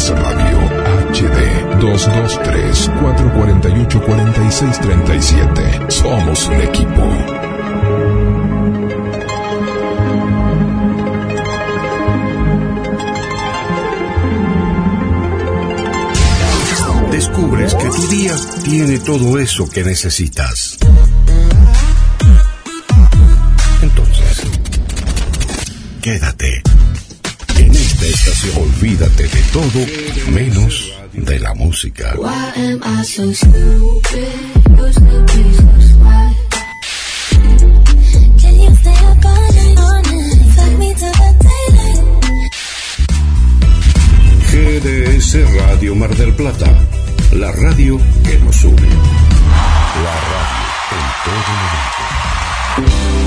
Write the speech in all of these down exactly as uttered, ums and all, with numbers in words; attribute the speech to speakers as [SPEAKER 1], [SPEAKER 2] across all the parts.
[SPEAKER 1] Escuchas Radio H D dos dos tres, cuatro cuatro ocho, cuatro seis tres siete. Somos un equipo.
[SPEAKER 2] Descubres que tu día tiene todo eso que necesitas. Entonces, quédate. En esta estación, olvídate de todo menos de la música. G D S Radio Mar del Plata, la radio que nos une. La radio en todo momento.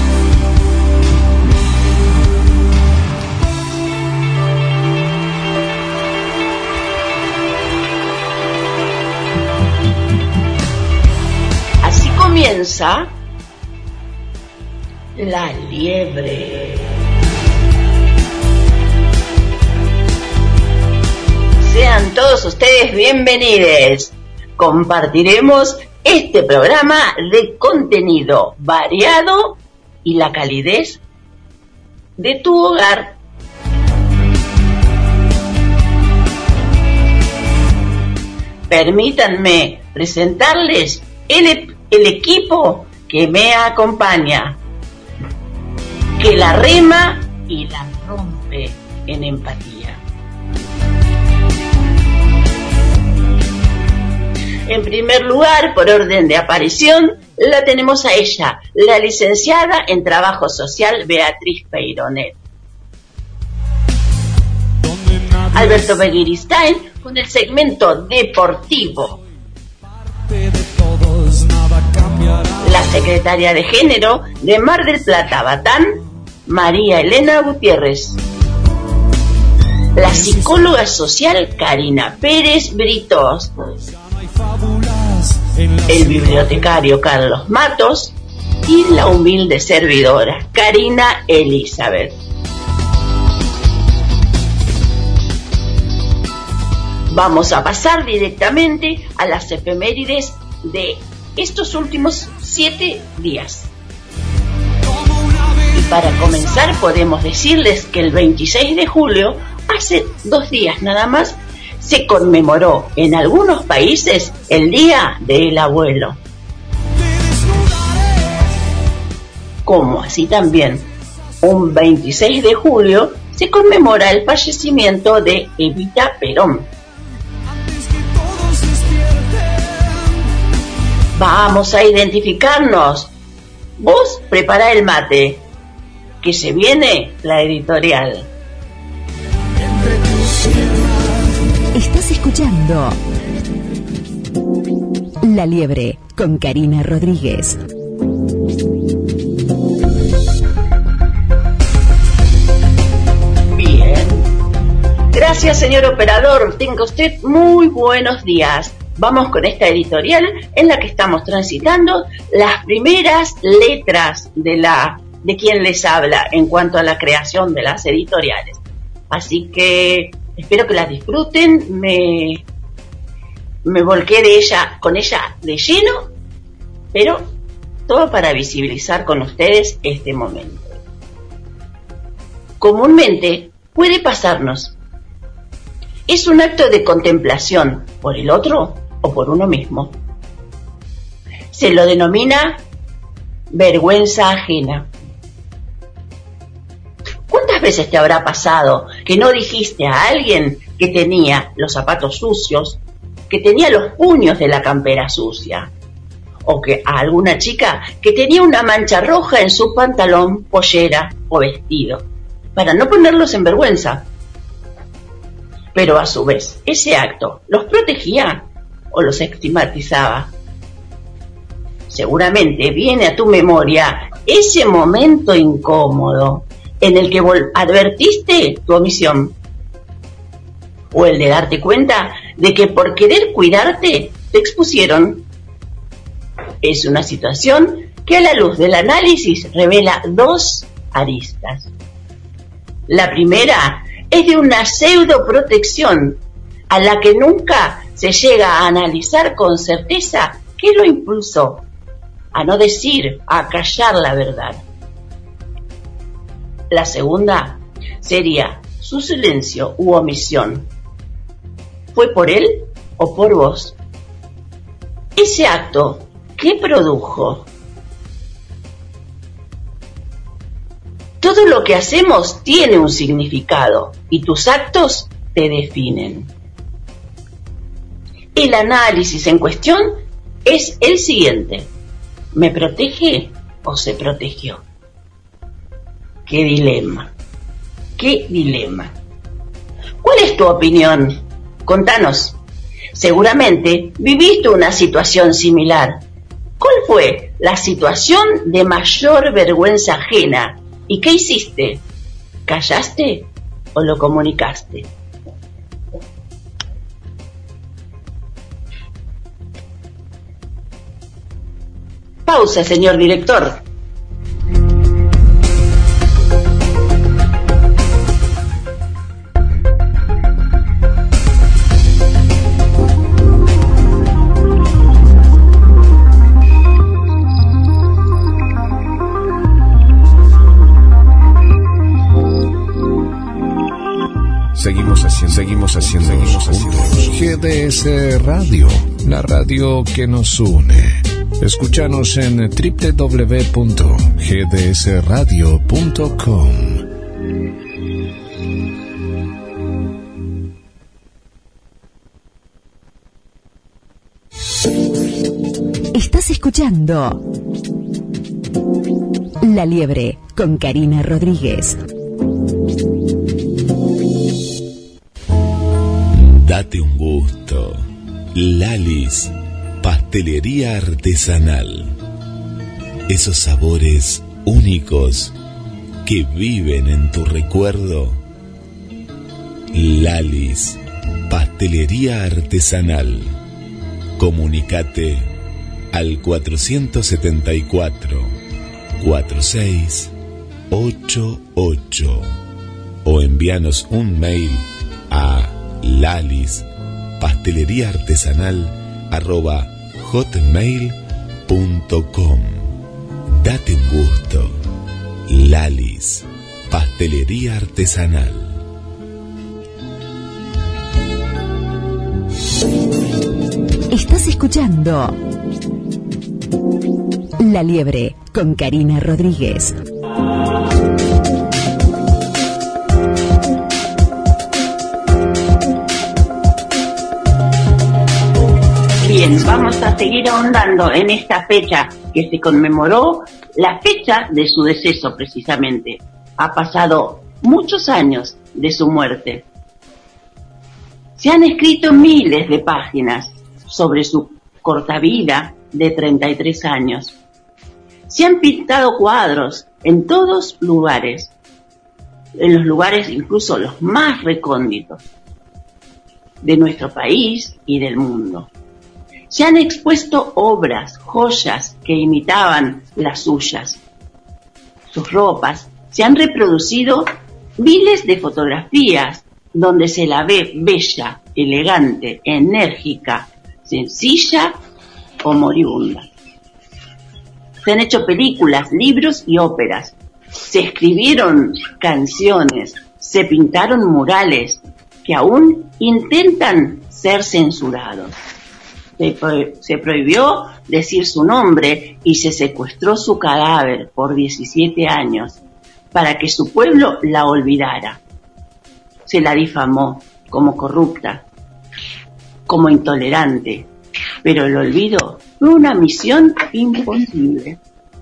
[SPEAKER 3] Comienza La Liebre. Sean todos ustedes bienvenidos. Compartiremos este programa de contenido variado y la calidez de tu hogar. Permítanme presentarles el El equipo que me acompaña, que la rema y la rompe en empatía. En primer lugar, por orden de aparición, la tenemos a ella, la licenciada en Trabajo Social Beatriz Peyronet. Alberto Begiristain con el segmento deportivo. La secretaria de Género de Mar del Plata, Batán, María Elena Gutiérrez. La psicóloga social Karina Pérez Britos. El bibliotecario Carlos Matos y la humilde servidora Karina Elizabeth. Vamos a pasar directamente a las efemérides de estos últimos siete días. Y para comenzar podemos decirles que el veintiséis de julio, hace dos días nada más, se conmemoró en algunos países el Día del Abuelo. Como así también, un veintiséis de julio se conmemora el fallecimiento de Evita Perón. Vamos a identificarnos. Vos prepara el mate, que se viene la editorial.
[SPEAKER 4] Estás escuchando La Liebre con Karina Rodríguez.
[SPEAKER 3] Bien. Gracias, señor operador. Tenga usted muy buenos días. Vamos con esta editorial en la que estamos transitando las primeras letras de la de quien les habla en cuanto a la creación de las editoriales. Así que espero que las disfruten. Me, me volqué de ella, con ella de lleno, pero todo para visibilizar con ustedes este momento. Comúnmente puede pasarnos. Es un acto de contemplación por el otro o por uno mismo. Se lo denomina vergüenza ajena. ¿Cuántas veces te habrá pasado que no dijiste a alguien que tenía los zapatos sucios, que tenía los puños de la campera sucia? O que a alguna chica que tenía una mancha roja en su pantalón, pollera o vestido, para no ponerlos en vergüenza. Pero a su vez, ese acto los protegía o los estigmatizaba. Seguramente viene a tu memoria ese momento incómodo en el que vol- advertiste tu omisión, o el de darte cuenta de que por querer cuidarte te expusieron. Es una situación que a la luz del análisis revela dos aristas. La primera es de una pseudo protección a la que nunca se llega a analizar con certeza qué lo impulsó a no decir, a callar la verdad. La segunda sería su silencio u omisión. ¿Fue por él o por vos? Ese acto, ¿qué produjo? Todo lo que hacemos tiene un significado y tus actos te definen. El análisis en cuestión es el siguiente: ¿me protege o se protegió? ¡Qué dilema! ¡Qué dilema! ¿Cuál es tu opinión? Contanos. Seguramente viviste una situación similar. ¿Cuál fue la situación de mayor vergüenza ajena? ¿Y qué hiciste? ¿Callaste o lo comunicaste? Pausa, señor director.
[SPEAKER 1] Seguimos haciendo, seguimos haciendo, seguimos haciendo G D S Radio, la radio que nos une. Escúchanos en doble u doble u doble u punto g d s radio punto com.
[SPEAKER 4] Estás escuchando La Liebre con Karina Rodríguez.
[SPEAKER 5] Date un gusto. Lalis, pastelería artesanal. Esos sabores únicos que viven en tu recuerdo. Lalis, pastelería artesanal. Comunicate al cuatrocientos setenta y cuatro, cuarenta y seis, ochenta y ocho o envíanos un mail a lalis pastelería artesanal arroba hotmail punto com. Date un gusto. Lalis, pastelería artesanal.
[SPEAKER 4] Estás escuchando La Liebre con Karina Rodríguez.
[SPEAKER 3] Bien, vamos a seguir ahondando en esta fecha que se conmemoró, la fecha de su deceso precisamente. Ha pasado muchos años de su muerte. Se han escrito miles de páginas sobre su corta vida de treinta y tres años. Se han pintado cuadros en todos lugares, en los lugares incluso los más recónditos de nuestro país y del mundo. Se han expuesto obras, joyas que imitaban las suyas. Sus ropas, se han reproducido miles de fotografías donde se la ve bella, elegante, enérgica, sencilla o moribunda. Se han hecho películas, libros y óperas. Se escribieron canciones, se pintaron murales que aún intentan ser censurados. Se, pro- se prohibió decir su nombre y se secuestró su cadáver por diecisiete años para que su pueblo la olvidara. Se la difamó como corrupta, como intolerante, pero el olvido fue una misión imposible.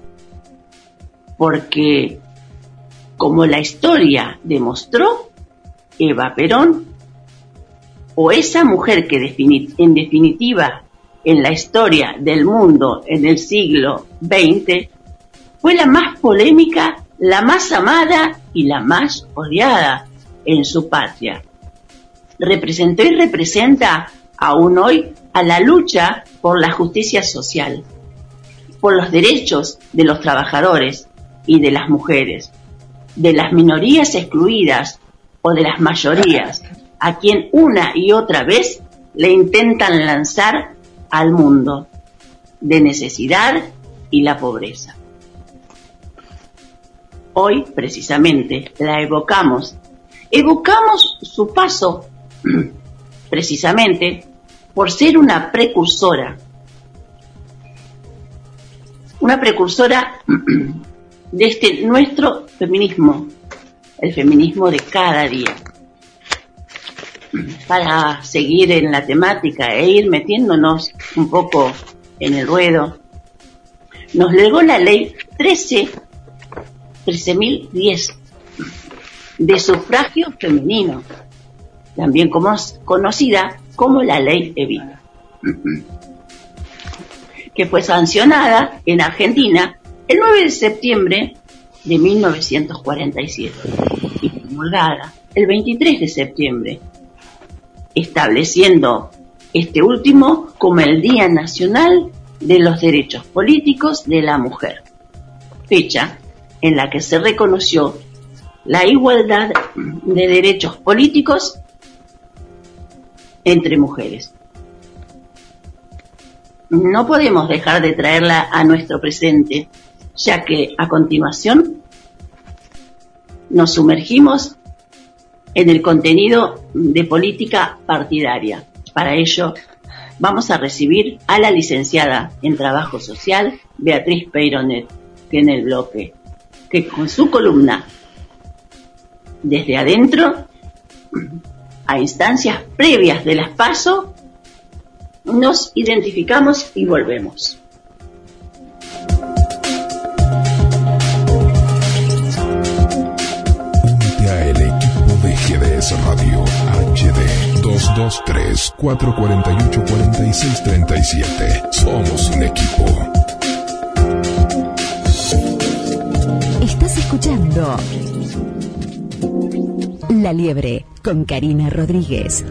[SPEAKER 3] Porque, como la historia demostró, Eva Perón, o esa mujer que defini- en definitiva en la historia del mundo en el siglo veinte fue la más polémica, la más amada y la más odiada en su patria. Representó y representa aún hoy a la lucha por la justicia social, por los derechos de los trabajadores y de las mujeres, de las minorías excluidas o de las mayorías, a quien una y otra vez le intentan lanzar al mundo de necesidad y la pobreza. Hoy, precisamente, la evocamos. Evocamos su paso, precisamente, por ser una precursora. Una precursora de este nuestro feminismo, el feminismo de cada día. Para seguir en la temática e ir metiéndonos un poco en el ruedo, nos legó la ley trece mil diez de sufragio femenino, también como, conocida como la ley Evita, que fue sancionada en Argentina el nueve de septiembre de mil novecientos cuarenta y siete y promulgada el veintitrés de septiembre, estableciendo este último como el Día Nacional de los Derechos Políticos de la Mujer, fecha en la que se reconoció la igualdad de derechos políticos entre mujeres. No podemos dejar de traerla a nuestro presente, ya que a continuación nos sumergimos en el contenido de política partidaria. Para ello, vamos a recibir a la licenciada en Trabajo Social, Beatriz Peyronet, que en el bloque, que con su columna Desde Adentro, a instancias previas de las PASO, nos identificamos y volvemos.
[SPEAKER 1] Únete a el equipo de G D S Radio H D dos dos tres, cuatro cuatro ocho, cuatro seis tres siete. Somos un equipo.
[SPEAKER 4] Estás escuchando La Liebre con Karina Rodríguez.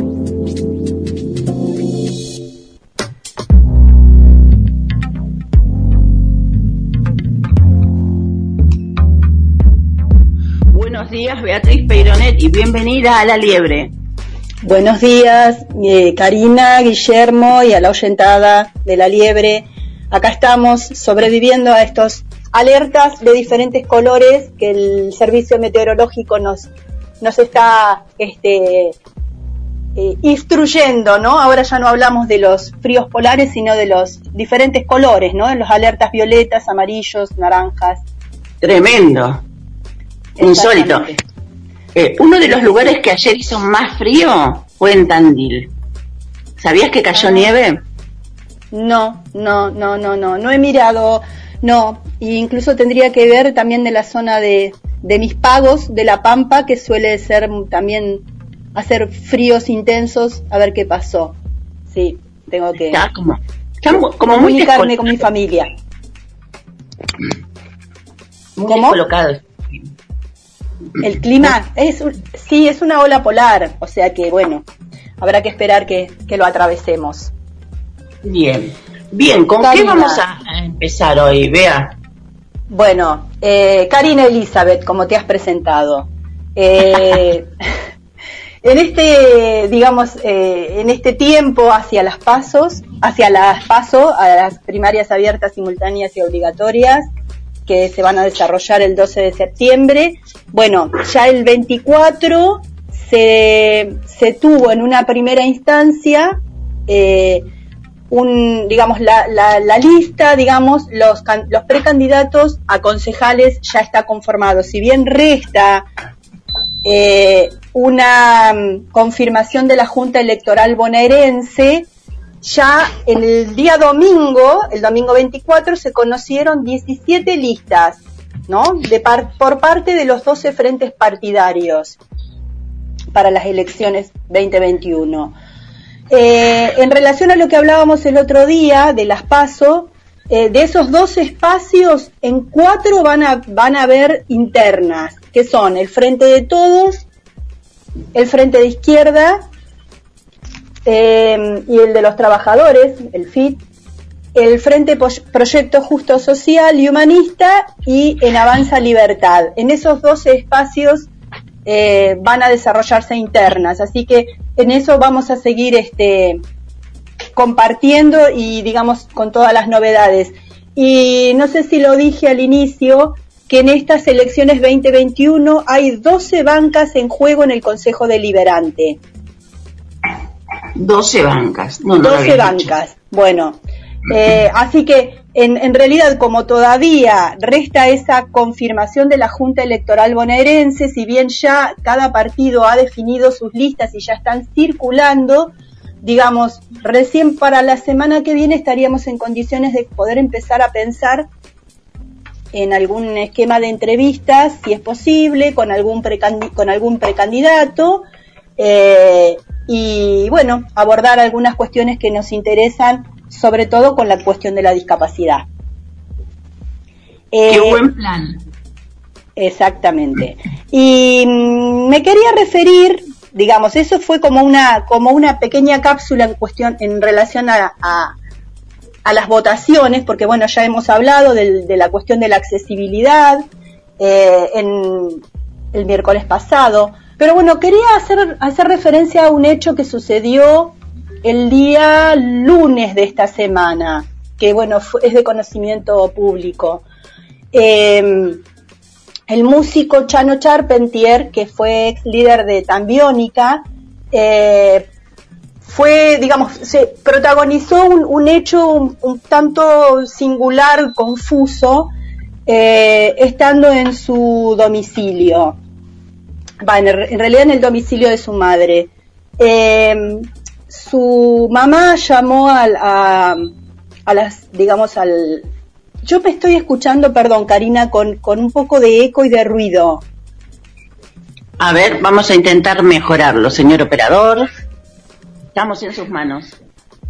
[SPEAKER 3] Buenos días, Beatriz Peyronet, y bienvenida a La Liebre.
[SPEAKER 6] Buenos días, eh, Karina, Guillermo y a la oyentada de La Liebre. Acá estamos sobreviviendo a estos alertas de diferentes colores que el servicio meteorológico nos nos está este, eh, instruyendo, ¿no? Ahora ya no hablamos de los fríos polares, sino de los diferentes colores, ¿no? Los alertas violetas, amarillos, naranjas.
[SPEAKER 3] Tremendo, insólito. Eh, uno de los lugares que ayer hizo más frío fue en Tandil. ¿Sabías que cayó ah. nieve?
[SPEAKER 6] No, no, no, no, no, no he mirado, no, e incluso tendría que ver también de la zona de, de Mis Pagos, de La Pampa, que suele ser también hacer fríos intensos, a ver qué pasó. Sí, tengo que
[SPEAKER 3] está como, está como
[SPEAKER 6] comunicarme con mi familia.
[SPEAKER 3] Muy
[SPEAKER 6] ¿Cómo?
[SPEAKER 3] Descolocado.
[SPEAKER 6] El clima, es sí, es una ola polar, o sea que bueno, habrá que esperar que, que lo atravesemos.
[SPEAKER 3] Bien, bien, ¿con Karina, qué vamos a empezar hoy, Bea?
[SPEAKER 6] Bueno, eh, Karina Elizabeth, como te has presentado. Eh, en este, digamos, eh, en este tiempo hacia las pasos, hacia las paso, a las primarias abiertas, simultáneas y obligatorias, que se van a desarrollar el doce de septiembre. Bueno, ya el veinticuatro se, se tuvo en una primera instancia eh, un, digamos, la, la, la lista, digamos, los, los precandidatos a concejales ya está conformado. Si bien resta eh, una um, confirmación de la Junta Electoral bonaerense, ya el día domingo, el domingo veinticuatro, se conocieron diecisiete listas, ¿no? De par, por parte de los doce frentes partidarios para las elecciones veinte veintiuno. Eh, en relación a lo que hablábamos el otro día de las PASO, eh, de esos doce espacios, en cuatro van a, van a haber internas, que son el Frente de Todos, el Frente de Izquierda, Eh, y el de los trabajadores, el F I T, el Frente Proyecto Justo Social y Humanista y en Avanza Libertad. En esos doce espacios eh, van a desarrollarse internas. Así que en eso vamos a seguir este, compartiendo y, digamos, con todas las novedades. Y no sé si lo dije al inicio, que en estas elecciones veinte veintiuno hay doce bancas en juego en el Consejo Deliberante.
[SPEAKER 3] doce bancas. No, no
[SPEAKER 6] doce bancas. Dicho. Bueno, eh, así que en, en realidad, como todavía resta esa confirmación de la Junta Electoral bonaerense, si bien ya cada partido ha definido sus listas y ya están circulando, digamos, recién para la semana que viene estaríamos en condiciones de poder empezar a pensar en algún esquema de entrevistas, si es posible, con algún precandi- con algún precandidato, eh, y bueno, abordar algunas cuestiones que nos interesan, sobre todo con la cuestión de la discapacidad.
[SPEAKER 3] ¡Qué eh, buen plan!
[SPEAKER 6] Exactamente. Y mm, me quería referir, digamos, eso fue como una como una pequeña cápsula en cuestión en relación a, a, a las votaciones, porque bueno, ya hemos hablado de, de la cuestión de la accesibilidad eh, en el miércoles pasado. Pero bueno, quería hacer, hacer referencia a un hecho que sucedió el día lunes de esta semana, que bueno, fue, es de conocimiento público. Eh, el músico Chano Charpentier, que fue ex líder de Tambiónica, eh, fue, digamos, se protagonizó un, un hecho un, un tanto singular, confuso, eh, estando en su domicilio. Va, en, en realidad en el domicilio de su madre. Eh, su mamá llamó a, a, a las, digamos, al... Yo me estoy escuchando, perdón, Karina, con, con un poco de eco y de ruido.
[SPEAKER 3] A ver, vamos a intentar mejorarlo, señor operador. Estamos en sus manos.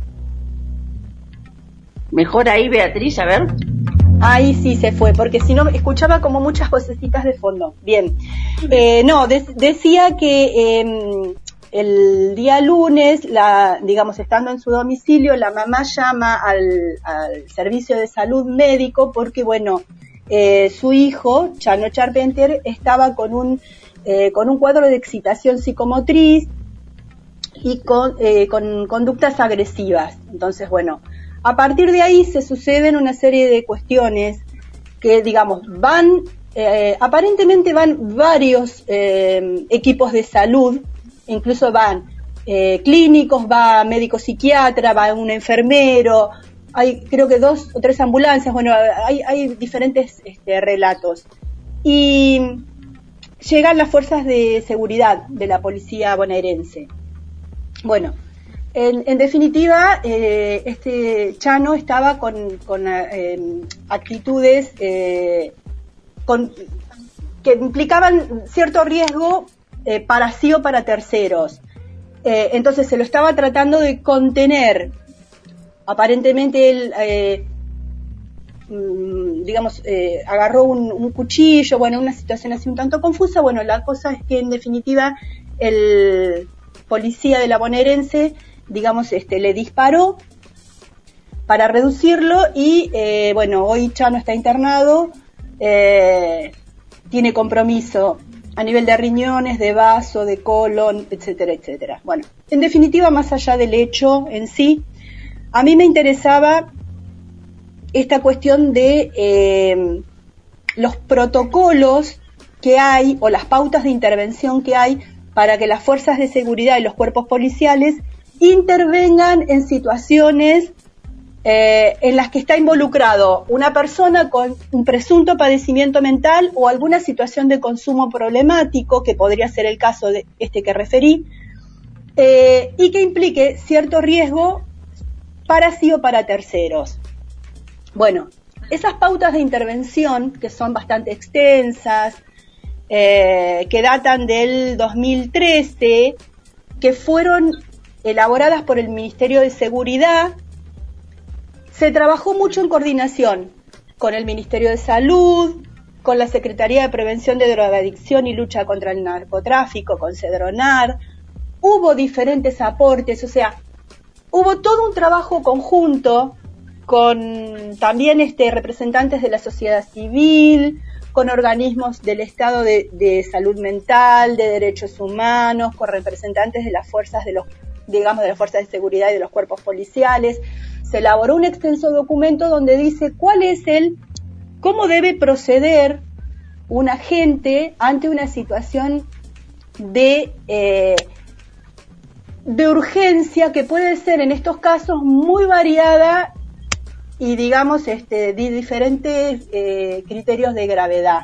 [SPEAKER 3] Mejor ahí, Beatriz, a ver.
[SPEAKER 6] Ahí sí se fue, porque si no escuchaba como muchas vocecitas de fondo. Bien, eh, no, de, decía que eh, el día lunes, la, digamos, estando en su domicilio, la mamá llama al, al servicio de salud médico porque, bueno, eh, su hijo, Chano Charpentier, estaba con un, eh, con un cuadro de excitación psicomotriz y con, eh, con conductas agresivas. Entonces, bueno, a partir de ahí se suceden una serie de cuestiones que, digamos, van, eh, aparentemente van varios eh, equipos de salud, incluso van eh, clínicos, va médico psiquiatra, va un enfermero, hay creo que dos o tres ambulancias, bueno, hay, hay diferentes este, relatos. Y llegan las fuerzas de seguridad de la policía bonaerense. Bueno, En, en definitiva, eh, este Chano estaba con, con eh, actitudes eh, con, que implicaban cierto riesgo eh, para sí o para terceros. Eh, entonces se lo estaba tratando de contener. Aparentemente él, eh, digamos, eh, agarró un, un cuchillo, bueno, una situación así un tanto confusa. Bueno, la cosa es que en definitiva el policía de la bonaerense, digamos, este, le disparó para reducirlo y, eh, bueno, hoy Chano está internado, eh, tiene compromiso a nivel de riñones, de vaso, de colon, etcétera, etcétera. Bueno, en definitiva, más allá del hecho en sí, a mí me interesaba esta cuestión de eh, los protocolos que hay o las pautas de intervención que hay para que las fuerzas de seguridad y los cuerpos policiales intervengan en situaciones eh, en las que está involucrado una persona con un presunto padecimiento mental o alguna situación de consumo problemático, que podría ser el caso de este que referí, eh, y que implique cierto riesgo para sí o para terceros. Bueno, esas pautas de intervención, que son bastante extensas, eh, que datan del dos mil trece, que fueron elaboradas por el Ministerio de Seguridad, se trabajó mucho en coordinación con el Ministerio de Salud, con la Secretaría de Prevención de Drogadicción y Lucha contra el Narcotráfico, con Cedronar. Hubo diferentes aportes, o sea, hubo todo un trabajo conjunto con también este, representantes de la sociedad civil, con organismos del Estado de, de salud mental, de derechos humanos, con representantes de las fuerzas de los, digamos, de las fuerzas de seguridad y de los cuerpos policiales. Se elaboró un extenso documento donde dice cuál es el, cómo debe proceder un agente ante una situación de eh, de urgencia que puede ser en estos casos muy variada y digamos este, de diferentes eh, criterios de gravedad.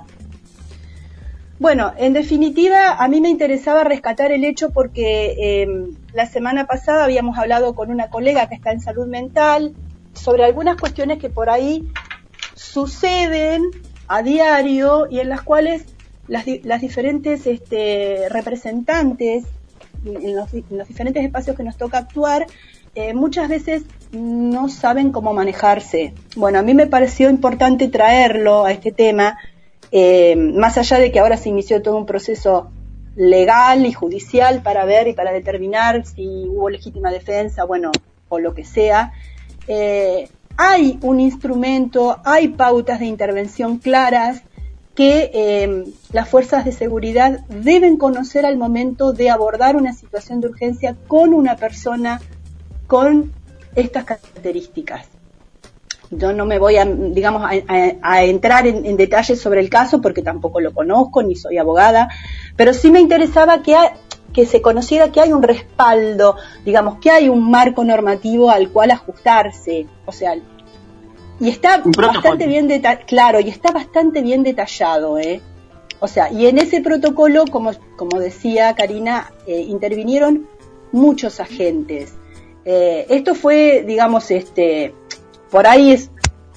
[SPEAKER 6] Bueno, en definitiva, a mí me interesaba rescatar el hecho porque eh, la semana pasada habíamos hablado con una colega que está en salud mental sobre algunas cuestiones que por ahí suceden a diario y en las cuales las, las diferentes este, representantes en los, en los diferentes espacios que nos toca actuar, eh, muchas veces no saben cómo manejarse. Bueno, a mí me pareció importante traerlo a este tema, eh, más allá de que ahora se inició todo un proceso legal y judicial para ver y para determinar si hubo legítima defensa, bueno, o lo que sea. Eh, hay un instrumento, hay pautas de intervención claras que eh, las fuerzas de seguridad deben conocer al momento de abordar una situación de urgencia con una persona con estas características. Yo no me voy a, digamos, a, a, a entrar en, en detalles sobre el caso porque tampoco lo conozco ni soy abogada, pero sí me interesaba que, ha, que se conociera que hay un respaldo, digamos, que hay un marco normativo al cual ajustarse, o sea, y está bastante bien detallado, claro, y está bastante bien detallado, ¿eh? O sea, y en ese protocolo, como, como decía Karina, eh, intervinieron muchos agentes. Eh, esto fue, digamos, este, por ahí es,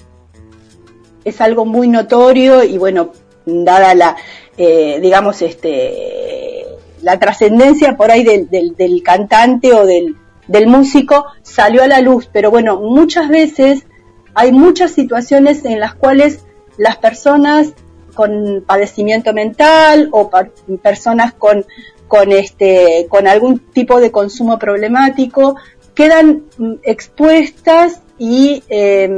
[SPEAKER 6] es algo muy notorio y bueno, dada la, eh, digamos, este, la trascendencia por ahí del, del, del cantante o del, del músico, salió a la luz, pero bueno, muchas veces hay muchas situaciones en las cuales las personas con padecimiento mental o pa- personas con, con, este, con algún tipo de consumo problemático quedan expuestas y eh,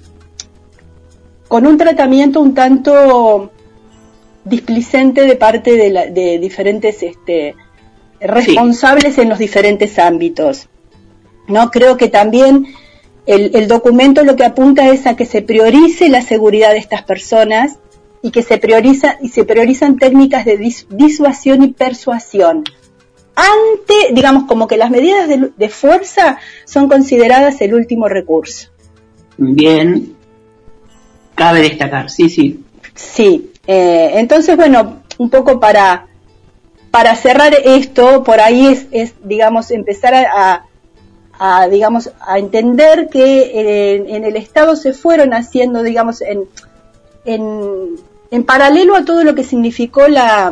[SPEAKER 6] con un tratamiento un tanto displicente de parte de, la, de diferentes este, responsables sí. en los diferentes ámbitos. No creo que también El, el documento lo que apunta es a que se priorice la seguridad de estas personas y que se prioriza y se priorizan técnicas de dis, disuasión y persuasión. Ante, digamos, como que las medidas de, de fuerza son consideradas el último recurso.
[SPEAKER 3] Bien, cabe destacar, sí, sí.
[SPEAKER 6] Sí, eh, entonces, bueno, un poco para para cerrar esto, por ahí es, es digamos, empezar a, a a, digamos, a entender que en, en el Estado se fueron haciendo, digamos, en, en, en paralelo a todo lo que significó la,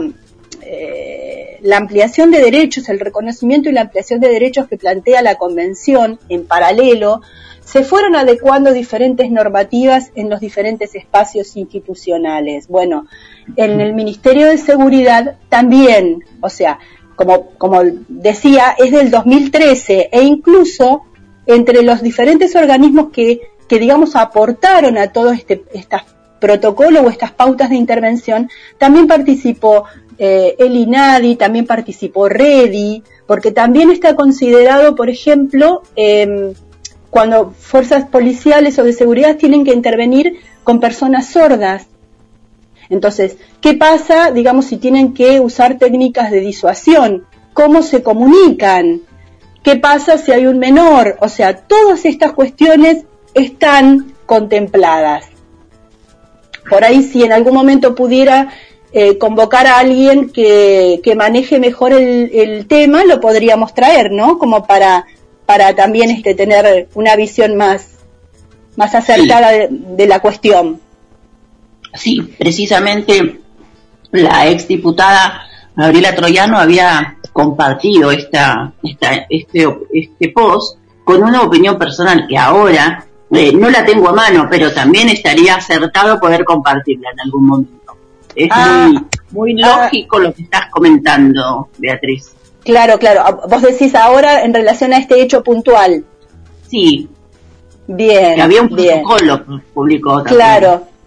[SPEAKER 6] eh, la ampliación de derechos, el reconocimiento y la ampliación de derechos que plantea la Convención, en paralelo, se fueron adecuando diferentes normativas en los diferentes espacios institucionales. Bueno, en el Ministerio de Seguridad también, o sea, Como, como decía, es del dos mil trece e incluso entre los diferentes organismos que, que digamos, aportaron a todo este estos protocolos o estas pautas de intervención, también participó eh, el INADI, también participó REDI, porque también está considerado, por ejemplo, eh, cuando fuerzas policiales o de seguridad tienen que intervenir con personas sordas. Entonces, ¿qué pasa, digamos, si tienen que usar técnicas de disuasión? ¿Cómo se comunican? ¿Qué pasa si hay un menor? O sea, todas estas cuestiones están contempladas. Por ahí, si en algún momento pudiera eh, convocar a alguien que, que maneje mejor el, el tema, lo podríamos traer, ¿no? Como para, para también este, tener una visión más, más acertada sí. de, de la cuestión.
[SPEAKER 3] Sí, precisamente la exdiputada Gabriela Troyano había compartido esta, esta, este, este post con una opinión personal que ahora eh, no la tengo a mano, pero también estaría acertado poder compartirla en algún momento. Es ah, muy, muy lógico ah, lo que estás comentando, Beatriz.
[SPEAKER 6] Claro, claro. Vos decís ahora en relación a este hecho puntual.
[SPEAKER 3] Sí.
[SPEAKER 6] Bien.
[SPEAKER 3] Que había un protocolo público también.
[SPEAKER 6] Claro.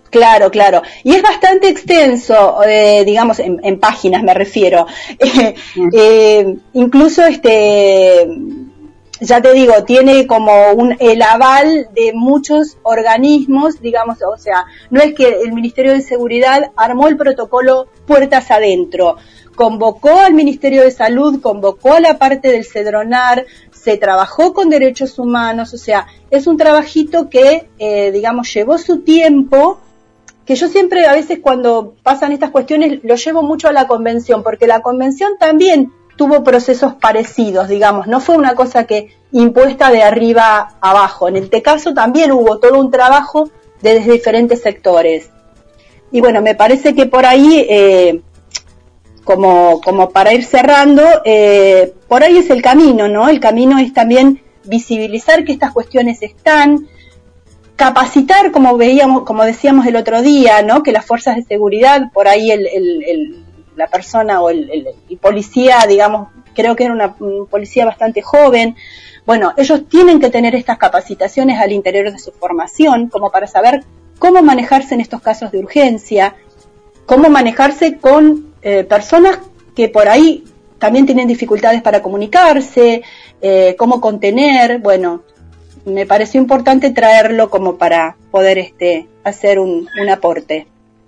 [SPEAKER 6] Claro, claro. Y es bastante extenso, eh, digamos, en, en páginas me refiero. Eh, eh, incluso, este, ya te digo, tiene como un, el aval de muchos organismos, digamos, o sea, no es que el Ministerio de Seguridad armó el protocolo puertas adentro, convocó al Ministerio de Salud, convocó a la parte del CEDRONAR, se trabajó con derechos humanos, o sea, es un trabajito que, eh, digamos, llevó su tiempo, que yo siempre a veces cuando pasan estas cuestiones lo llevo mucho a la convención, porque la convención también tuvo procesos parecidos, digamos, no fue una cosa que impuesta de arriba abajo. En este caso también hubo todo un trabajo desde diferentes sectores. Y bueno, me parece que por ahí, eh, como, como para ir cerrando, eh, por ahí es el camino, ¿no? El camino es también visibilizar que estas cuestiones están, capacitar, como veíamos, como decíamos el otro día, ¿no? Que las fuerzas de seguridad, por ahí el, el, el la persona o el, el, el policía, digamos, creo que era una un policía bastante joven. Bueno, ellos tienen que tener estas capacitaciones al interior de su formación, como para saber cómo manejarse en estos casos de urgencia, cómo manejarse con eh, personas que por ahí también tienen dificultades para comunicarse, eh, cómo contener. Bueno, me pareció importante traerlo como para poder este hacer un, un aporte.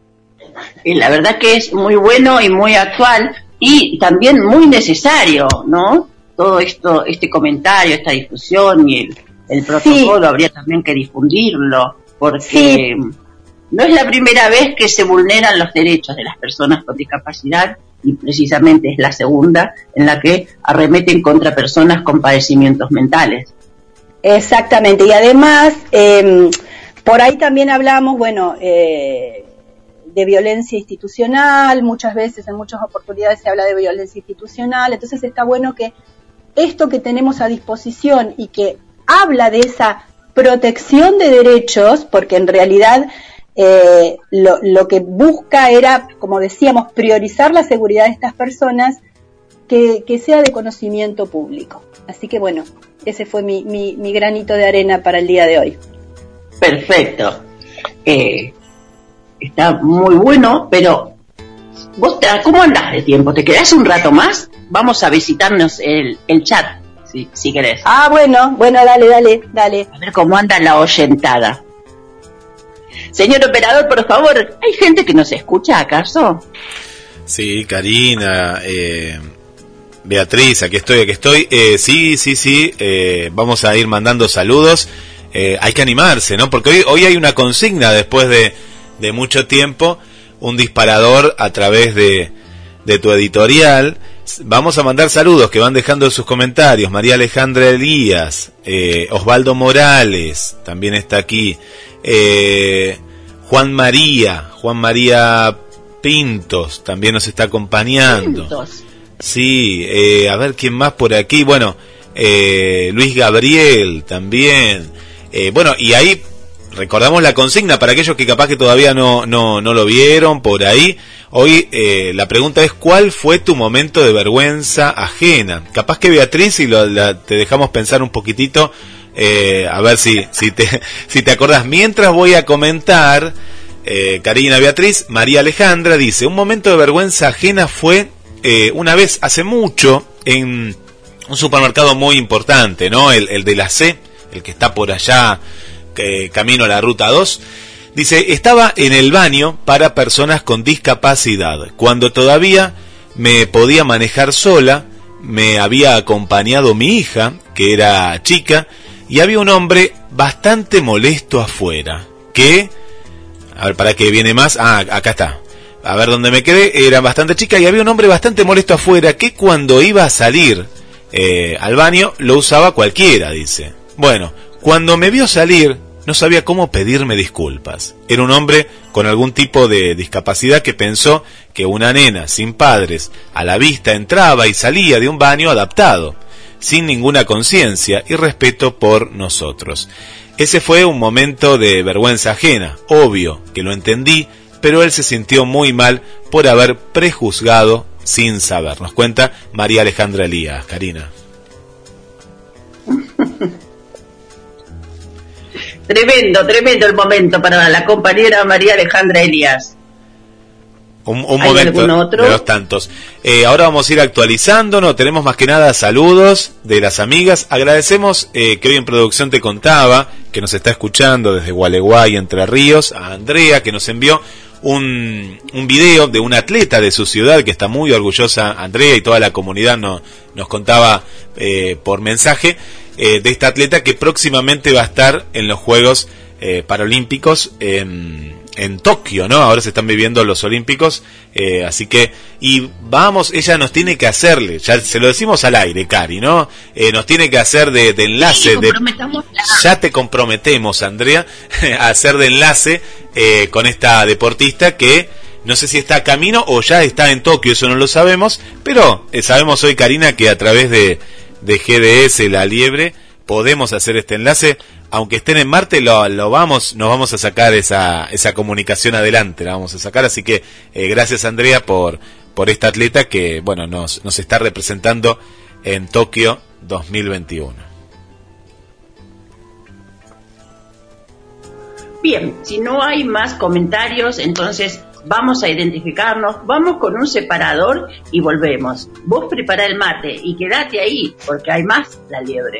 [SPEAKER 3] Y la verdad que es muy bueno y muy actual y también muy necesario, ¿no? Todo esto, este comentario, esta difusión y el, el protocolo, sí. Habría también que difundirlo, porque sí. No es la primera vez que se vulneran los derechos de las personas con discapacidad y precisamente es la segunda en la que arremeten contra personas con padecimientos mentales.
[SPEAKER 6] Exactamente, y además, eh, por ahí también hablamos, bueno, eh, de violencia institucional, muchas veces, en muchas oportunidades se habla de violencia institucional, entonces está bueno que esto que tenemos a disposición y que habla de esa protección de derechos, porque en realidad eh, lo, lo que busca era, como decíamos, priorizar la seguridad de estas personas, que, que sea de conocimiento público. Así que bueno, ese fue mi, mi, mi granito de arena para el día de hoy.
[SPEAKER 3] Perfecto. Eh, está muy bueno, pero vos, ¿cómo andás de tiempo? ¿Te quedás un rato más? Vamos a visitarnos el, el chat, si, si querés.
[SPEAKER 6] Ah, bueno, bueno, dale, dale, dale.
[SPEAKER 3] A ver cómo anda la oyentada. Señor operador, por favor, ¿hay gente que nos escucha acaso?
[SPEAKER 7] Sí, Karina, eh, Beatriz, aquí estoy, aquí estoy. Eh, sí, sí, sí, eh, vamos a ir mandando saludos. Eh, hay que animarse, ¿no? Porque hoy, hoy hay una consigna después de, de mucho tiempo, un disparador a través de, de tu editorial. Vamos a mandar saludos que van dejando sus comentarios. María Alejandra Elías, eh, Osvaldo Morales, también está aquí. Eh, Juan María, Juan María Pintos, también nos está acompañando. Pintos. Sí, eh, a ver quién más por aquí. Bueno, eh, Luis Gabriel también. Eh, bueno, y ahí recordamos la consigna para aquellos que capaz que todavía no, no, no lo vieron por ahí. Hoy eh, la pregunta es: ¿cuál fue tu momento de vergüenza ajena? Capaz que Beatriz, si lo, la, te dejamos pensar un poquitito, eh, a ver si, si, te, si te acordás. Mientras voy a comentar, eh, Karina, Beatriz, María Alejandra dice: un momento de vergüenza ajena fue eh, una vez, hace mucho, en un supermercado muy importante, ¿no? El, el de la C, el que está por allá, eh, camino a la ruta dos. Dice: estaba en el baño para personas con discapacidad. Cuando todavía me podía manejar sola, me había acompañado mi hija, que era chica, y había un hombre bastante molesto afuera. Que, a ver, ¿para qué viene más? Ah, acá está. A ver dónde me quedé. Era bastante chica y había un hombre bastante molesto afuera que cuando iba a salir eh, al baño lo usaba cualquiera, dice. Bueno, cuando me vio salir, no sabía cómo pedirme disculpas. Era un hombre con algún tipo de discapacidad que pensó que una nena sin padres a la vista entraba y salía de un baño adaptado, sin ninguna conciencia y respeto por nosotros. Ese fue un momento de vergüenza ajena. Obvio que lo entendí, pero él se sintió muy mal por haber prejuzgado sin saber. Nos cuenta María Alejandra Elías. Karina.
[SPEAKER 3] tremendo, tremendo el momento para la compañera María Alejandra Elías.
[SPEAKER 7] Un, un momento de los tantos. Eh, ahora vamos a ir actualizándonos. Tenemos más que nada saludos de las amigas. Agradecemos eh, que hoy en producción te contaba que nos está escuchando desde Gualeguay, Entre Ríos, a Andrea, que nos envió un, un video de una atleta de su ciudad que está muy orgullosa. Andrea y toda la comunidad no, nos contaba eh, por mensaje eh, de esta atleta que próximamente va a estar en los Juegos eh, Paralímpicos en en Tokio, ¿no? Ahora se están viviendo los Olímpicos, eh, así que, y vamos, ella nos tiene que hacerle, ya se lo decimos al aire, Cari, ¿no? Eh, nos tiene que hacer de, de enlace, sí, de, ya te comprometemos, Andrea, a hacer de enlace eh, con esta deportista que no sé si está a camino o ya está en Tokio, eso no lo sabemos, pero eh, sabemos hoy, Karina, que a través de, de G D S, La Liebre, podemos hacer este enlace. Aunque estén en Marte, lo, lo vamos, nos vamos a sacar esa, esa comunicación adelante, la vamos a sacar, así que eh, gracias, Andrea, por, por esta atleta que, bueno, nos, nos está representando en Tokio dos mil veintiuno.
[SPEAKER 3] Bien, si no hay más comentarios, entonces vamos a identificarnos, vamos con un separador y volvemos. Vos prepará el mate y quédate ahí, porque hay más La Liebre.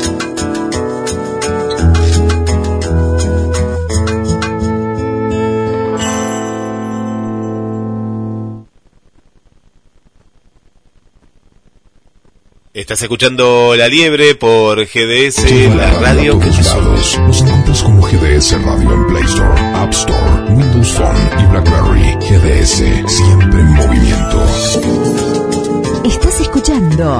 [SPEAKER 7] Estás escuchando La Liebre por G D S, la radio que nos
[SPEAKER 1] lados. Nos encuentras como G D S Radio en Play Store, App Store, Windows Phone y BlackBerry. G D S, siempre en movimiento.
[SPEAKER 4] Estás escuchando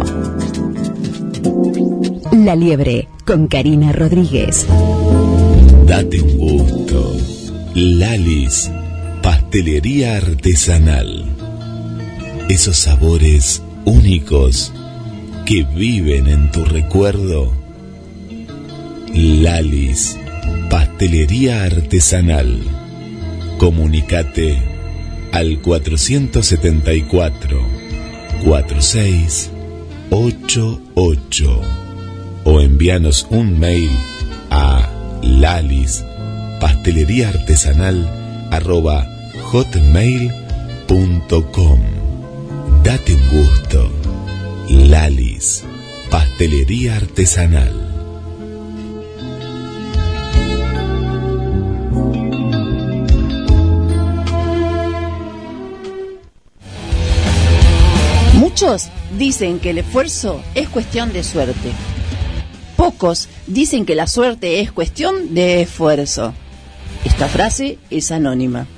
[SPEAKER 4] La Liebre con Karina Rodríguez.
[SPEAKER 5] Date un gusto. Lalis, pastelería artesanal. Esos sabores únicos que viven en tu recuerdo. Lalis, pastelería artesanal. Comunicate al cuatrocientos setenta y cuatro, cuarenta y seis, ochenta y ocho o envíanos un mail a lalis pastelería artesanal arroba hotmail punto com. Date un gusto. Lalis, pastelería artesanal.
[SPEAKER 8] Muchos dicen que el esfuerzo es cuestión de suerte. Pocos dicen que la suerte es cuestión de esfuerzo. Esta frase es anónima.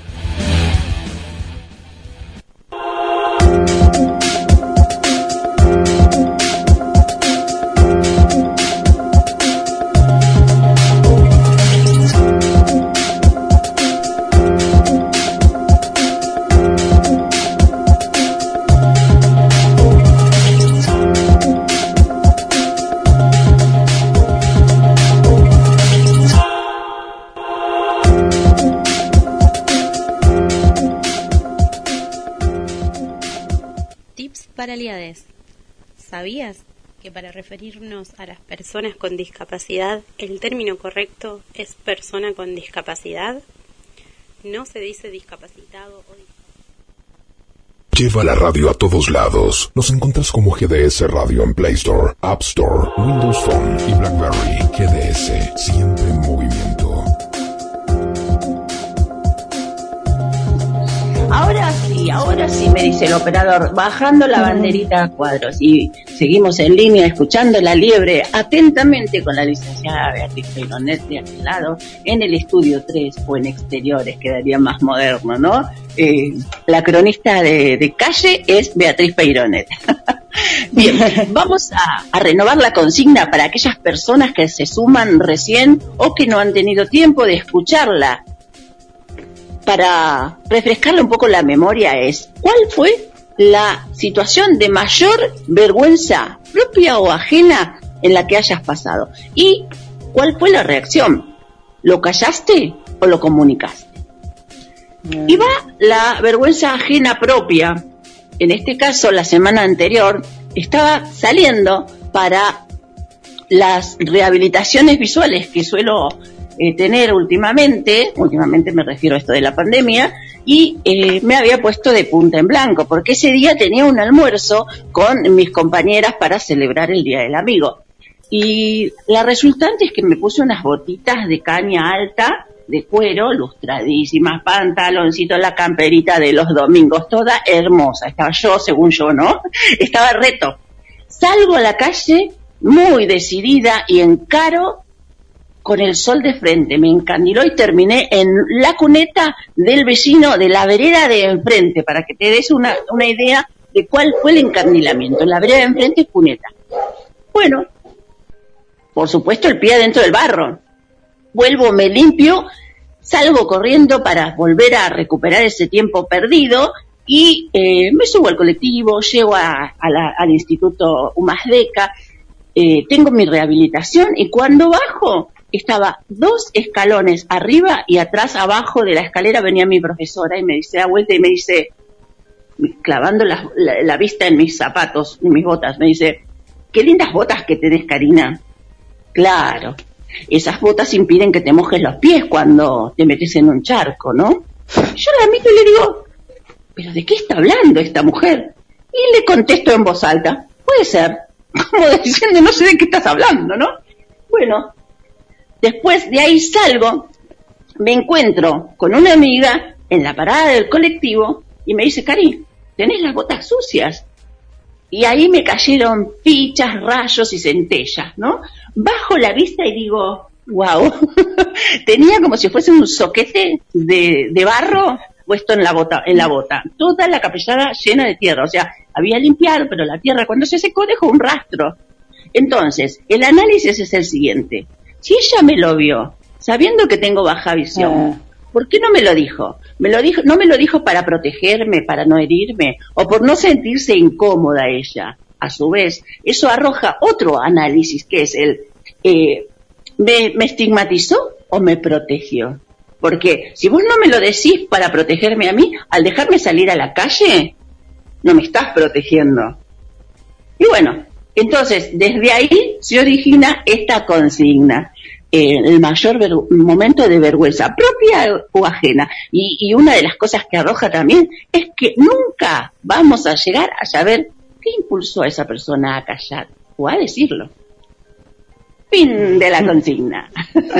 [SPEAKER 9] Paraliades. ¿Sabías que para referirnos a las personas con discapacidad, el término correcto es persona con discapacidad? No se dice discapacitado o discapacitado.
[SPEAKER 1] Lleva la radio a todos lados. Nos encuentras como G D S Radio en Play Store, App Store, Windows Phone y BlackBerry. G D S, siempre en movimiento.
[SPEAKER 3] Ahora sí, ahora sí, me dice el operador, bajando la banderita a cuadros. Y seguimos en línea escuchando La Liebre atentamente con la licenciada Beatriz Peironet de aquel lado, en el estudio tres o en exteriores, quedaría más moderno, ¿no? Eh, la cronista de, de calle es Beatriz Peironet. Bien, vamos a, a renovar la consigna para aquellas personas que se suman recién o que no han tenido tiempo de escucharla. Para refrescarle un poco la memoria es, ¿cuál fue la situación de mayor vergüenza propia o ajena en la que hayas pasado? ¿Y cuál fue la reacción? ¿Lo callaste o lo comunicaste? Y va la vergüenza ajena propia. En este caso, la semana anterior, estaba saliendo para las rehabilitaciones visuales que suelo eh, tener últimamente, últimamente me refiero a esto de la pandemia, y eh, me había puesto de punta en blanco, porque ese día tenía un almuerzo con mis compañeras para celebrar el Día del Amigo. Y la resultante es que me puse unas botitas de caña alta, de cuero, lustradísimas, pantaloncito, la camperita de los domingos, toda hermosa. Estaba yo, según yo, ¿no? Estaba reto. Salgo a la calle muy decidida y encaro con el sol de frente. Me encandiló y terminé en la cuneta del vecino de la vereda de enfrente, para que te des una, una idea de cuál fue el encandilamiento. En la vereda de enfrente, cuneta. Bueno, por supuesto el pie adentro del barro. Vuelvo, me limpio, salgo corriendo para volver a recuperar ese tiempo perdido y eh, me subo al colectivo, llego a, a la, al Instituto Humasdeca, eh, tengo mi rehabilitación y cuando bajo estaba dos escalones arriba y atrás abajo de la escalera venía mi profesora y me dice, da vuelta y me dice, clavando la, la, la vista en mis zapatos, en mis botas, me dice, qué lindas botas que tenés, Karina. Claro. Esas botas impiden que te mojes los pies cuando te metes en un charco, ¿no? Yo la miro y le digo, ¿pero de qué está hablando esta mujer? Y le contesto en voz alta, puede ser, como diciendo, no sé de qué estás hablando, ¿no? Bueno, después de ahí salgo, me encuentro con una amiga en la parada del colectivo y me dice, Cari, ¿tenés las botas sucias? Y ahí me cayeron fichas, rayos y centellas, ¿no? Bajo la vista y digo, wow, tenía como si fuese un soquete de, de barro puesto en la bota, en la bota, toda la capellada llena de tierra, o sea, había limpiado, pero la tierra cuando se secó dejó un rastro. Entonces, el análisis es el siguiente, si ella me lo vio, sabiendo que tengo baja visión, ¿por qué no me lo dijo? Me lo dijo, no me lo dijo para protegerme, para no herirme, o por no sentirse incómoda ella. A su vez, eso arroja otro análisis, que es el, eh, ¿me, me estigmatizó o me protegió? Porque si vos no me lo decís para protegerme a mí, al dejarme salir a la calle, no me estás protegiendo. Y bueno, entonces, desde ahí se origina esta consigna. Eh, el mayor ver- momento de vergüenza propia o ajena y, y una de las cosas que arroja también es que nunca vamos a llegar a saber qué impulsó a esa persona a callar o a decirlo. Fin de la consigna.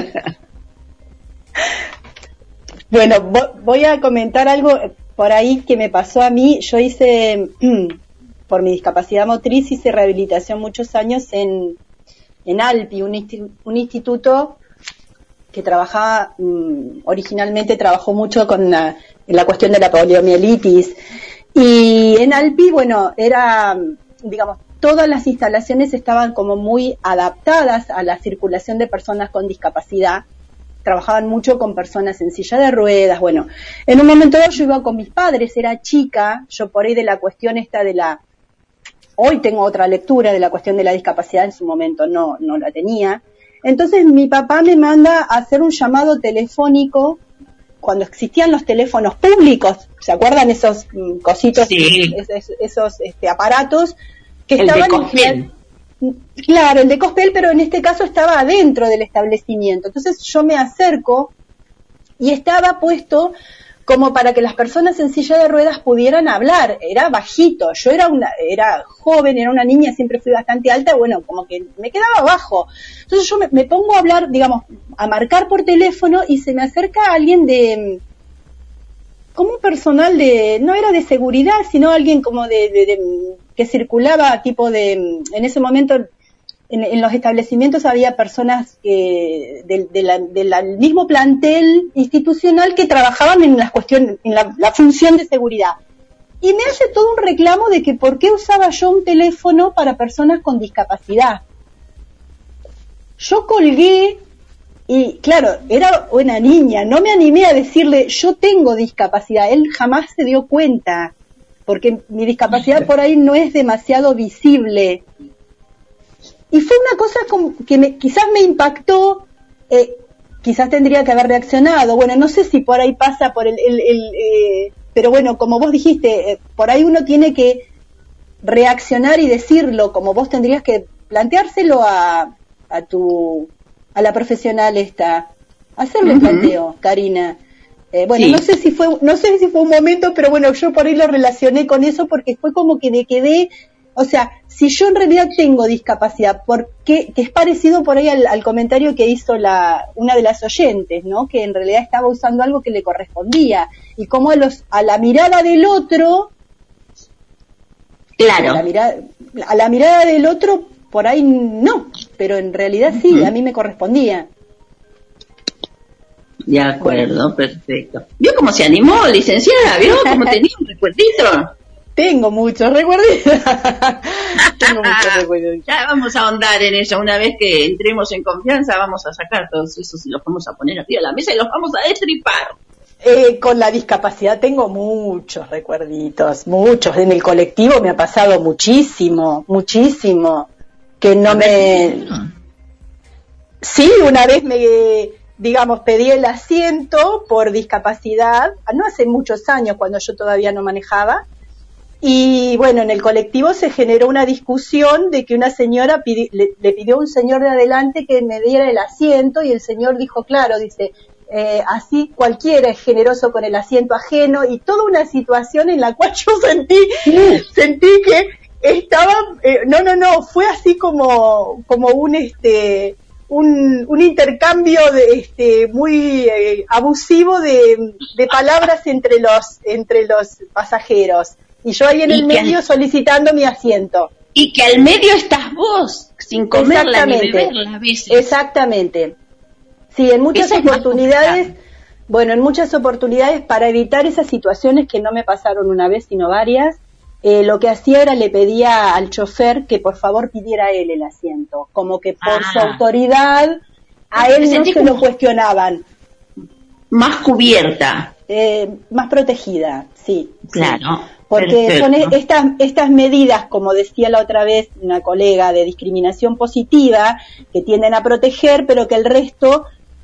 [SPEAKER 6] Bueno, vo- voy a comentar algo por ahí que me pasó a mí. Yo hice, por mi discapacidad motriz, hice rehabilitación muchos años en en ALPI, un, insti- un instituto que trabajaba, mmm, originalmente trabajó mucho con la, en la cuestión de la poliomielitis. Y en ALPI, bueno, era, digamos, todas las instalaciones estaban como muy adaptadas a la circulación de personas con discapacidad. Trabajaban mucho con personas en silla de ruedas. Bueno, en un momento dado yo iba con mis padres, era chica, yo por ahí de la cuestión esta de la... Hoy tengo otra lectura de la cuestión de la discapacidad, en su momento no, no la tenía. Entonces mi papá me manda a hacer un llamado telefónico cuando existían los teléfonos públicos. ¿Se acuerdan esos mm, cositos,
[SPEAKER 3] sí.
[SPEAKER 6] esos, esos este, aparatos que
[SPEAKER 3] el
[SPEAKER 6] estaban
[SPEAKER 3] de Cospel?
[SPEAKER 6] En, claro, el de Cospel, pero en este caso estaba adentro del establecimiento. Entonces yo me acerco y estaba puesto como para que las personas en silla de ruedas pudieran hablar. Era bajito, yo era una, era joven, era una niña, siempre fui bastante alta, bueno, como que me quedaba bajo. Entonces yo me, me pongo a hablar, digamos, a marcar por teléfono y se me acerca alguien de, como un personal de, no era de seguridad, sino alguien como de, de, de que circulaba, tipo de, en ese momento, En, en los establecimientos había personas que del de la, de la, mismo plantel institucional que trabajaban en las cuestiones, en la, la función de seguridad. Y me hace todo un reclamo de que por qué usaba yo un teléfono para personas con discapacidad. Yo colgué y, claro, era una niña, no me animé a decirle, yo tengo discapacidad. Él jamás se dio cuenta, porque mi discapacidad por ahí no es demasiado visible. Y fue una cosa como que me, quizás me impactó, eh, quizás tendría que haber reaccionado. Bueno, no sé si por ahí pasa por el... el, el eh, pero bueno, como vos dijiste, eh, por ahí uno tiene que reaccionar y decirlo, como vos tendrías que planteárselo a, a tu a la profesional esta, hacerle uh-huh. planteo, Karina. Eh, bueno, sí. no sé si fue, no sé si fue un momento, pero bueno, yo por ahí lo relacioné con eso porque fue como que me quedé, o sea, si yo en realidad tengo discapacidad, porque que es parecido por ahí al, al comentario que hizo la una de las oyentes, ¿no? Que en realidad estaba usando algo que le correspondía y como a los a la mirada del otro,
[SPEAKER 3] claro,
[SPEAKER 6] a la mirada, a la mirada del otro por ahí no, pero en realidad sí, uh-huh. a mí me correspondía.
[SPEAKER 3] De acuerdo, perfecto. ¿Vio cómo se animó, licenciada? ¿Vio cómo tenía un recuerdito?
[SPEAKER 6] Tengo muchos recuerditos. Tengo muchos recuerditos.
[SPEAKER 3] Ya vamos a ahondar en eso. Una vez que entremos en confianza, vamos a sacar todos esos y los vamos a poner aquí a la mesa y los vamos a destripar.
[SPEAKER 6] Eh, con la discapacidad tengo muchos recuerditos, muchos. En el colectivo me ha pasado muchísimo, muchísimo. Que no me... Sí, una vez me... digamos, pedí el asiento por discapacidad, no hace muchos años, cuando yo todavía no manejaba, y bueno, en el colectivo se generó una discusión de que una señora pidi, le, le pidió a un señor de adelante que me diera el asiento, y el señor dijo, claro, dice, eh, así cualquiera es generoso con el asiento ajeno, y toda una situación en la cual yo sentí, sentí que estaba, eh, no, no, no, fue así como, como un, este... Un, un intercambio de, este, muy eh, abusivo de, de palabras entre los entre los pasajeros y yo ahí en el medio al, solicitando mi asiento
[SPEAKER 3] y que al medio estás vos sin comerla ni beberla a veces.
[SPEAKER 6] Exactamente, sí, en muchas Eso oportunidades bueno en muchas oportunidades para evitar esas situaciones que no me pasaron una vez sino varias. Eh, lo que hacía era le pedía al chofer que por favor pidiera él el asiento, como que por ah. su autoridad a él no se lo cuestionaban.
[SPEAKER 3] Más cubierta.
[SPEAKER 6] Eh, más protegida, sí.
[SPEAKER 3] Claro.
[SPEAKER 6] Sí. Porque perfecto. Son estas, estas medidas, como decía la otra vez una colega, de discriminación positiva, que tienden a proteger, pero que el resto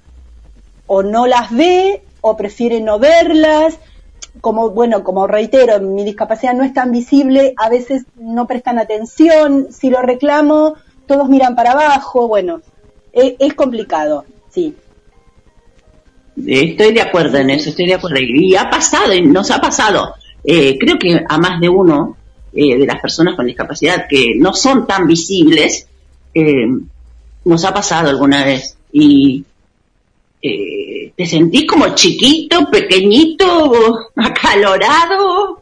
[SPEAKER 6] o no las ve o prefiere no verlas. Como, bueno, como reitero, mi discapacidad no es tan visible, a veces no prestan atención, si lo reclamo, todos miran para abajo, bueno, es, es complicado, sí.
[SPEAKER 3] Estoy de acuerdo en eso, estoy de acuerdo, y ha pasado, y nos ha pasado, eh, creo que a más de uno eh, de las personas con discapacidad que no son tan visibles, eh, nos ha pasado alguna vez, y... Eh, ¿te sentís como chiquito, pequeñito, acalorado?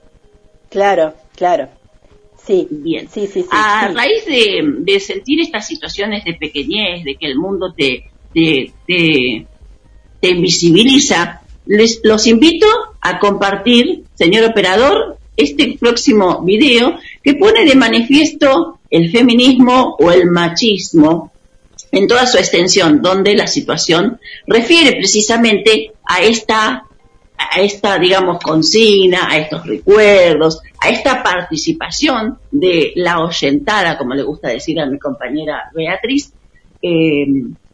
[SPEAKER 6] Claro, claro. Sí.
[SPEAKER 3] Bien.
[SPEAKER 6] Sí, sí, sí,
[SPEAKER 3] a
[SPEAKER 6] sí.
[SPEAKER 3] raíz de, de sentir estas situaciones de pequeñez, de que el mundo te, te, te, te invisibiliza, les, los invito a compartir, señor operador, este próximo video que pone de manifiesto el feminismo o el machismo en toda su extensión, donde la situación refiere precisamente a esta, a esta, digamos, consigna, a estos recuerdos, a esta participación de la oyentada, como le gusta decir a mi compañera Beatriz, eh,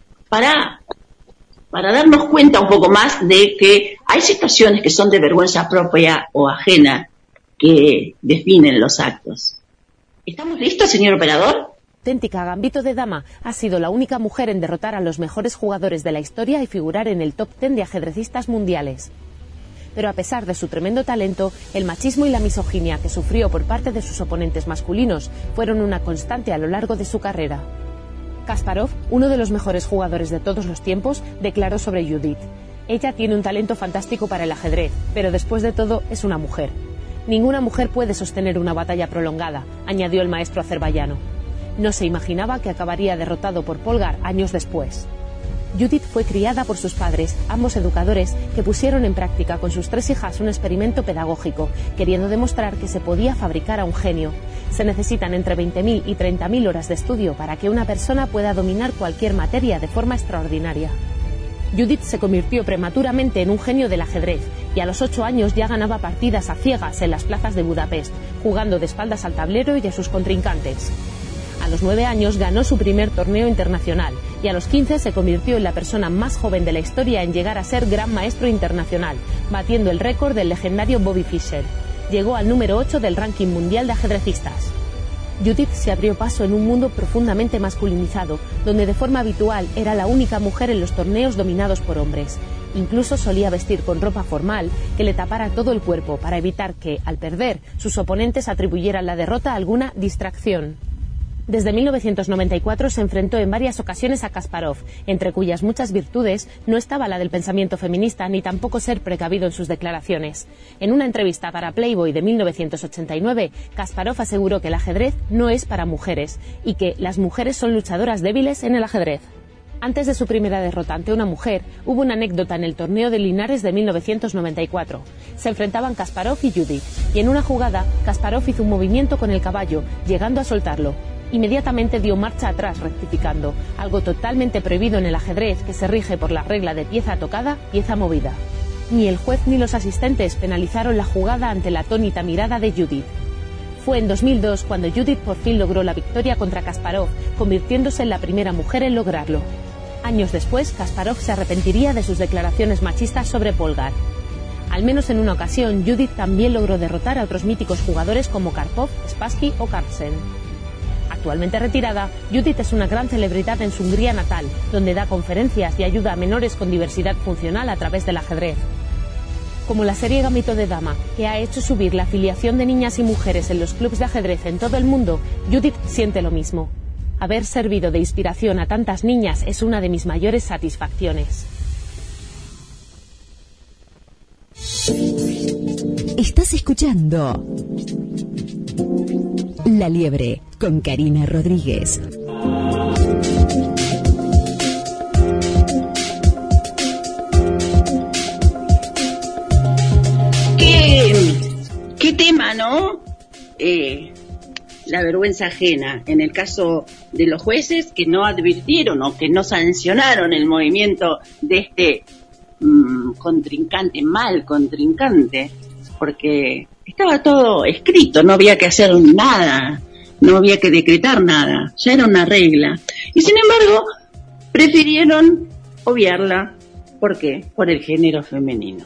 [SPEAKER 3] para, para darnos cuenta un poco más de que hay situaciones que son de vergüenza propia o ajena que definen los actos. ¿Estamos listos, señor operador?
[SPEAKER 10] Auténtica Gambito de Dama ha sido la única mujer en derrotar a los mejores jugadores de la historia y figurar en el top ten de ajedrecistas mundiales. Pero a pesar de su tremendo talento, el machismo y la misoginia que sufrió por parte de sus oponentes masculinos fueron una constante a lo largo de su carrera. Kasparov, uno de los mejores jugadores de todos los tiempos, declaró sobre Judith: ella tiene un talento fantástico para el ajedrez, pero después de todo es una mujer. Ninguna mujer puede sostener una batalla prolongada, añadió el maestro azerbaiyano. No se imaginaba que acabaría derrotado por Polgar años después. Judith fue criada por sus padres, ambos educadores, que pusieron en práctica con sus tres hijas un experimento pedagógico, queriendo demostrar que se podía fabricar a un genio. Se necesitan entre veinte mil y treinta mil horas de estudio para que una persona pueda dominar cualquier materia de forma extraordinaria. Judith se convirtió prematuramente en un genio del ajedrez y a los ocho años ya ganaba partidas a ciegas en las plazas de Budapest, jugando de espaldas al tablero y a sus contrincantes. A los nueve años ganó su primer torneo internacional y a los quince se convirtió en la persona más joven de la historia en llegar a ser gran maestro internacional, batiendo el récord del legendario Bobby Fischer. Llegó al número ocho del ranking mundial de ajedrecistas. Judith se abrió paso en un mundo profundamente masculinizado, donde de forma habitual era la única mujer en los torneos dominados por hombres. Incluso solía vestir con ropa formal que le tapara todo el cuerpo para evitar que, al perder, sus oponentes atribuyeran la derrota a alguna distracción. Desde mil novecientos noventa y cuatro se enfrentó en varias ocasiones a Kasparov, entre cuyas muchas virtudes no estaba la del pensamiento feminista ni tampoco ser precavido en sus declaraciones. En una entrevista para Playboy de mil novecientos ochenta y nueve, Kasparov aseguró que el ajedrez no es para mujeres y que las mujeres son luchadoras débiles en el ajedrez. Antes de su primera derrota ante una mujer, hubo una anécdota en el torneo de Linares de mil novecientos noventa y cuatro. Se enfrentaban Kasparov y Judith, y en una jugada, Kasparov hizo un movimiento con el caballo, llegando a soltarlo. Inmediatamente dio marcha atrás rectificando, algo totalmente prohibido en el ajedrez que se rige por la regla de pieza tocada, pieza movida. Ni el juez ni los asistentes penalizaron la jugada ante la atónita mirada de Judith. Fue en dos mil dos cuando Judith por fin logró la victoria contra Kasparov, convirtiéndose en la primera mujer en lograrlo. Años después, Kasparov se arrepentiría de sus declaraciones machistas sobre Polgar. Al menos en una ocasión, Judith también logró derrotar a otros míticos jugadores como Karpov, Spassky o Carlsen. Actualmente retirada, Judith es una gran celebridad en su Hungría natal, donde da conferencias y ayuda a menores con diversidad funcional a través del ajedrez. Como la serie Gambito de Dama, que ha hecho subir la afiliación de niñas y mujeres en los clubes de ajedrez en todo el mundo, Judith siente lo mismo. Haber servido de inspiración a tantas niñas es una de mis mayores satisfacciones.
[SPEAKER 4] Estás escuchando La Liebre con Karina Rodríguez.
[SPEAKER 3] ¿Qué, qué tema, no? Eh, la vergüenza ajena. En el caso de los jueces que no advirtieron o que no sancionaron el movimiento de este mmm, contrincante, mal contrincante, porque estaba todo escrito, no había que hacer nada, no había que decretar nada, ya era una regla. Y sin embargo, prefirieron obviarla. ¿Por qué? Por el género femenino.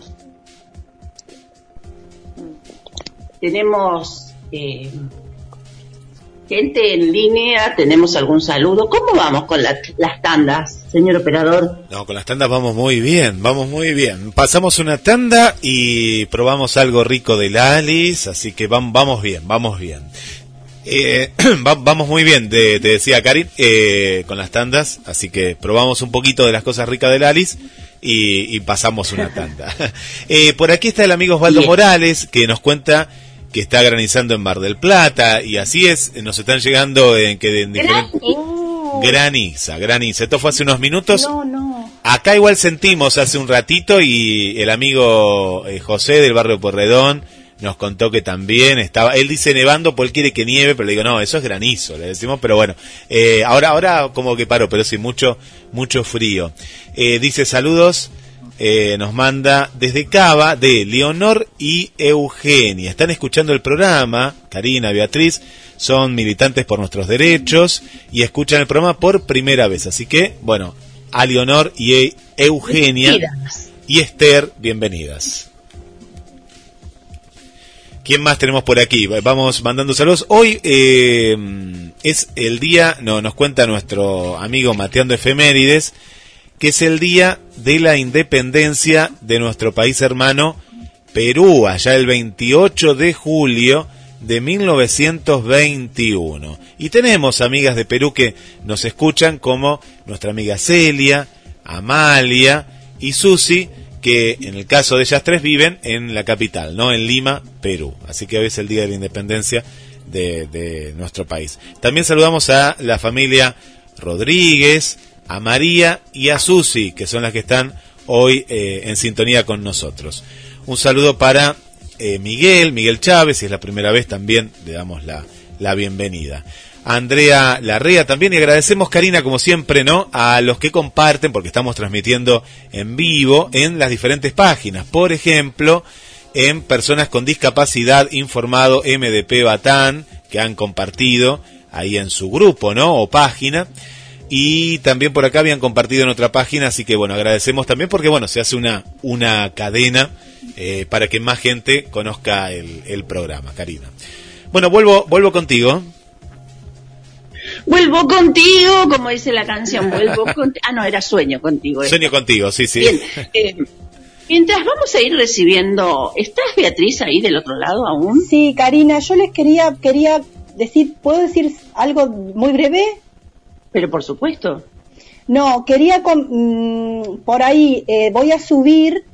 [SPEAKER 3] Tenemos eh, gente en línea, tenemos algún saludo. ¿Cómo vamos con la, las tandas, señor operador?
[SPEAKER 7] No, con las tandas vamos muy bien, vamos muy bien. Pasamos una tanda y probamos algo rico de la Alice, así que vamos, vamos bien, vamos bien. Eh, va, vamos muy bien, te, te decía Karin, eh, con las tandas, así que probamos un poquito de las cosas ricas de la Alice y, y pasamos una tanda. eh, por aquí está el amigo Osvaldo Bien. Morales, que nos cuenta que está granizando en Mar del Plata, y así es, nos están llegando en que en diferentes... Oh. Graniza, graniza. Esto fue hace unos minutos.
[SPEAKER 6] No, no.
[SPEAKER 7] Acá igual sentimos hace un ratito y el amigo eh, José del barrio Porredón nos contó que también estaba, él dice nevando, pues él quiere que nieve, pero le digo, no, eso es granizo, le decimos, pero bueno, eh, ahora ahora como que paró, pero sí, mucho mucho frío. Eh, dice saludos, eh, nos manda desde Cava, de Leonor y Eugenia. Están escuchando el programa, Karina, Beatriz, son militantes por nuestros derechos y escuchan el programa por primera vez. Así que, bueno, a Leonor y Eugenia y Esther, bienvenidas. ¿Quién más tenemos por aquí? Vamos mandando saludos. Hoy eh, es el día, no, nos cuenta nuestro amigo Mateando Efemérides, que es el día de la independencia de nuestro país hermano Perú, allá el veintiocho de julio de mil novecientos veintiuno. Y tenemos amigas de Perú que nos escuchan, como nuestra amiga Celia, Amalia y Susi, que en el caso de ellas tres viven en la capital, ¿no? En Lima, Perú. Así que hoy es el día de la independencia de, de nuestro país. También saludamos a la familia Rodríguez, a María y a Susi, que son las que están hoy eh, en sintonía con nosotros. Un saludo para eh, Miguel, Miguel Chávez, si es la primera vez también le damos la, la bienvenida. A Andrea Larrea también, y agradecemos, Karina, como siempre, ¿no?, a los que comparten, porque estamos transmitiendo en vivo en las diferentes páginas. Por ejemplo, en Personas con Discapacidad Informado M D P Batán, que han compartido ahí en su grupo, ¿no?, o página. Y también por acá habían compartido en otra página, así que bueno, agradecemos también porque bueno, se hace una una cadena eh, para que más gente conozca el, el programa, Karina. Bueno, vuelvo vuelvo contigo.
[SPEAKER 3] Vuelvo contigo, como dice la canción, vuelvo contigo. Ah, no, era sueño contigo.
[SPEAKER 7] Sueño esto. Contigo, sí, sí.
[SPEAKER 3] Bien, eh, mientras vamos a ir recibiendo, ¿estás Beatriz ahí del otro lado aún?
[SPEAKER 6] Sí, Karina, yo les quería, quería decir, ¿puedo decir algo muy breve?
[SPEAKER 3] Pero por supuesto.
[SPEAKER 6] No, quería, con, mmm, por ahí, eh, voy a subir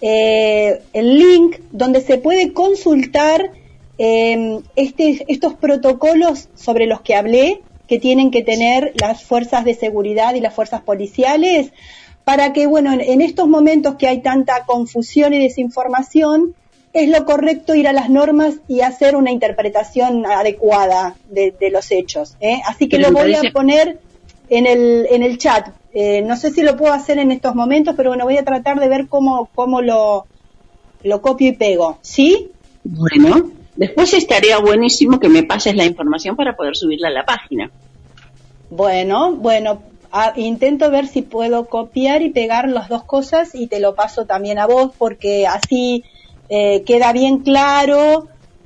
[SPEAKER 6] eh, el link donde se puede consultar eh, este, estos protocolos sobre los que hablé, que tienen que tener las fuerzas de seguridad y las fuerzas policiales, para que, bueno, en, en estos momentos que hay tanta confusión y desinformación, es lo correcto ir a las normas y hacer una interpretación adecuada de, de los hechos, ¿eh? Así que lo voy a poner en el en el chat. Eh, no sé si lo puedo hacer en estos momentos, pero bueno, voy a tratar de ver cómo cómo lo, lo copio y pego, ¿sí?
[SPEAKER 3] Bueno, después estaría buenísimo que me pases la información para poder subirla a la página.
[SPEAKER 6] Bueno, bueno, a, intento ver si puedo copiar y pegar las dos cosas y te lo paso también a vos, porque así eh, queda bien claro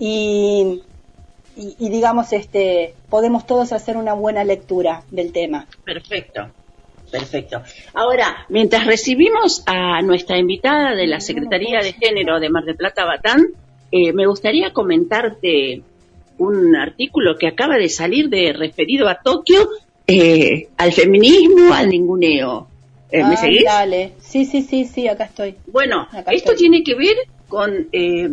[SPEAKER 6] y, y, y digamos, este, podemos todos hacer una buena lectura del tema.
[SPEAKER 3] Perfecto. Perfecto. Ahora, mientras recibimos a nuestra invitada de la Secretaría de Género de Mar del Plata, Batán, eh, me gustaría comentarte un artículo que acaba de salir de referido a Tokio, eh, al feminismo, al ninguneo. Eh, ¿Me ah, seguís?
[SPEAKER 6] Dale. Sí, sí, sí, sí, acá estoy.
[SPEAKER 3] Bueno,
[SPEAKER 6] acá
[SPEAKER 3] esto
[SPEAKER 6] estoy.
[SPEAKER 3] Tiene que ver con eh,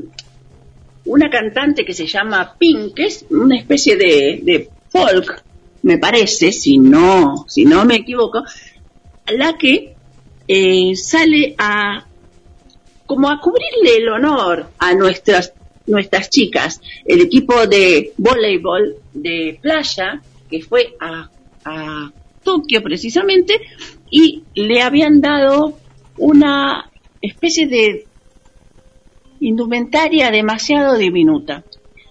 [SPEAKER 3] una cantante que se llama Pink, que es una especie de, de folk, me parece, si no, si no me equivoco, la que eh, sale a como a cubrirle el honor a nuestras nuestras chicas, el equipo de voleibol de playa que fue a, a Tokio precisamente, y le habían dado una especie de indumentaria demasiado diminuta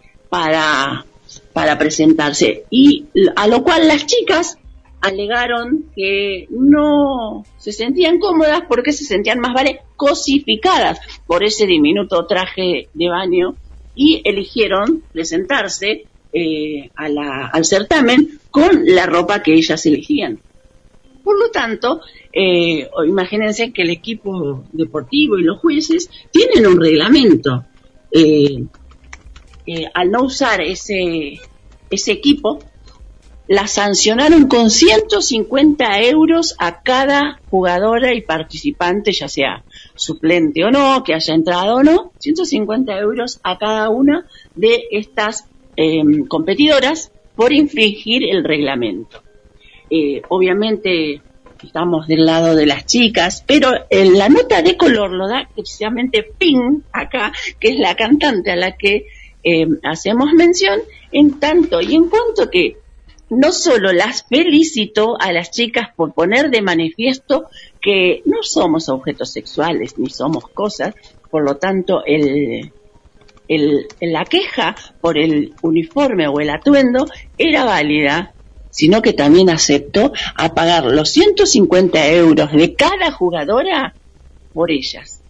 [SPEAKER 3] para para presentarse, y a lo cual las chicas alegaron que no se sentían cómodas porque se sentían más vale cosificadas por ese diminuto traje de baño, y eligieron presentarse eh, a la, al certamen con la ropa que ellas elegían. Por lo tanto, eh, imagínense que el equipo deportivo y los jueces tienen un reglamento. Eh, eh, al no usar ese, ese equipo, la sancionaron con ciento cincuenta euros a cada jugadora y participante, ya sea suplente o no, que haya entrado o no, ciento cincuenta euros a cada una de estas eh, competidoras por infringir el reglamento. Eh, obviamente estamos del lado de las chicas, pero en la nota de color lo da precisamente Pink acá, que es la cantante a la que eh, hacemos mención, en tanto y en cuanto que no solo las felicito a las chicas por poner de manifiesto que no somos objetos sexuales ni somos cosas, por lo tanto el, el, la queja por el uniforme o el atuendo era válida, sino que también aceptó a pagar los ciento cincuenta euros de cada jugadora por ellas.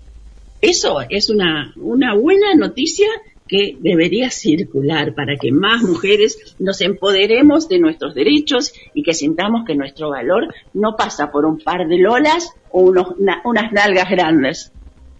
[SPEAKER 3] Eso es una, una buena noticia que debería circular para que más mujeres nos empoderemos de nuestros derechos y que sintamos que nuestro valor no pasa por un par de lolas o unos, na, unas nalgas grandes.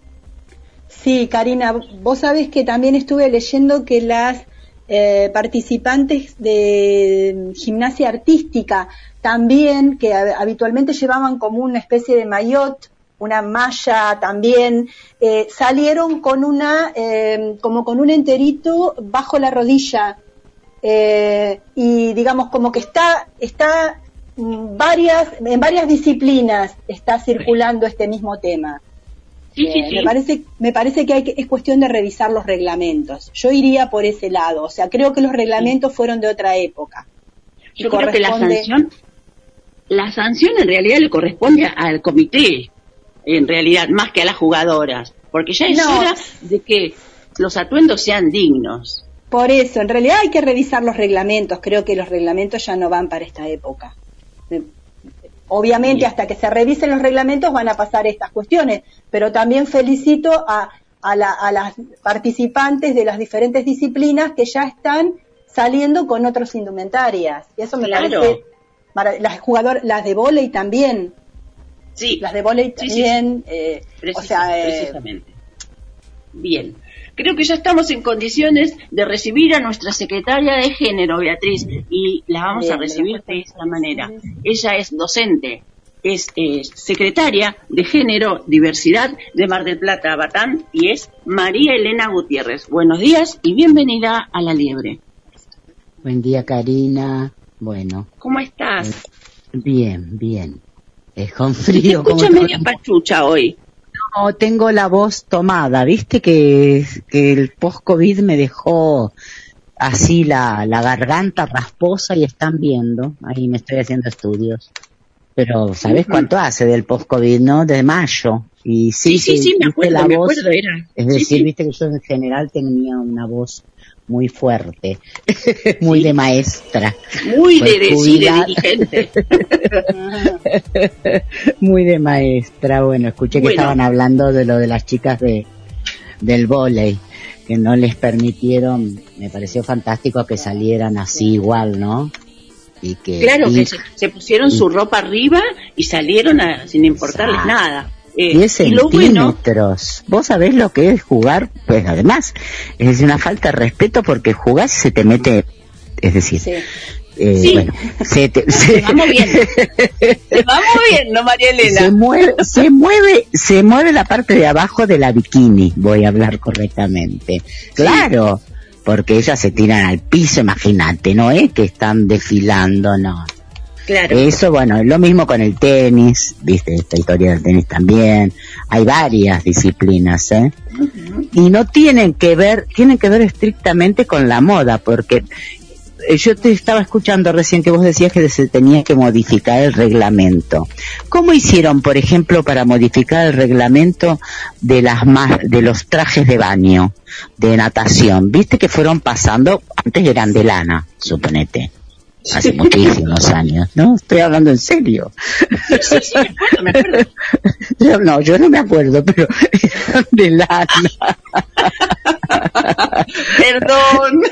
[SPEAKER 6] Sí, Karina, vos sabés que también estuve leyendo que las eh, participantes de gimnasia artística también, que habitualmente llevaban como una especie de maillot, una malla también, eh, salieron con una, eh, como con un enterito bajo la rodilla, eh, y digamos como que está, está varias, en varias disciplinas está circulando este mismo tema.
[SPEAKER 3] Sí,
[SPEAKER 6] eh,
[SPEAKER 3] sí, sí.
[SPEAKER 6] Me parece, me parece que hay que, es cuestión de revisar los reglamentos. Yo iría por ese lado, o sea, creo que los reglamentos sí. fueron de otra época.
[SPEAKER 3] Yo creo corresponde... que la sanción, la sanción en realidad le corresponde al comité, en realidad, más que a las jugadoras, porque ya es no. hora de que los atuendos sean dignos.
[SPEAKER 6] Por eso, en realidad hay que revisar los reglamentos, creo que los reglamentos ya no van para esta época. Obviamente, sí. hasta que se revisen los reglamentos van a pasar estas cuestiones, pero también felicito a, a, la, a las participantes de las diferentes disciplinas que ya están saliendo con otras indumentarias. Y eso me
[SPEAKER 3] Claro.
[SPEAKER 6] parece, mara- las jugadoras, las de vóley también,
[SPEAKER 3] Sí,
[SPEAKER 6] las de vóley
[SPEAKER 3] Sí, sí,
[SPEAKER 6] también, eh,
[SPEAKER 3] Precisa-
[SPEAKER 6] o sea, eh,
[SPEAKER 3] precisamente. Bien. Creo que ya estamos en condiciones de recibir a nuestra secretaria de género, Beatriz, y la vamos
[SPEAKER 6] Bien,
[SPEAKER 3] a recibir de esta manera. Ella es docente, es eh, secretaria de género, diversidad de Mar del Plata, Batán, y es María Elena Gutiérrez. Buenos días y bienvenida a La Liebre.
[SPEAKER 11] Buen día, Karina. Bueno,
[SPEAKER 3] ¿Cómo estás?
[SPEAKER 11] bien, bien. Es con
[SPEAKER 3] Te
[SPEAKER 11] frío.
[SPEAKER 3] escucha
[SPEAKER 11] como
[SPEAKER 3] media pachucha hoy.
[SPEAKER 11] No, tengo la voz tomada. Viste que, que el post-COVID me dejó así la, la garganta rasposa y están viendo. Ahí me estoy haciendo estudios. Pero, ¿sabés cuánto hace del post-COVID, no? De mayo. Y sí,
[SPEAKER 3] Sí, sí,
[SPEAKER 11] que,
[SPEAKER 3] sí, me
[SPEAKER 11] viste,
[SPEAKER 3] acuerdo,
[SPEAKER 11] la
[SPEAKER 3] me
[SPEAKER 11] voz,
[SPEAKER 3] acuerdo, era.
[SPEAKER 11] es
[SPEAKER 3] Sí,
[SPEAKER 11] decir,
[SPEAKER 3] sí.
[SPEAKER 11] viste que yo en general tenía una voz muy fuerte, muy
[SPEAKER 3] Sí.
[SPEAKER 11] de maestra.
[SPEAKER 3] Muy
[SPEAKER 11] Pues
[SPEAKER 3] de, de, sí, de
[SPEAKER 11] jubilada.
[SPEAKER 3] dirigente.
[SPEAKER 11] Muy de maestra. Bueno, escuché que
[SPEAKER 3] Bueno.
[SPEAKER 11] estaban hablando de lo de las chicas de del vóley, que no les permitieron, me pareció fantástico que salieran así igual, ¿no? Y que
[SPEAKER 3] Claro,
[SPEAKER 11] y-
[SPEAKER 3] que se, se pusieron su ropa arriba y salieron a- sin importarles
[SPEAKER 11] Exacto.
[SPEAKER 3] nada. Eh,
[SPEAKER 11] diez
[SPEAKER 3] y lo bueno,
[SPEAKER 11] centímetros. Vos sabés lo que es jugar, pues además es una falta de respeto porque jugás y se te mete, es decir,
[SPEAKER 6] sí.
[SPEAKER 11] eh,
[SPEAKER 3] Sí.
[SPEAKER 11] bueno, se te,
[SPEAKER 3] se
[SPEAKER 11] se-
[SPEAKER 3] va moviendo. Se va moviendo, María
[SPEAKER 11] se
[SPEAKER 3] Elena.
[SPEAKER 11] mueve, se mueve, se mueve la parte de abajo de la bikini, voy a hablar correctamente. Claro, porque ellas se tiran al piso, imagínate, no es que están desfilando, no.
[SPEAKER 3] Claro.
[SPEAKER 11] Eso, bueno, es lo mismo con el tenis, viste, esta historia del tenis también. Hay varias disciplinas, ¿eh? Y no tienen que ver, tienen que ver estrictamente con la moda, porque eh, yo te estaba escuchando recién que vos decías que se tenía que modificar el reglamento. ¿Cómo hicieron, por ejemplo, para modificar el reglamento de las ma- de los trajes de baño, de natación? Viste que fueron pasando, antes eran de lana, suponete. Hace muchísimos años, ¿no? Estoy hablando en serio.
[SPEAKER 3] Sí, sí, me acuerdo, me acuerdo.
[SPEAKER 11] Yo, no, yo no me acuerdo, pero eran de lana.
[SPEAKER 3] Perdón.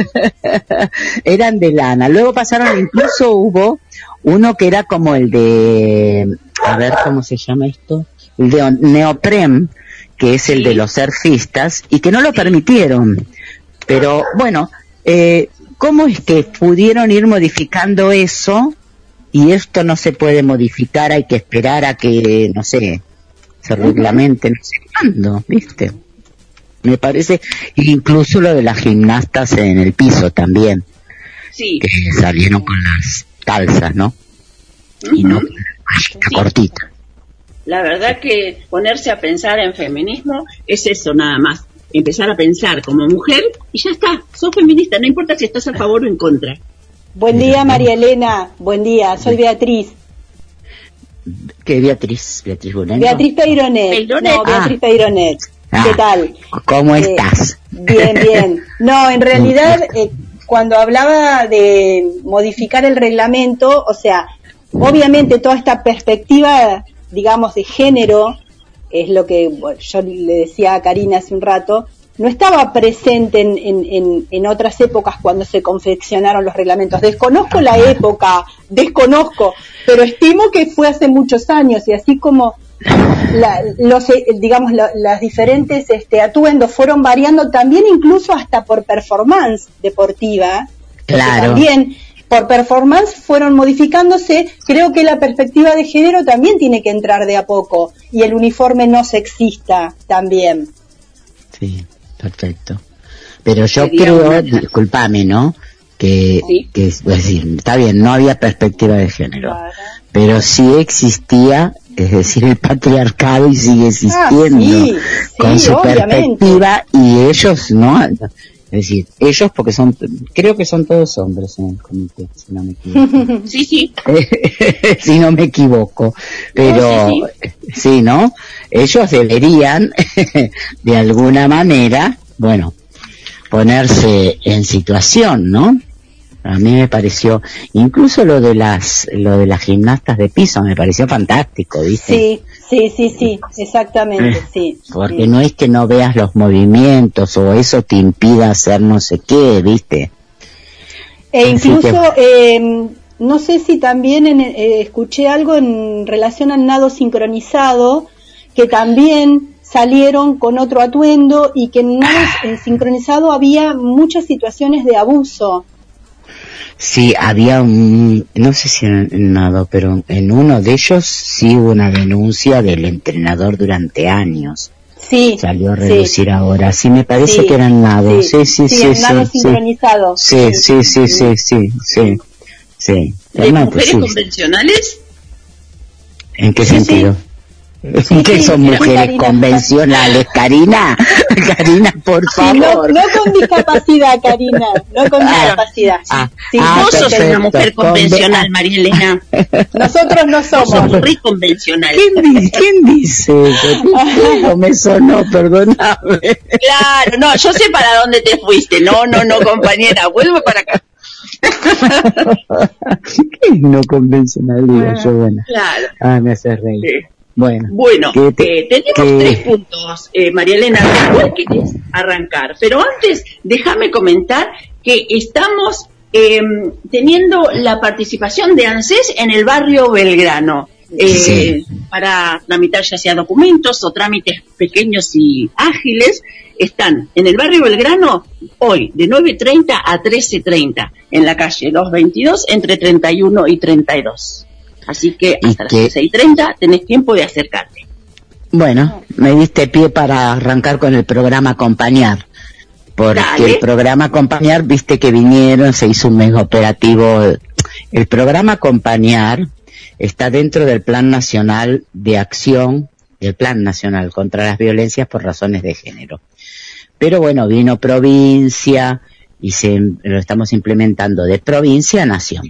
[SPEAKER 11] Eran de lana. Luego pasaron, incluso hubo uno que era como el de, a ver cómo se llama esto, el de neopren, que es el
[SPEAKER 3] Sí.
[SPEAKER 11] de los surfistas, y que no lo permitieron. Pero bueno, eh, ¿cómo es que pudieron ir modificando eso y esto no se puede modificar? Hay que esperar a que, no sé, se reglamente, no sé cuándo, ¿viste? Me parece, incluso lo de las gimnastas en el piso también,
[SPEAKER 3] Sí.
[SPEAKER 11] que salieron con las calzas, ¿no? Y no con la mallita
[SPEAKER 3] Sí.
[SPEAKER 11] cortita.
[SPEAKER 3] La verdad que ponerse a pensar en feminismo es eso nada más. Empezar a pensar como mujer y ya está. Sos feminista, no importa si estás a favor o en contra.
[SPEAKER 6] Buen día, María Elena. Buen día, soy Beatriz.
[SPEAKER 11] ¿Qué Beatriz? Beatriz Bonello.
[SPEAKER 6] Beatriz Peironet.
[SPEAKER 3] Peironet.
[SPEAKER 6] No, Beatriz
[SPEAKER 11] Ah.
[SPEAKER 6] Peironet.
[SPEAKER 11] Ah,
[SPEAKER 6] ¿Qué tal?
[SPEAKER 11] ¿Cómo
[SPEAKER 6] Eh,
[SPEAKER 11] estás?
[SPEAKER 6] Bien, bien. No, en realidad, eh, cuando hablaba de modificar el reglamento, o sea, obviamente toda esta perspectiva, digamos, de género, es lo que bueno, yo le decía a Karina hace un rato, no estaba presente en, en, en, en otras épocas cuando se confeccionaron los reglamentos. Desconozco la época, desconozco, pero estimo que fue hace muchos años y así como la, los eh, digamos la, las diferentes este, atuendos fueron variando también incluso hasta por performance deportiva, porque
[SPEAKER 11] Claro.
[SPEAKER 6] también por performance fueron modificándose. Creo que la perspectiva de género también tiene que entrar de a poco y el uniforme no sexista también.
[SPEAKER 11] Sí, perfecto. Pero yo
[SPEAKER 3] Sería
[SPEAKER 11] creo,
[SPEAKER 3] una-
[SPEAKER 11] discúlpame, ¿no? Que,
[SPEAKER 3] Sí.
[SPEAKER 11] que, es decir, está bien, no había perspectiva de género, pero sí existía, es decir, el patriarcado y sigue existiendo,
[SPEAKER 6] Ah, sí,
[SPEAKER 11] con
[SPEAKER 6] sí,
[SPEAKER 11] su
[SPEAKER 6] obviamente.
[SPEAKER 11] perspectiva, y ellos, ¿no? Es decir, ellos porque son, creo que son todos hombres en el comité, si no me equivoco.
[SPEAKER 3] Sí, sí.
[SPEAKER 11] Si no me equivoco, pero
[SPEAKER 3] No,
[SPEAKER 11] sí, ¿no? Ellos deberían, de alguna manera, bueno, ponerse en situación, ¿no? A mí me pareció, incluso lo de las, lo de las gimnastas de piso me pareció fantástico, ¿viste?
[SPEAKER 6] Sí, sí, sí, sí, exactamente, sí.
[SPEAKER 11] Porque
[SPEAKER 6] sí.
[SPEAKER 11] no es que no veas los movimientos o eso te impida hacer no sé qué, ¿viste?
[SPEAKER 6] E incluso, que... eh, no sé si también en, eh, escuché algo en relación al nado sincronizado, que también salieron con otro atuendo y que en nado eh, sincronizado había muchas situaciones de abuso.
[SPEAKER 11] Sí, había un, no sé si en nado, pero en uno de ellos sí hubo una denuncia del entrenador durante años.
[SPEAKER 6] Sí.
[SPEAKER 11] Salió a reducir
[SPEAKER 6] sí.
[SPEAKER 11] ahora. Sí, me parece
[SPEAKER 6] sí,
[SPEAKER 11] que era en nado. Sí, sí, sí.
[SPEAKER 6] Sí,
[SPEAKER 11] sí,
[SPEAKER 6] nado
[SPEAKER 11] sí,
[SPEAKER 6] sincronizado.
[SPEAKER 11] Sí, sí, sí, sí, sí, sí. sí.
[SPEAKER 3] ¿De mujeres sí. convencionales?
[SPEAKER 11] ¿En qué
[SPEAKER 6] sí,
[SPEAKER 11] sentido?
[SPEAKER 6] Sí.
[SPEAKER 11] Sí, que son mujeres Karina, convencionales, Karina, Karina, por favor.
[SPEAKER 6] Sí, no, no con discapacidad, Karina, no con discapacidad.
[SPEAKER 11] Ah,
[SPEAKER 3] sí,
[SPEAKER 11] ah,
[SPEAKER 3] vos sos una mujer convencional, María Elena.
[SPEAKER 6] Nosotros no somos.
[SPEAKER 3] Somos muy convencionales.
[SPEAKER 11] ¿Quién, ¿Quién dice eso? No me sonó, perdóname.
[SPEAKER 3] Claro, no, yo sé para dónde te fuiste. No, no, no, compañera, vuelve para acá.
[SPEAKER 11] ¿Qué es no convencional? Digo yo, bueno.
[SPEAKER 3] Claro.
[SPEAKER 11] Ah, me hace reír. Sí. Bueno,
[SPEAKER 3] bueno
[SPEAKER 11] te,
[SPEAKER 3] eh, tenemos que... tres puntos, eh, María Elena, ¿cuál querés arrancar? Pero antes, déjame comentar que estamos eh, teniendo la participación de ANSES en el barrio Belgrano, eh, sí. para tramitar ya sea documentos o trámites pequeños y ágiles. Están en el barrio Belgrano hoy de nueve treinta a trece treinta, en la calle doscientos veintidós entre treinta y uno y treinta y dos. Así que hasta que, las seis y treinta tenés tiempo de acercarte.
[SPEAKER 11] Bueno, me diste pie para arrancar con el programa Acompañar, porque Dale. el programa Acompañar, viste que vinieron, se hizo un mega operativo. El programa Acompañar está dentro del Plan Nacional de Acción, del Plan Nacional contra las Violencias por Razones de Género. Pero bueno, vino provincia y se lo estamos implementando de provincia a nación.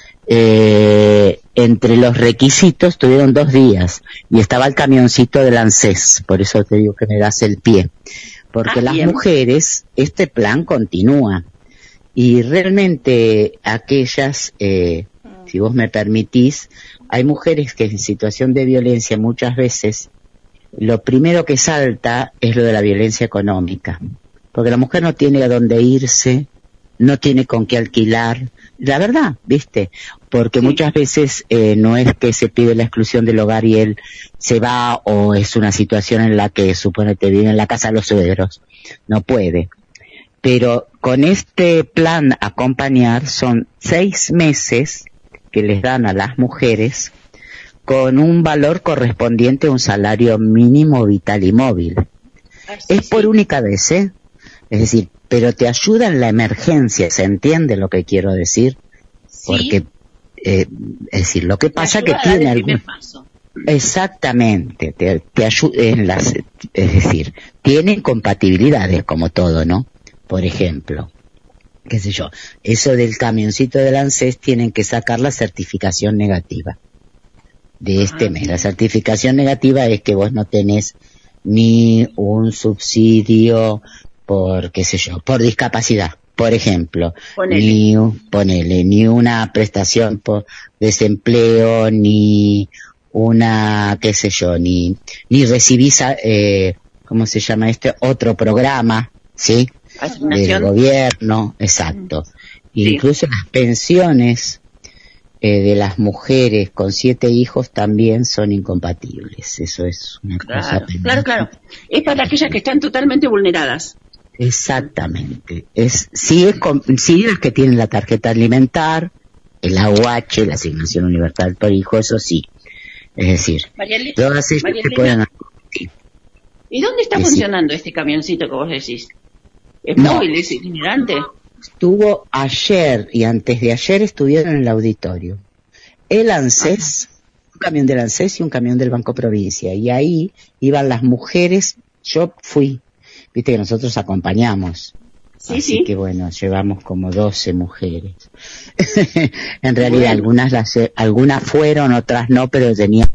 [SPEAKER 11] Eh, entre los requisitos tuvieron dos días y estaba el camioncito del ANSES, por eso te digo que me das el pie, porque ah, las bien. mujeres, este plan continúa y realmente aquellas, eh, si vos me permitís, hay mujeres que en situación de violencia muchas veces lo primero que salta es lo de la violencia económica, porque la mujer no tiene a dónde irse, no tiene con qué alquilar, la verdad, ¿viste? Porque sí. muchas veces eh, no es que se pide la exclusión del hogar y él se va, o es una situación en la que suponete vive en la casa de los suegros, no puede. Pero con este plan Acompañar son seis meses que les dan a las mujeres con un valor correspondiente a un salario mínimo vital y móvil. Así es por sí. única vez, ¿eh? Es decir, pero te ayuda en la emergencia, ¿se entiende lo que quiero decir? Sí. Porque, eh, es decir, lo que pasa que tiene algún... Exactamente, te, te ayuda en las... Es decir, tienen compatibilidades como todo, ¿no? Por ejemplo, qué sé yo, eso del camioncito del ANSES tienen que sacar la certificación negativa de este ah, mes. La certificación negativa es que vos no tenés ni un subsidio por, qué sé yo, por discapacidad, por ejemplo, ponele. ni ponele, ni una prestación por desempleo, ni una, qué sé yo, ni ni recibís, eh, ¿cómo se llama este? Otro programa, ¿sí? Del gobierno, exacto. Sí. Incluso las pensiones eh, de las mujeres con siete hijos también son incompatibles. Eso es una
[SPEAKER 3] claro,
[SPEAKER 11] cosa pendiente.
[SPEAKER 3] Claro, claro. Es para aquellas que están totalmente vulneradas.
[SPEAKER 11] Exactamente. Es sí es con, sí las que tienen la tarjeta alimentar, el A U H, la asignación universal por hijo, eso sí. Es decir,
[SPEAKER 3] Mariale,
[SPEAKER 11] todas ellas que puedan. Sí.
[SPEAKER 3] ¿Y dónde está es funcionando sí. este camioncito que vos decís? ¿Es no. móvil, es itinerante?
[SPEAKER 11] Estuvo ayer y antes de ayer estuvieron en el auditorio. El ANSES, Ajá. un camión del ANSES y un camión del Banco Provincia. Y ahí iban las mujeres, yo fui, viste que nosotros acompañamos.
[SPEAKER 3] Sí,
[SPEAKER 11] Así
[SPEAKER 3] sí.
[SPEAKER 11] que bueno, llevamos como doce mujeres. En realidad bueno. algunas las, algunas fueron, otras no, pero tenían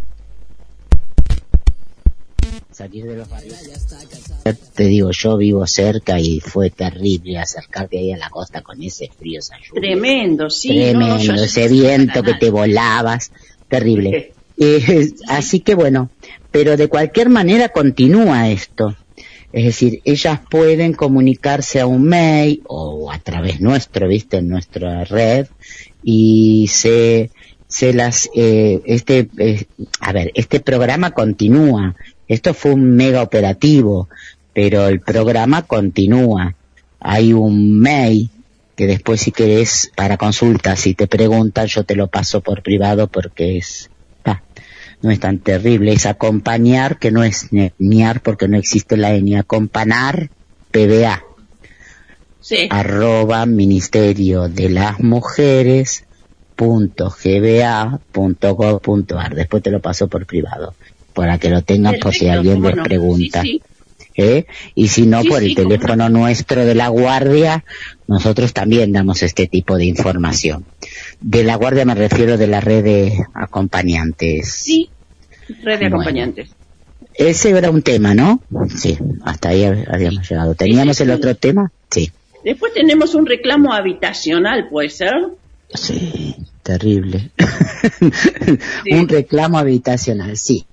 [SPEAKER 11] salir de los barrios. Te digo, yo vivo cerca y fue terrible acercarte ahí a la costa con ese frío, esa lluvia.
[SPEAKER 3] Tremendo, sí.
[SPEAKER 11] Tremendo, no, no, ese viento que te volabas, terrible. Eh, sí. Así que bueno, pero de cualquier manera continúa esto. Es decir, ellas pueden comunicarse a un mail o a través nuestro, viste, en nuestra red, y se, se las, eh, este, eh, a ver, este programa continúa. Esto fue un mega operativo, pero el programa continúa. Hay un mail que después, si querés, para consultas, si te preguntan, yo te lo paso por privado porque es, ah, no es tan terrible. Es acompañar, que no es niar porque no existe la N, acompañar, P B A. Sí. Arroba Ministerio de las Mujeres punto g b a punto gov punto a r. Después te lo paso por privado, para que lo tengan. Perfecto, por si alguien les no. pregunta. Sí, sí. ¿Eh? Y si no, sí, por el sí, teléfono no. nuestro de la Guardia, nosotros también damos este tipo de información. De la Guardia me refiero de la red de acompañantes.
[SPEAKER 3] Sí, red de bueno, acompañantes.
[SPEAKER 11] Ese era un tema, ¿no? Sí, hasta ahí habíamos llegado. ¿Teníamos sí, sí, el otro tema? Sí.
[SPEAKER 3] Después tenemos un reclamo habitacional, ¿puede ser?
[SPEAKER 11] Sí, terrible. Sí. Un reclamo habitacional, sí.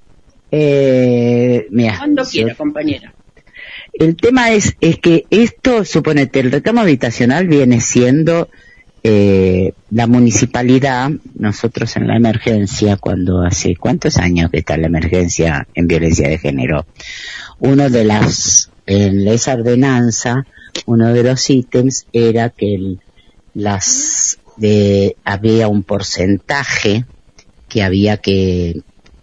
[SPEAKER 11] Eh, mira,
[SPEAKER 3] Cuando quiera, compañera.
[SPEAKER 11] El tema es, es que esto, suponete, el reclamo habitacional viene siendo eh, la municipalidad. Nosotros en la emergencia, cuando hace cuántos años que está la emergencia en violencia de género, uno de las, en esa ordenanza, uno de los ítems era que el, las de, había un porcentaje que había que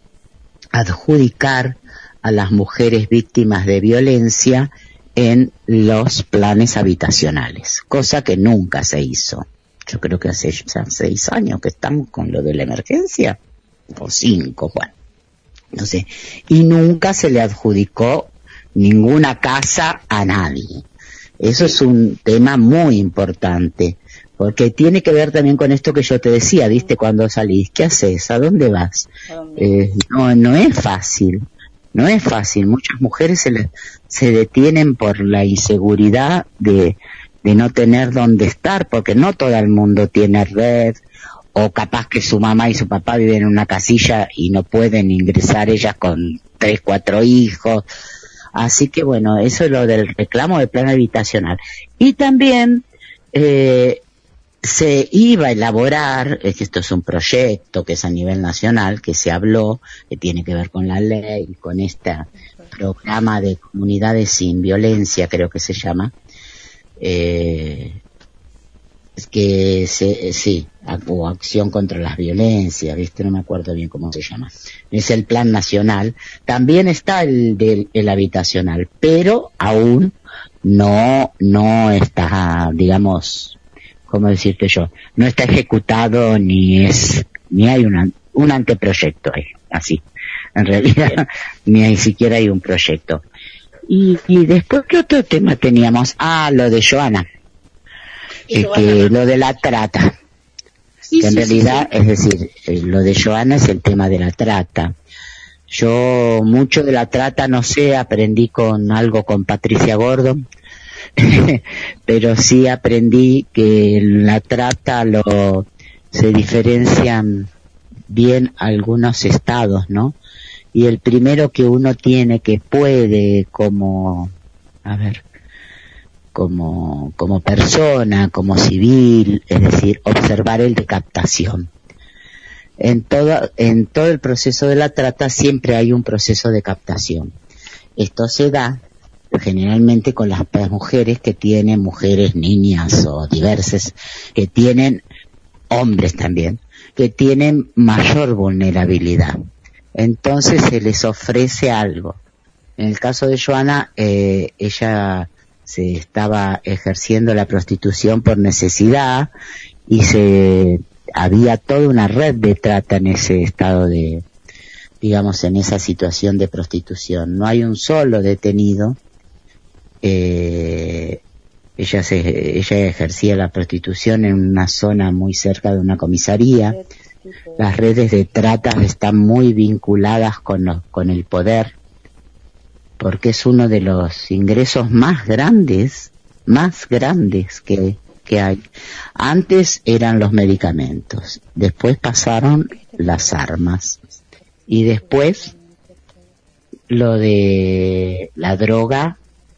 [SPEAKER 11] adjudicar a las mujeres víctimas de violencia en los planes habitacionales, cosa que nunca se hizo. Yo creo que hace ya seis años que estamos con lo de la emergencia, o cinco, bueno, no sé, y nunca se le adjudicó ninguna casa a nadie. Eso es un tema muy importante, porque tiene que ver también con esto que yo te decía, ¿viste? Cuando salís, ¿qué haces? ¿A dónde vas? Eh, no, no es fácil. No es fácil, muchas mujeres se, le, se detienen por la inseguridad de, de no tener dónde estar, porque no todo el mundo tiene red, o capaz que su mamá y su papá viven en una casilla y no pueden ingresar ellas con tres, cuatro hijos. Así que bueno, eso es lo del reclamo del plan habitacional. Y también eh, se iba a elaborar, es que esto es un proyecto que es a nivel nacional, que se habló, que tiene que ver con la ley, con este programa de comunidades sin violencia, creo que se llama, eh, es que se, sí, o acción contra las violencias, ¿viste? No me acuerdo bien cómo se llama. Es el plan nacional. También está el del el habitacional, pero aún no, no está, digamos, ¿cómo decirte yo? No está ejecutado ni es, ni hay una, un anteproyecto ahí, así. En realidad, ni hay siquiera hay un proyecto. Y, y después, ¿qué otro tema teníamos? Ah, lo de Joana. Eh, que lo de la trata. Sí, que en sí, realidad, sí, sí. Es decir, eh, lo de Joana es el tema de la trata. Yo mucho de la trata no sé, aprendí con algo con Patricia Gordon. Pero sí aprendí que en la trata lo se diferencian bien algunos estados, ¿no? Y el primero que uno tiene que puede como, a ver, como, como persona, como civil, es decir, observar el de captación. En todo, en todo el proceso de la trata siempre hay un proceso de captación. Esto se da generalmente con las mujeres que tienen, mujeres, niñas o diversas, que tienen, hombres también, que tienen mayor vulnerabilidad. Entonces se les ofrece algo. En el caso de Joana, eh, ella se estaba ejerciendo la prostitución por necesidad y se había toda una red de trata en ese estado de, digamos, en esa situación de prostitución. No hay un solo detenido. Eh, ella se, ella ejercía la prostitución en una zona muy cerca de una comisaría. Las redes de trata están muy vinculadas con, los, con el poder, porque es uno de los ingresos más grandes, más grandes que, que hay. Antes eran los medicamentos, después pasaron las armas y después lo de la droga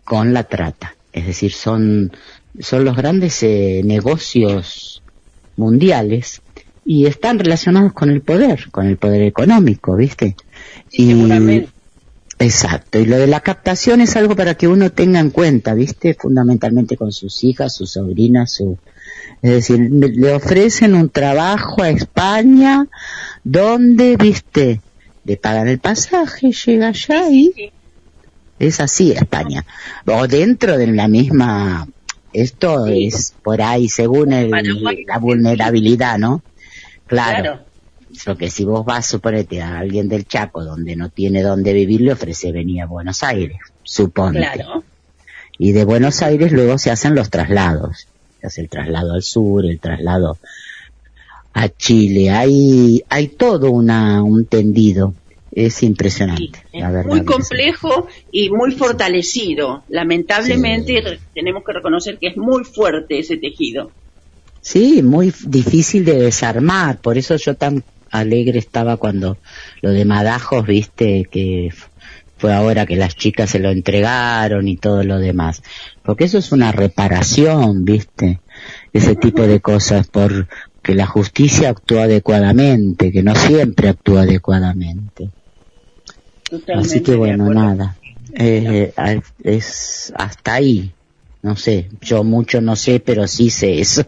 [SPEAKER 11] con la trata. Es decir, son, son los grandes eh, negocios mundiales y están relacionados con el poder, con el poder económico, ¿viste?
[SPEAKER 3] Sí,
[SPEAKER 11] y,
[SPEAKER 3] seguramente.
[SPEAKER 11] Exacto, y lo de la captación es algo para que uno tenga en cuenta, ¿viste? Fundamentalmente con sus hijas, sus sobrinas, su... es decir, le ofrecen un trabajo a España donde, ¿viste? Le pagan el pasaje, llega allá y...
[SPEAKER 3] Sí.
[SPEAKER 11] Es así España. O dentro de la misma... Esto
[SPEAKER 3] Sí.
[SPEAKER 11] es por ahí, según el, la vulnerabilidad, ¿no? Claro.
[SPEAKER 3] Claro.
[SPEAKER 11] Lo que si vos vas, suponete, a alguien del Chaco donde no tiene dónde vivir, le ofrece venir a Buenos Aires, suponte.
[SPEAKER 3] Claro.
[SPEAKER 11] Y de Buenos Aires luego se hacen los traslados. Se hace el traslado al sur, el traslado a Chile. Hay hay todo una un tendido. Es impresionante,
[SPEAKER 3] Sí,
[SPEAKER 11] la
[SPEAKER 3] es
[SPEAKER 11] verdad.
[SPEAKER 3] muy complejo y muy fortalecido. Lamentablemente
[SPEAKER 11] Sí.
[SPEAKER 3] tenemos que reconocer que es muy fuerte ese tejido.
[SPEAKER 11] Sí, muy difícil de desarmar. Por eso yo tan alegre estaba cuando lo de Madajos, viste, que fue ahora que las chicas se lo entregaron y todo lo demás. Porque eso es una reparación, viste, ese tipo de cosas, por que la justicia actúa adecuadamente, que no siempre actúa adecuadamente.
[SPEAKER 3] Totalmente
[SPEAKER 11] Así que
[SPEAKER 3] de
[SPEAKER 11] bueno,
[SPEAKER 3] acuerdo.
[SPEAKER 11] nada, eh, es hasta ahí. No sé, yo mucho no sé, pero sí sé eso.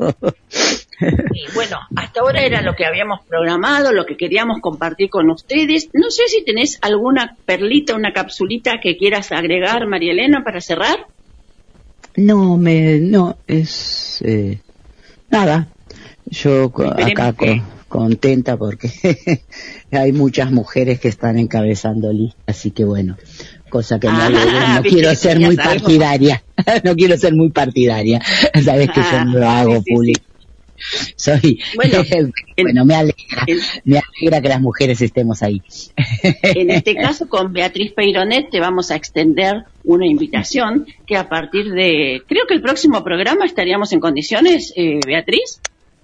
[SPEAKER 3] Y bueno, hasta ahora era lo que habíamos programado, lo que queríamos compartir con ustedes. No sé si tenés alguna perlita, una capsulita que quieras agregar, María Elena, para cerrar.
[SPEAKER 11] No, me, no, es, eh, nada, yo co-
[SPEAKER 3] Esperemos
[SPEAKER 11] acá
[SPEAKER 3] que-
[SPEAKER 11] co- contenta porque hay muchas mujeres que están encabezando listas, así que bueno, cosa que me
[SPEAKER 3] Ah,
[SPEAKER 11] alegra, no
[SPEAKER 3] viste
[SPEAKER 11] quiero
[SPEAKER 3] que
[SPEAKER 11] ser
[SPEAKER 3] tenías
[SPEAKER 11] muy
[SPEAKER 3] algo.
[SPEAKER 11] partidaria, no quiero ser muy partidaria, sabes que yo no lo
[SPEAKER 3] Ah,
[SPEAKER 11] hago
[SPEAKER 3] sí, sí,
[SPEAKER 11] público. Soy,
[SPEAKER 3] Bueno,
[SPEAKER 11] bueno, me alegra,
[SPEAKER 3] en-
[SPEAKER 11] me alegra que las mujeres estemos ahí.
[SPEAKER 3] En este caso, con Beatriz Peironet te vamos a extender una invitación que a partir de, creo que el próximo programa estaríamos en condiciones, eh, Beatriz.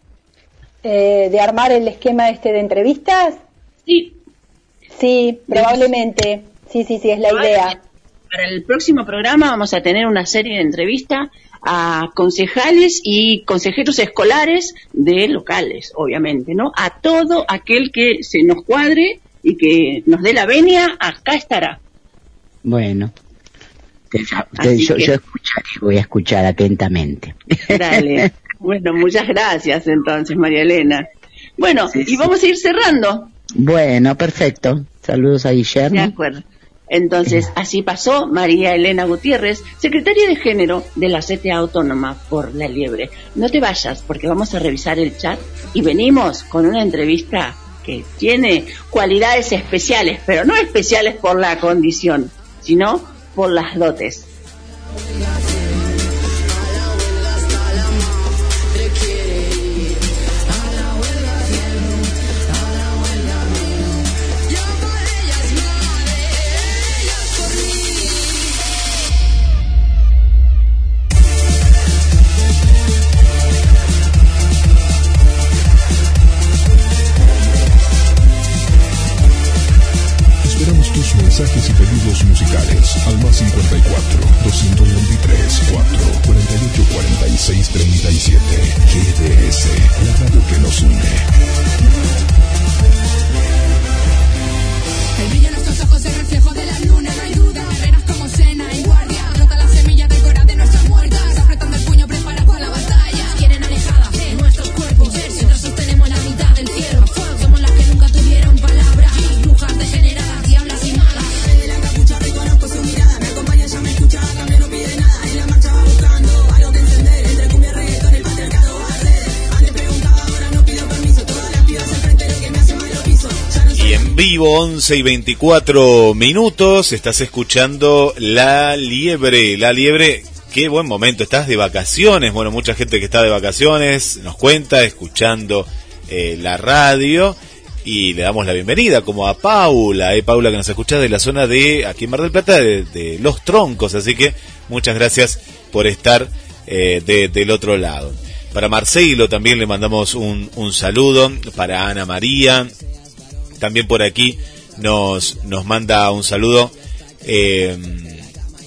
[SPEAKER 6] Eh, de armar el esquema este de entrevistas.
[SPEAKER 3] Sí.
[SPEAKER 6] Sí, probablemente. Sí, sí, sí, es la idea.
[SPEAKER 3] Para el próximo programa vamos a tener una serie de entrevistas a concejales y consejeros escolares de locales, obviamente, ¿no? A todo aquel que se nos cuadre y que nos dé la venia, acá estará.
[SPEAKER 11] Bueno, te- te-
[SPEAKER 3] Así
[SPEAKER 11] yo,
[SPEAKER 3] que-
[SPEAKER 11] yo escucharé, voy a escuchar atentamente.
[SPEAKER 3] Dale. Bueno, muchas gracias entonces, María Elena. Bueno,
[SPEAKER 11] Sí,
[SPEAKER 3] y
[SPEAKER 11] sí.
[SPEAKER 3] vamos a ir cerrando.
[SPEAKER 11] Bueno, perfecto. Saludos a
[SPEAKER 3] De
[SPEAKER 11] Guillermo.
[SPEAKER 3] acuerdo. Entonces, así pasó María Elena Gutiérrez, secretaria de Género de la C T A Autónoma por La Liebre. No te vayas porque vamos a revisar el chat y venimos con una entrevista que tiene cualidades especiales, pero no especiales por la condición, sino por las dotes.
[SPEAKER 1] Esperamos tus mensajes y pedidos musicales al más cincuenta y cuatro, doscientos veintitrés, cuatro, cuarenta y ocho, cuarenta y seis, treinta y siete. G D S, la radio que nos une.
[SPEAKER 12] El brillo en nuestros ojos es reflejo de la luna, no hay duda. Guerreras como Cena y Guardia, brota la semilla del corazón de nuestras muertas. Apretando el puño, preparadas para la batalla. Quieren alejadas de nuestros cuerpos, mientras sostenemos la mitad del cielo. Somos las que nunca tuvieron palabra, brujas degeneradas, diablas y malas. De la capucha reconozco su mirada, me acompaña, ya me escucha, cambio no pide nada. En la marcha va buscando algo que encender, entre cumbia, reggaetón, el patriarcado arde. Antes preguntaba, ahora no pido permiso, todas las pibas al frente, lo que me hace mal lo piso. Ya no
[SPEAKER 7] Y en vivo, once y veinticuatro minutos, estás escuchando La Liebre. La Liebre, qué buen momento, estás de vacaciones. Bueno, mucha gente que está de vacaciones nos cuenta, escuchando eh, la radio. Y le damos la bienvenida como a Paula, eh, Paula que nos escucha de la zona de, aquí en Mar del Plata, de, de Los Troncos. Así que muchas gracias por estar eh, de, del otro lado. Para Marcelo también le mandamos un, un saludo. Para Ana María, también por aquí nos, nos manda un saludo eh,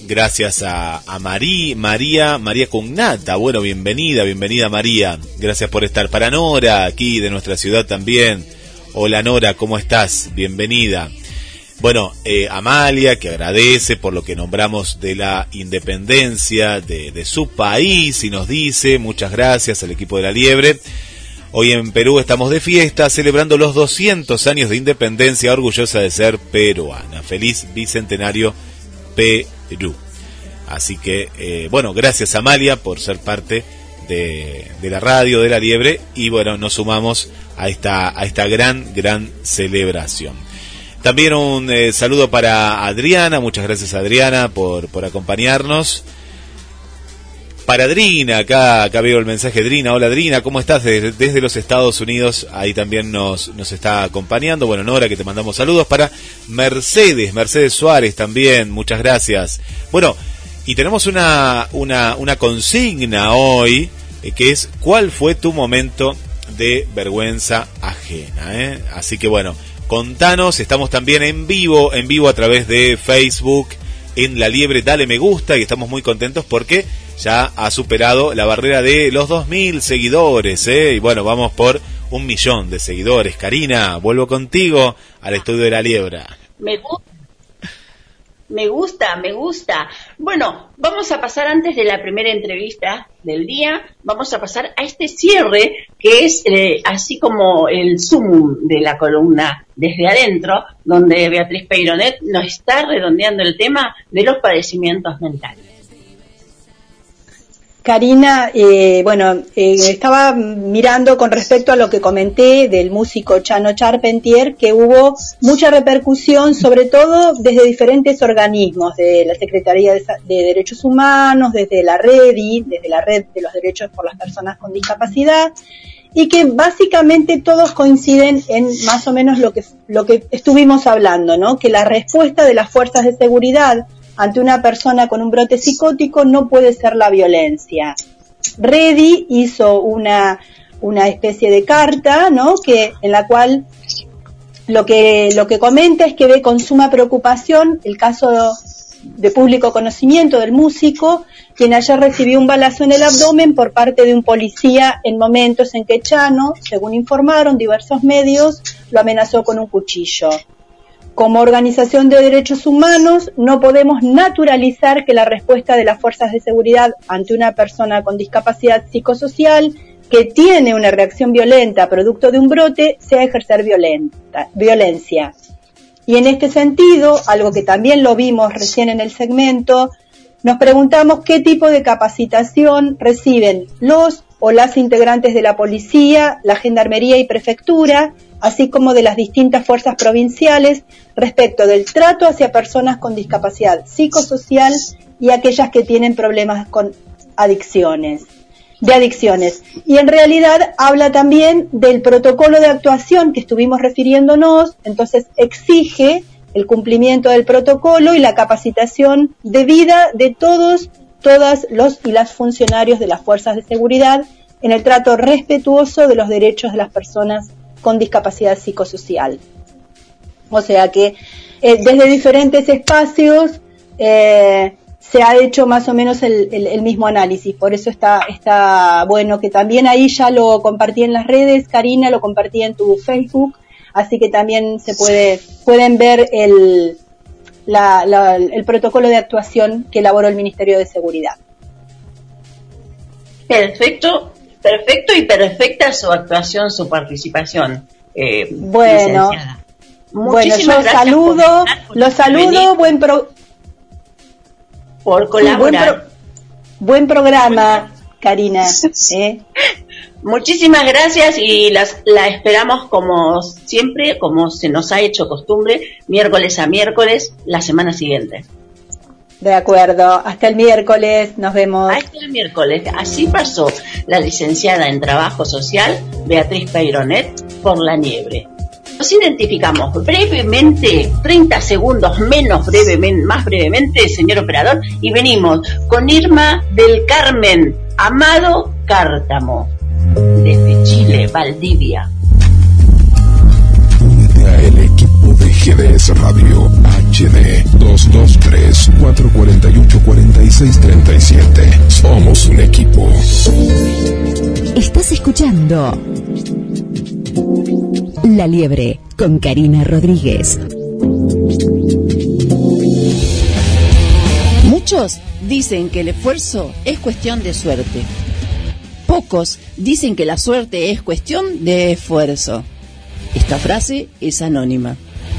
[SPEAKER 7] Gracias a, a Marí, María, María Cognata. Bueno, bienvenida, bienvenida María. Gracias por estar. Para Nora, aquí de nuestra ciudad también. Hola Nora, ¿cómo estás? Bienvenida. Bueno, eh, Amalia, que agradece por lo que nombramos de la independencia de, de su país y nos dice, muchas gracias al equipo de La Liebre. Hoy en Perú estamos de fiesta, celebrando los doscientos años de independencia, orgullosa de ser peruana. Feliz bicentenario Perú. Así que, eh, bueno, gracias Amalia por ser parte de, de la radio de La Liebre y bueno, nos sumamos a esta, a esta gran, gran celebración. También un eh, saludo para Adriana, muchas gracias Adriana por, por acompañarnos. Para Drina, acá, acá veo el mensaje de Drina. Hola Drina, ¿cómo estás? Desde, desde los Estados Unidos, ahí también nos, nos está acompañando. Bueno, Nora, que te mandamos saludos. Para Mercedes, Mercedes Suárez también, muchas gracias. Bueno, y tenemos una, una, una consigna hoy, eh, que es ¿cuál fue tu momento de vergüenza ajena? Eh? Así que bueno, contanos, estamos también en vivo, en vivo a través de Facebook, en La Liebre, dale me gusta, y estamos muy contentos porque ya ha superado la barrera de los dos mil seguidores, ¿eh? Y bueno, vamos por un millón de seguidores. Karina, vuelvo contigo al estudio de La Liebre.
[SPEAKER 3] Me gusta. Me gusta, me gusta. Bueno, vamos a pasar antes de la primera entrevista del día, vamos a pasar a este cierre que es eh, así como el sumum de la columna Desde Adentro, donde Beatriz Peyronet nos está redondeando el tema de los padecimientos mentales.
[SPEAKER 6] Karina, eh, bueno, eh, estaba mirando con respecto a lo que comenté del músico Chano Charpentier, que hubo mucha repercusión, sobre todo desde diferentes organismos, de la Secretaría de, de Derechos Humanos, desde la REDI, desde la Red de los Derechos por las Personas con Discapacidad, y que básicamente todos coinciden en más o menos lo que, lo que estuvimos hablando, ¿no? Que la respuesta de las fuerzas de seguridad ante una persona con un brote psicótico no puede ser la violencia. REDI hizo una, una especie de carta, ¿no? Que, en la cual lo que, lo que comenta es que ve con suma preocupación el caso de público conocimiento del músico, quien ayer recibió un balazo en el abdomen por parte de un policía en momentos en que Chano, según informaron diversos medios, lo amenazó con un cuchillo. Como organización de derechos humanos, no podemos naturalizar que la respuesta de las fuerzas de seguridad ante una persona con discapacidad psicosocial que tiene una reacción violenta producto de un brote sea ejercer violenta, violencia. Y en este sentido, algo que también lo vimos recién en el segmento, nos preguntamos qué tipo de capacitación reciben los o las integrantes de la policía, la gendarmería y prefectura, así como de las distintas fuerzas provinciales respecto del trato hacia personas con discapacidad psicosocial y aquellas que tienen problemas con adicciones, de adicciones. Y en realidad habla también del protocolo de actuación que estuvimos refiriéndonos, entonces exige el cumplimiento del protocolo y la capacitación debida de todos, todas los y las funcionarios de las fuerzas de seguridad en el trato respetuoso de los derechos de las personas con discapacidad psicosocial. O sea que eh, desde diferentes espacios eh, se ha hecho más o menos el, el, el mismo análisis, por eso está, está bueno que también ahí ya lo compartí en las redes, Karina, lo compartí en tu Facebook, así que también se puede pueden ver el, la, la, el protocolo de actuación que elaboró el Ministerio de Seguridad.
[SPEAKER 3] Perfecto. Perfecto y perfecta su actuación, su participación. Eh,
[SPEAKER 6] bueno, bueno, yo saludo, por los saludo, buen pro,
[SPEAKER 3] por colaborar.
[SPEAKER 6] Buen, pro, buen programa, Karina. ¿eh?
[SPEAKER 3] Muchísimas gracias y las, la esperamos como siempre, como se nos ha hecho costumbre, miércoles a miércoles, la semana siguiente.
[SPEAKER 6] De acuerdo, hasta el miércoles, nos vemos.
[SPEAKER 3] Hasta el miércoles, así pasó la licenciada en Trabajo Social, Beatriz Peyronet, por La Liebre. Nos identificamos brevemente, treinta segundos menos brevemente, más brevemente, señor operador, y venimos con Irma del Carmen, Amado Cártamo, desde Chile, Valdivia.
[SPEAKER 1] Únete a el equipo de G D S Radio H H D dos dos tres, cuatro cuatro ocho, cuatro seis tres siete. Somos un equipo.
[SPEAKER 4] Estás escuchando La Liebre con Karina Rodríguez.
[SPEAKER 8] Muchos dicen que el esfuerzo es cuestión de suerte. Pocos dicen que la suerte es cuestión de esfuerzo. Esta frase es anónima.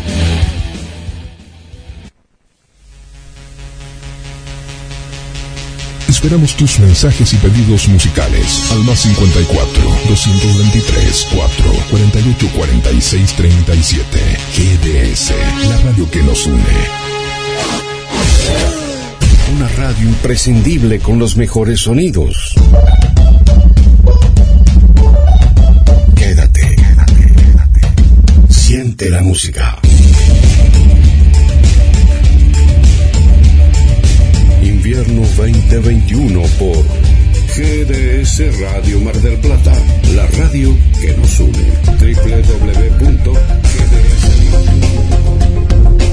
[SPEAKER 1] Esperamos tus mensajes y pedidos musicales al más cincuenta y cuatro, doscientos veintitrés, cuatro cuarenta y ocho, cuarenta y seis treinta y siete. G D S, la radio que nos une.
[SPEAKER 2] Una radio imprescindible con los mejores sonidos. Quédate, quédate, quédate. Siente la música. Invierno veinte veintiuno por G D S Radio Mar del Plata, la radio que nos une. doble u doble u doble u punto g d s radio punto com.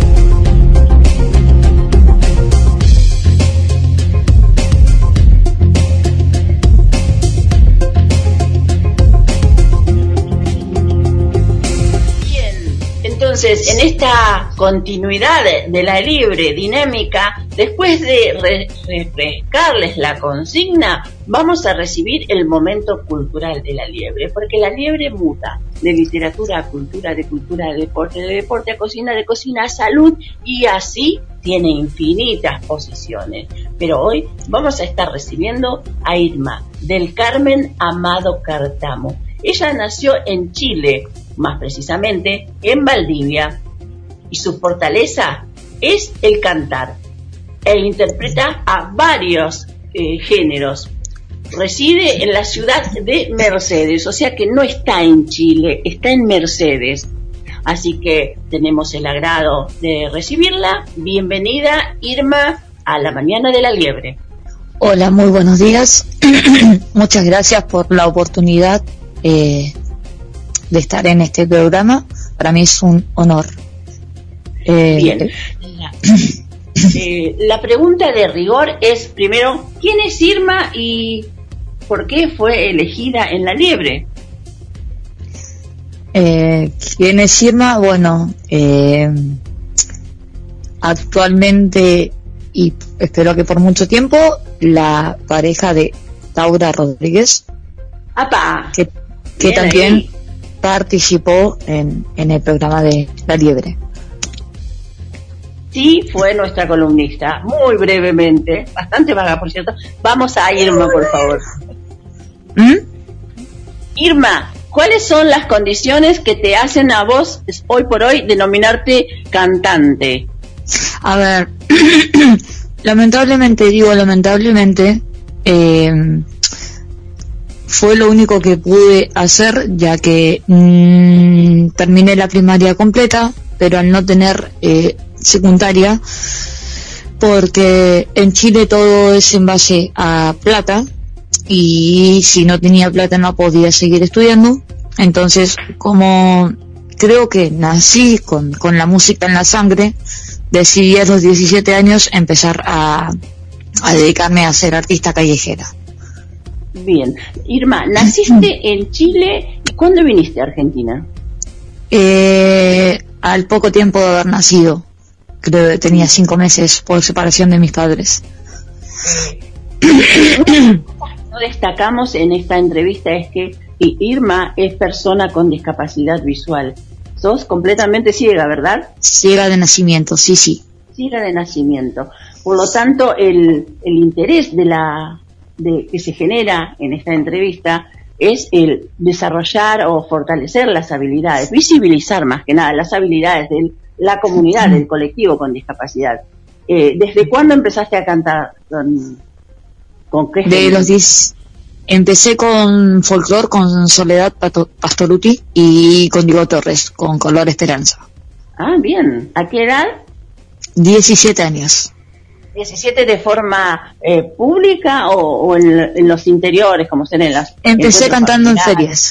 [SPEAKER 3] Entonces, en esta continuidad de la Liebre dinámica, después de re- refrescarles la consigna, vamos a recibir el momento cultural de la Liebre, porque la Liebre muta de literatura a cultura, de cultura a deporte, de deporte a cocina, de cocina a salud, y así tiene infinitas posiciones. Pero hoy vamos a estar recibiendo a Irma del Carmen Amado Cartamo. Ella nació en Chile, más precisamente en Valdivia, y su fortaleza es el cantar. E interpreta a varios eh, géneros. Reside en la ciudad de Mercedes, o sea que no está en Chile, está en Mercedes. Así que tenemos el agrado de recibirla. Bienvenida, Irma, a la mañana de la Liebre.
[SPEAKER 13] Hola, muy buenos días. Muchas gracias por la oportunidad eh, de estar en este programa. Para mí es un honor. Eh,
[SPEAKER 3] Bien. La, eh, la pregunta de rigor es, primero, ¿quién es Irma y por qué fue elegida en la Liebre?
[SPEAKER 13] Eh, ¿Quién es Irma? Bueno, eh, actualmente, y espero que por mucho tiempo, la pareja de Taura Rodríguez,
[SPEAKER 3] ¡Apa!
[SPEAKER 13] que, que también ahí participó en, en el programa de La Liebre.
[SPEAKER 3] Sí, fue nuestra columnista, muy brevemente, bastante vaga, por cierto. Vamos a Irma, por favor.
[SPEAKER 13] ¿Mm?
[SPEAKER 3] Irma, ¿cuáles son las condiciones que te hacen a vos, hoy por hoy, denominarte cantante?
[SPEAKER 13] A ver, lamentablemente, digo lamentablemente, eh, fue lo único que pude hacer, ya que mmm, terminé la primaria completa, pero al no tener eh, secundaria, porque en Chile todo es en base a plata, y si no tenía plata no podía seguir estudiando. Entonces, como creo que nací con, con la música en la sangre, decidí a los diecisiete años empezar a, a dedicarme a ser artista callejera.
[SPEAKER 3] Bien. Irma, naciste en Chile, ¿y cuándo viniste a Argentina?
[SPEAKER 13] Eh, al poco tiempo de haber nacido. Creo que tenía cinco meses por separación de mis padres.
[SPEAKER 3] No destacamos en esta entrevista es que Irma es persona con discapacidad visual. Sos completamente ciega, ¿verdad?
[SPEAKER 13] Ciega de nacimiento, sí, sí.
[SPEAKER 3] Ciega de nacimiento. Por lo tanto, el, el interés de la de, que se genera en esta entrevista es el desarrollar o fortalecer las habilidades, visibilizar más que nada las habilidades de la comunidad, del colectivo con discapacidad. Eh, ¿Desde cuándo empezaste a cantar? ¿Con, con qué
[SPEAKER 13] De los diez, empecé con folclore, con Soledad Pastoruti y con Diego Torres, con Color Esperanza.
[SPEAKER 3] Ah, bien. ¿A qué edad?
[SPEAKER 13] diecisiete años.
[SPEAKER 3] ¿diecisiete de forma eh, pública o, o en, en los interiores, como ser en las...
[SPEAKER 13] Empecé cantando en ferias.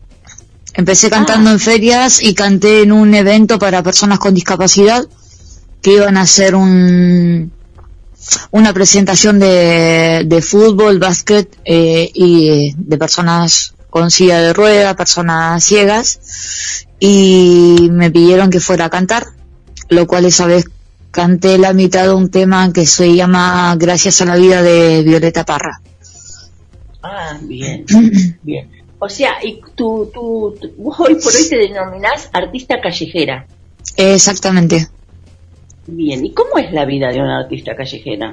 [SPEAKER 13] Empecé cantando ah. en ferias y canté en un evento para personas con discapacidad que iban a hacer un una presentación de, de fútbol, básquet eh, y de personas con silla de rueda, personas ciegas, y me pidieron que fuera a cantar, lo cual esa vez canté la mitad de un tema que se llama Gracias a la vida de Violeta Parra.
[SPEAKER 3] Ah, bien, bien. O sea, y tú, tú, tú vos hoy por hoy te denominás artista callejera.
[SPEAKER 13] Exactamente.
[SPEAKER 3] Bien, ¿y cómo es la vida de una artista callejera?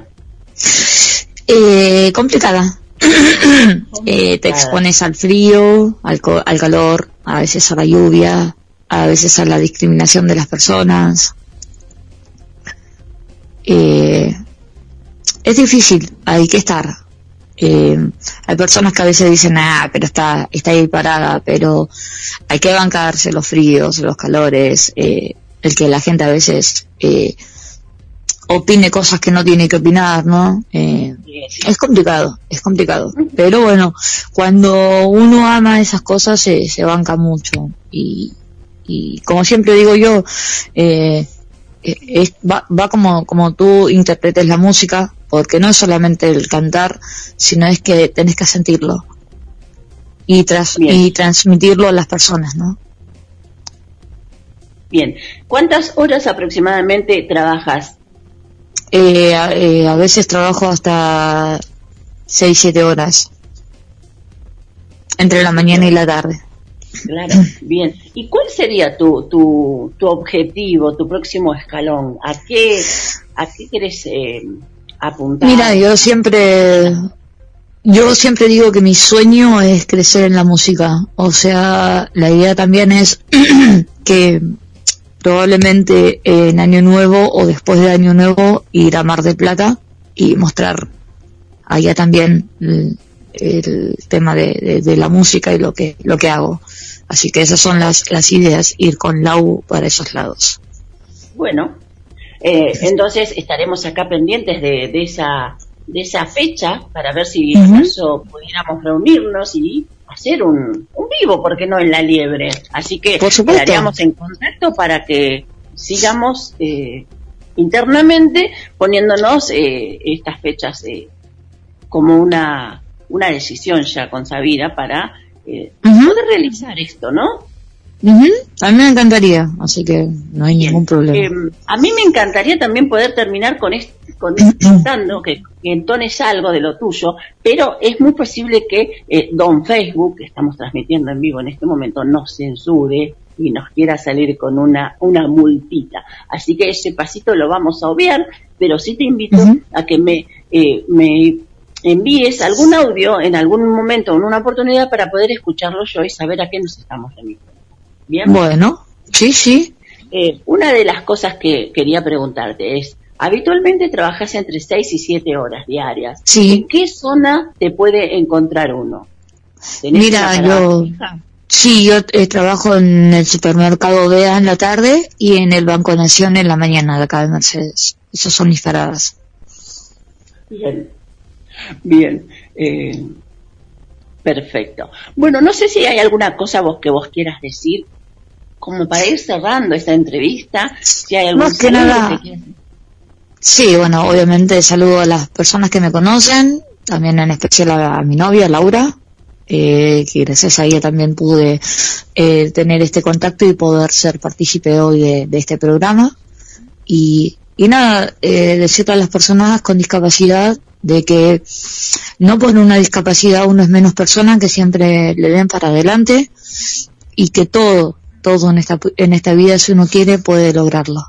[SPEAKER 13] Eh, complicada. eh, te expones al frío, al, co- al calor, a veces a la lluvia, a veces a la discriminación de las personas. Eh, es difícil, hay que estar. Eh, hay personas que a veces dicen, ah, pero está, está ahí parada, pero hay que bancarse los fríos, los calores, eh, el que la gente a veces eh, opine cosas que no tiene que opinar, ¿no? Eh, es complicado, es complicado. Pero bueno, cuando uno ama esas cosas se, se banca mucho. Y, y como siempre digo yo, eh, es, va, va como, como tú interpretes la música, porque no es solamente el cantar, sino es que tenés que sentirlo y, tras, y transmitirlo a las personas, ¿no?
[SPEAKER 3] Bien, ¿cuántas horas aproximadamente trabajas?
[SPEAKER 13] Eh, a, eh, a veces trabajo hasta seis, siete horas, entre la mañana y la tarde.
[SPEAKER 3] Claro, bien. ¿Y cuál sería tu, tu, tu objetivo, tu próximo escalón? ¿A qué, a qué querés eh, apuntar?
[SPEAKER 13] Mira, yo siempre, yo siempre digo que mi sueño es crecer en la música. O sea, la idea también es que probablemente en Año Nuevo o después de Año Nuevo ir a Mar del Plata y mostrar allá también el, el tema de, de, de la música y lo que lo que hago. Así que esas son las las ideas, ir con Lau para esos lados.
[SPEAKER 3] Bueno, eh, entonces estaremos acá pendientes de, de esa de esa fecha para ver si
[SPEAKER 13] Uh-huh.
[SPEAKER 3] acaso pudiéramos reunirnos y hacer un, un vivo, ¿por qué no?, en La Liebre. Así que
[SPEAKER 13] Por supuesto.
[SPEAKER 3] estaríamos en contacto para que sigamos eh, internamente poniéndonos eh, estas fechas eh, como una una decisión ya consabida para eh,
[SPEAKER 13] Uh-huh.
[SPEAKER 3] poder realizar esto, ¿no?
[SPEAKER 13] Uh-huh. A mí me encantaría, así que no hay ningún problema.
[SPEAKER 3] Eh, a mí me encantaría también poder terminar con este, con este cantando, que, que entones algo de lo tuyo, pero es muy posible que eh, Don Facebook, que estamos transmitiendo en vivo en este momento, nos censure y nos quiera salir con una, una multita. Así que ese pasito lo vamos a obviar, pero sí te invito uh-huh. a que me, eh, me envíes algún audio en algún momento, en una oportunidad, para poder escucharlo yo y saber a qué nos estamos remitiendo. ¿Bien?
[SPEAKER 13] Bueno, sí, sí.
[SPEAKER 3] Eh, una de las cosas que quería preguntarte es, habitualmente trabajas entre seis y siete horas diarias.
[SPEAKER 13] Sí.
[SPEAKER 3] ¿En qué zona te puede encontrar uno?
[SPEAKER 13] Mira, yo... Fija? Sí, yo eh, trabajo en el supermercado B A en la tarde y en el Banco Nación en la mañana de acá de Mercedes. Esas son mis paradas.
[SPEAKER 3] Bien, bien. Eh, perfecto. Bueno, no sé si hay alguna cosa vos que vos quieras decir, como para ir cerrando esta entrevista, si hay algún
[SPEAKER 13] Más que nada, que sí, bueno, obviamente saludo a las personas que me conocen, también en especial a, a mi novia, Laura, eh, que gracias a ella también pude eh, tener este contacto y poder ser partícipe hoy de, de este programa. Y, y nada, eh, decirle a las personas con discapacidad de que no por una discapacidad uno es menos persona, que siempre le den para adelante y que todo, todo en esta, en esta vida, si uno quiere, puede lograrlo.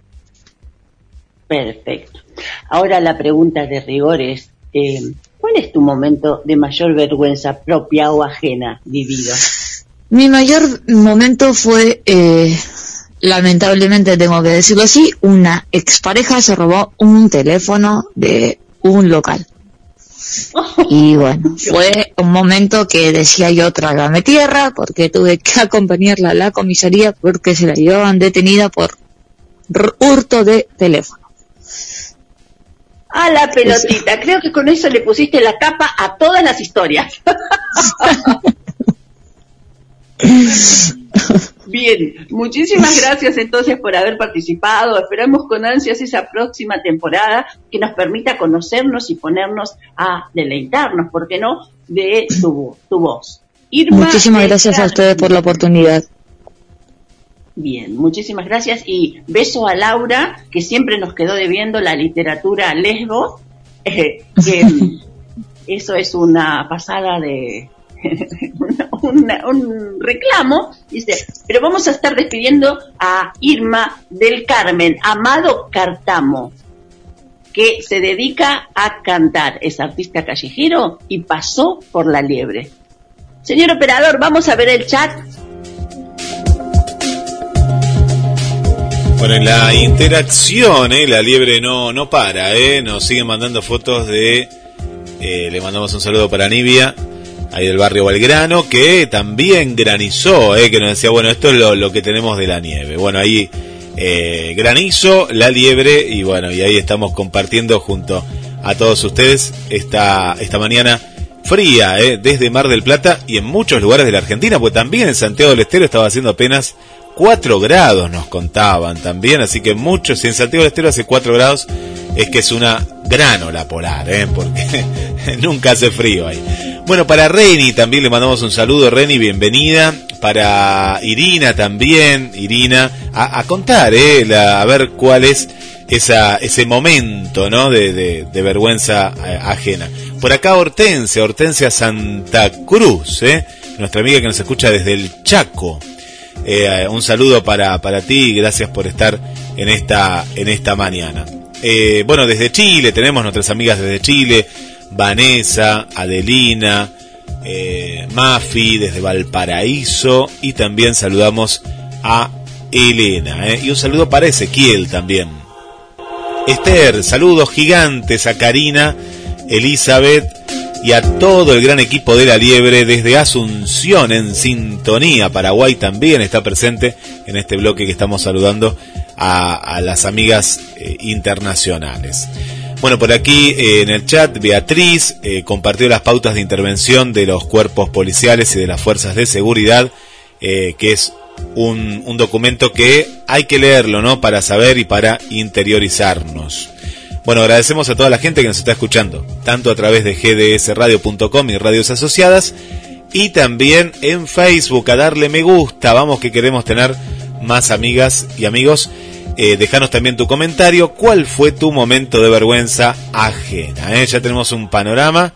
[SPEAKER 3] Perfecto. Ahora la pregunta de rigor es, eh, ¿cuál es tu momento de mayor vergüenza propia o ajena vivido?
[SPEAKER 13] Mi mayor momento fue, eh, lamentablemente tengo que decirlo así, una expareja se robó un teléfono de un local. Y bueno, fue un momento que decía yo, trágame tierra, porque tuve que acompañarla a la comisaría porque se la llevaban detenida por hurto de teléfono.
[SPEAKER 3] A la pelotita, eso. Creo que con eso le pusiste la capa a todas las historias. Bien. Bien, muchísimas gracias entonces por haber participado. Esperamos con ansias esa próxima temporada que nos permita conocernos y ponernos a deleitarnos, ¿por qué no?, de tu, tu voz. Irma,
[SPEAKER 13] muchísimas gracias a ustedes por la oportunidad.
[SPEAKER 3] Bien, muchísimas gracias y beso a Laura, que siempre nos quedó debiendo la literatura lesbo, eh, que eso es una pasada de... una, un reclamo, dice, pero vamos a estar despidiendo a Irma del Carmen Amado Cartamo, que se dedica a cantar, es artista callejero y pasó por La Liebre. Señor operador, vamos a ver el chat.
[SPEAKER 7] Bueno, en la interacción, eh, La Liebre no, no para, eh, nos siguen mandando fotos de, eh, le mandamos un saludo para Nibia, ahí del barrio Belgrano, que también granizó, eh, que nos decía, bueno, esto es lo, lo que tenemos de la nieve. Bueno, ahí eh, granizo, La Liebre, y bueno, y ahí estamos compartiendo junto a todos ustedes esta, esta mañana fría, eh, desde Mar del Plata y en muchos lugares de la Argentina, pues también en Santiago del Estero estaba haciendo apenas cuatro grados, nos contaban también, así que muchos, si en Santiago del Estero hace cuatro grados, es que es una gran ola polar, ¿eh? Porque nunca hace frío ahí. Bueno, para Reni también le mandamos un saludo, Reni, bienvenida. Para Irina también, Irina, a, a contar, ¿eh? La, a ver cuál es esa ese momento, ¿no? De, de, de vergüenza ajena. Por acá Hortensia, Hortensia Santa Cruz, ¿eh? Nuestra amiga que nos escucha desde el Chaco. Eh, un saludo para, para ti, gracias por estar en esta, en esta mañana. Eh, bueno, desde Chile tenemos nuestras amigas desde Chile, Vanessa, Adelina, eh, Mafi desde Valparaíso, y también saludamos a Elena, eh, y un saludo para Ezequiel también. Esther, saludos gigantes a Karina, Elizabeth y a todo el gran equipo de La Liebre desde Asunción en sintonía. Paraguay también está presente en este bloque que estamos saludando a, a las amigas eh, internacionales. Bueno, por aquí eh, en el chat Beatriz eh, compartió las pautas de intervención de los cuerpos policiales y de las fuerzas de seguridad, eh, que es un, un documento que hay que leerlo, ¿no?, para saber y para interiorizarnos. Bueno, agradecemos a toda la gente que nos está escuchando, tanto a través de g d s radio punto com y radios asociadas, y también en Facebook, a darle me gusta. Vamos, que queremos tener más amigas y amigos. Eh, dejanos también tu comentario. ¿Cuál fue tu momento de vergüenza ajena? ¿Eh? Ya tenemos un panorama.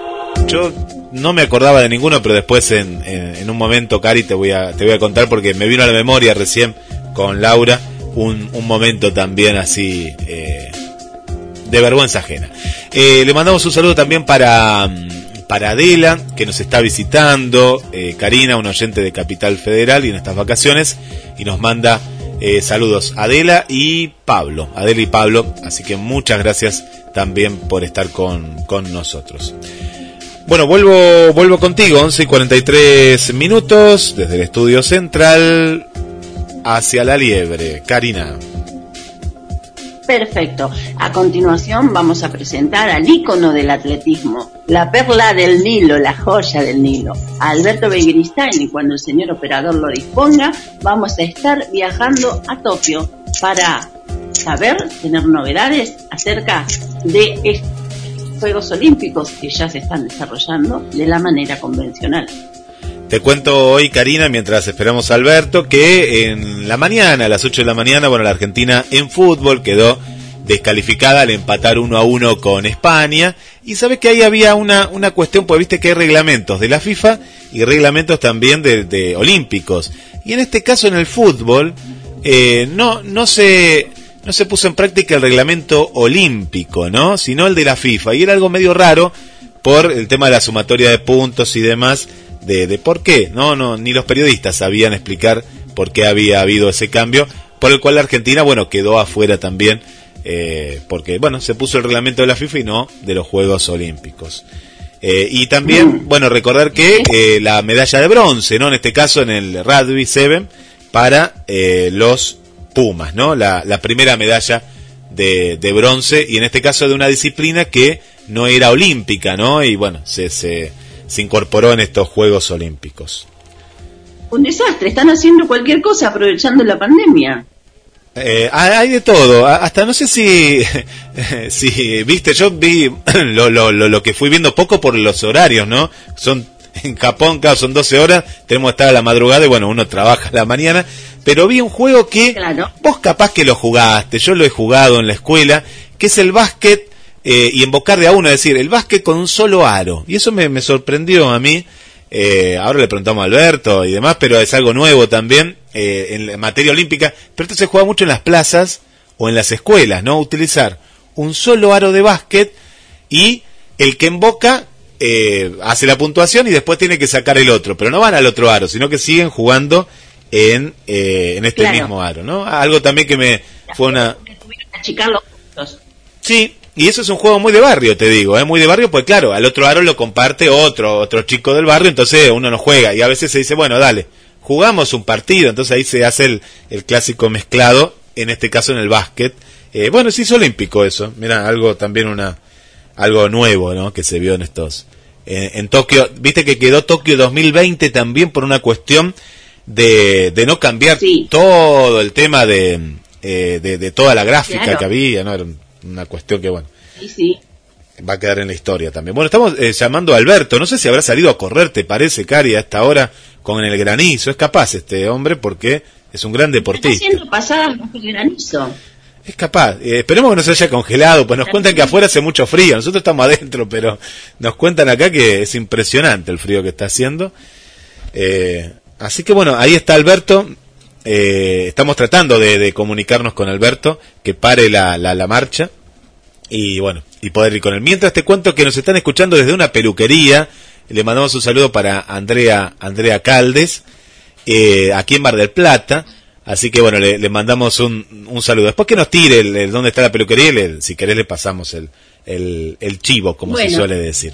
[SPEAKER 7] Yo no me acordaba de ninguno, pero después en, en, en un momento, Cari, te voy a te voy a contar, porque me vino a la memoria recién con Laura un, un momento también así eh, de vergüenza ajena. Eh, le mandamos un saludo también para, para Adela, que nos está visitando, eh, Karina, un oyente de Capital Federal y en estas vacaciones, y nos manda eh, saludos Adela y Pablo, Adela y Pablo, así que muchas gracias también por estar con, con nosotros. Bueno, vuelvo vuelvo contigo, once y cuarenta y tres minutos, desde el estudio central hacia La Liebre. Karina.
[SPEAKER 3] Perfecto. A continuación vamos a presentar al ícono del atletismo, la perla del Nilo, la joya del Nilo, a Alberto Begiristain, y cuando el señor operador lo disponga, vamos a estar viajando a Tokio para saber, tener novedades acerca de estos Juegos Olímpicos que ya se están desarrollando de la manera convencional.
[SPEAKER 7] Te cuento hoy, Karina, mientras esperamos a Alberto, que en la mañana, a las ocho de la mañana, bueno, la Argentina en fútbol quedó descalificada al empatar uno a uno con España. Y sabes que ahí había una, una cuestión, pues viste que hay reglamentos de la FIFA y reglamentos también de, de olímpicos. Y en este caso, en el fútbol, eh, no, no se... no se puso en práctica el reglamento olímpico, ¿no?, sino el de la FIFA, y era algo medio raro por el tema de la sumatoria de puntos y demás, de, de por qué, no, no, ni los periodistas sabían explicar por qué había habido ese cambio, por el cual la Argentina, bueno, quedó afuera también, eh, porque, bueno, se puso el reglamento de la FIFA y no de los Juegos Olímpicos. Eh, y también, bueno, recordar que eh, la medalla de bronce, ¿no?, en este caso en el Rugby siete, para eh, los Pumas, ¿no? La, la primera medalla de, de bronce, y en este caso de una disciplina que no era olímpica, ¿no? Y bueno, se, se, se incorporó en estos Juegos Olímpicos.
[SPEAKER 3] un desastre, están haciendo cualquier cosa aprovechando la pandemia.
[SPEAKER 7] Eh, hay de todo, hasta no sé si, si viste, yo vi lo, lo, lo, lo que fui viendo poco por los horarios, ¿no? Son en Japón, claro, son doce horas, tenemos que estar a la madrugada y bueno, uno trabaja a la mañana, pero vi un juego que claro. Vos capaz que lo jugaste, yo lo he jugado en la escuela, que es el básquet eh, y invocar de a uno, es decir, el básquet con un solo aro, y eso me, me sorprendió a mí. Eh, ahora le preguntamos a Alberto y demás, pero es algo nuevo también eh, en materia olímpica, pero esto se juega mucho en las plazas o en las escuelas, ¿no? Utilizar un solo aro de básquet y el que invoca eh, hace la puntuación y después tiene que sacar el otro, pero no van al otro aro, sino que siguen jugando en, eh, en este claro. mismo aro, ¿no? Algo también que me fue una...
[SPEAKER 3] achicar los puntos.
[SPEAKER 7] Sí. Y eso es un juego muy de barrio, te digo, ¿eh? Muy de barrio, pues claro, al otro aro lo comparte otro, otro chico del barrio, entonces uno no juega, y a veces se dice, bueno, dale, jugamos un partido, entonces ahí se hace el, el clásico mezclado, en este caso en el básquet. Eh, bueno, sí es olímpico eso, mira, algo también una, algo nuevo, ¿no? Que se vio en estos, en, en Tokio, viste que quedó Tokio dos mil veinte también por una cuestión de, de no cambiar sí. todo el tema de, eh, de, de toda la gráfica claro. que había, ¿no? Era un, una cuestión que bueno
[SPEAKER 3] sí, sí.
[SPEAKER 7] va a quedar en la historia también. Bueno, estamos eh, llamando a Alberto, no sé si habrá salido a correr, te parece, Cari, a esta hora con el granizo, es capaz este hombre porque es un gran deportista.
[SPEAKER 3] Está haciendo pasadas bajo el granizo.
[SPEAKER 7] Es capaz, eh, esperemos que no se haya congelado, pues nos cuentan que afuera hace mucho frío, nosotros estamos adentro, pero nos cuentan acá que es impresionante el frío que está haciendo. Eh, así que bueno, ahí está Alberto. Eh, estamos tratando de, de comunicarnos con Alberto, que pare la, la, la marcha y bueno, y poder ir con él. Mientras te cuento que nos están escuchando desde una peluquería, le mandamos un saludo para Andrea Andrea Caldes, eh, aquí en Mar del Plata, así que bueno, le, le mandamos un, un saludo. Después que nos tire el, el dónde está la peluquería, le, si querés le pasamos el, el, el chivo, como bueno. se suele decir.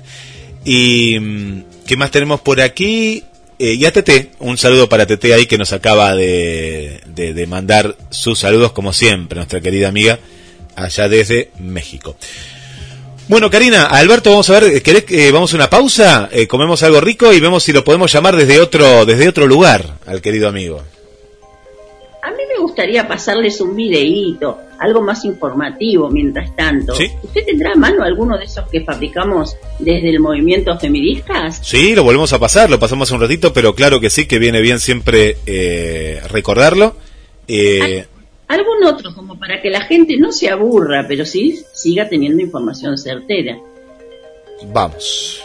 [SPEAKER 7] Y ¿qué más tenemos por aquí? Eh, y a Tete, un saludo para Tete ahí que nos acaba de, de, de mandar sus saludos como siempre, nuestra querida amiga allá desde México. Bueno, Karina, a Alberto vamos a ver, ¿querés que eh, vamos a una pausa? Eh, comemos algo rico y vemos si lo podemos llamar desde otro, desde otro lugar al querido amigo.
[SPEAKER 3] A mí me gustaría pasarles un videíto, algo más informativo mientras tanto. ¿Sí? ¿Usted tendrá a mano alguno de esos que fabricamos desde el movimiento feministas?
[SPEAKER 7] Sí, lo volvemos a pasar, lo pasamos un ratito, pero claro que sí, que viene bien siempre eh, recordarlo. Eh,
[SPEAKER 3] ¿Algún otro como para que la gente no se aburra, pero sí siga teniendo información certera?
[SPEAKER 7] Vamos.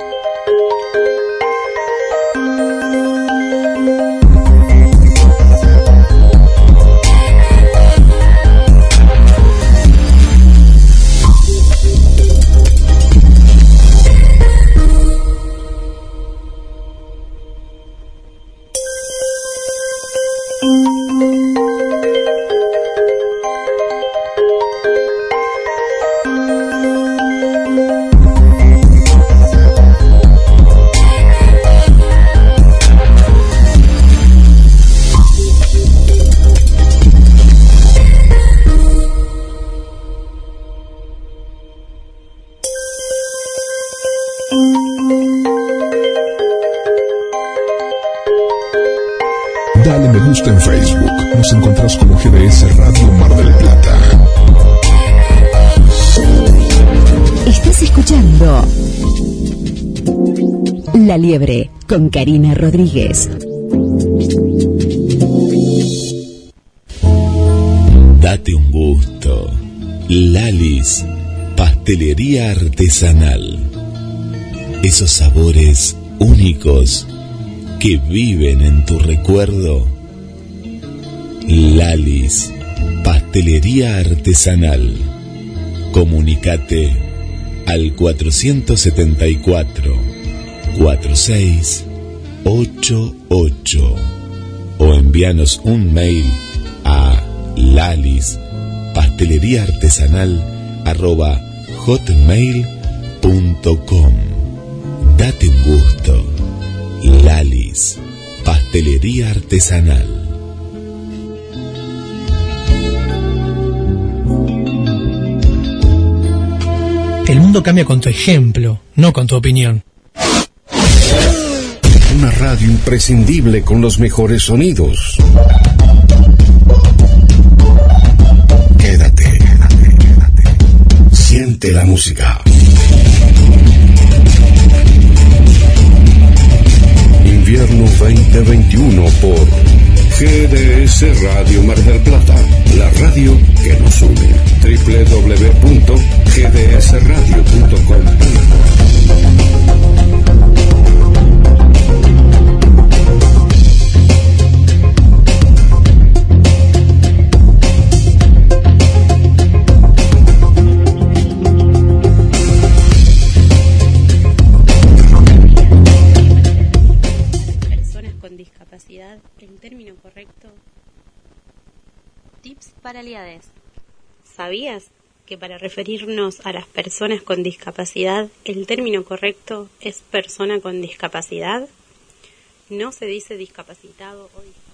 [SPEAKER 1] Dale me gusta en Facebook. Nos encontrás como G D S Radio Mar del Plata.
[SPEAKER 4] Estás escuchando La Liebre con Karina Rodríguez.
[SPEAKER 5] Date un gusto. Lalis, pastelería artesanal. Esos sabores únicos que viven en tu recuerdo. Lalis, pastelería artesanal. Comunicate al cuatrocientos setenta y cuatro, cuarenta y seis ochenta y ocho o envíanos un mail a lalis pastelería artesanal arroba hotmail punto com. Date un gusto. Lalis, pastelería artesanal.
[SPEAKER 14] El mundo cambia con tu ejemplo, no con tu opinión.
[SPEAKER 2] Una radio imprescindible con los mejores sonidos. Quédate, quédate, quédate. Siente la música. Invierno veinte veintiuno por G D S Radio Mar del Plata, la radio que nos une. doble u doble u doble u punto g d s radio punto com.
[SPEAKER 9] El término correcto. Tips para aliades. ¿Sabías que para referirnos a las personas con discapacidad, el término correcto es persona con discapacidad? No se dice discapacitado o discapacitado.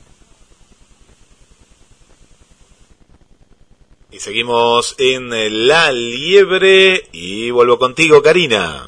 [SPEAKER 7] Y seguimos en La Liebre y vuelvo contigo, Karina.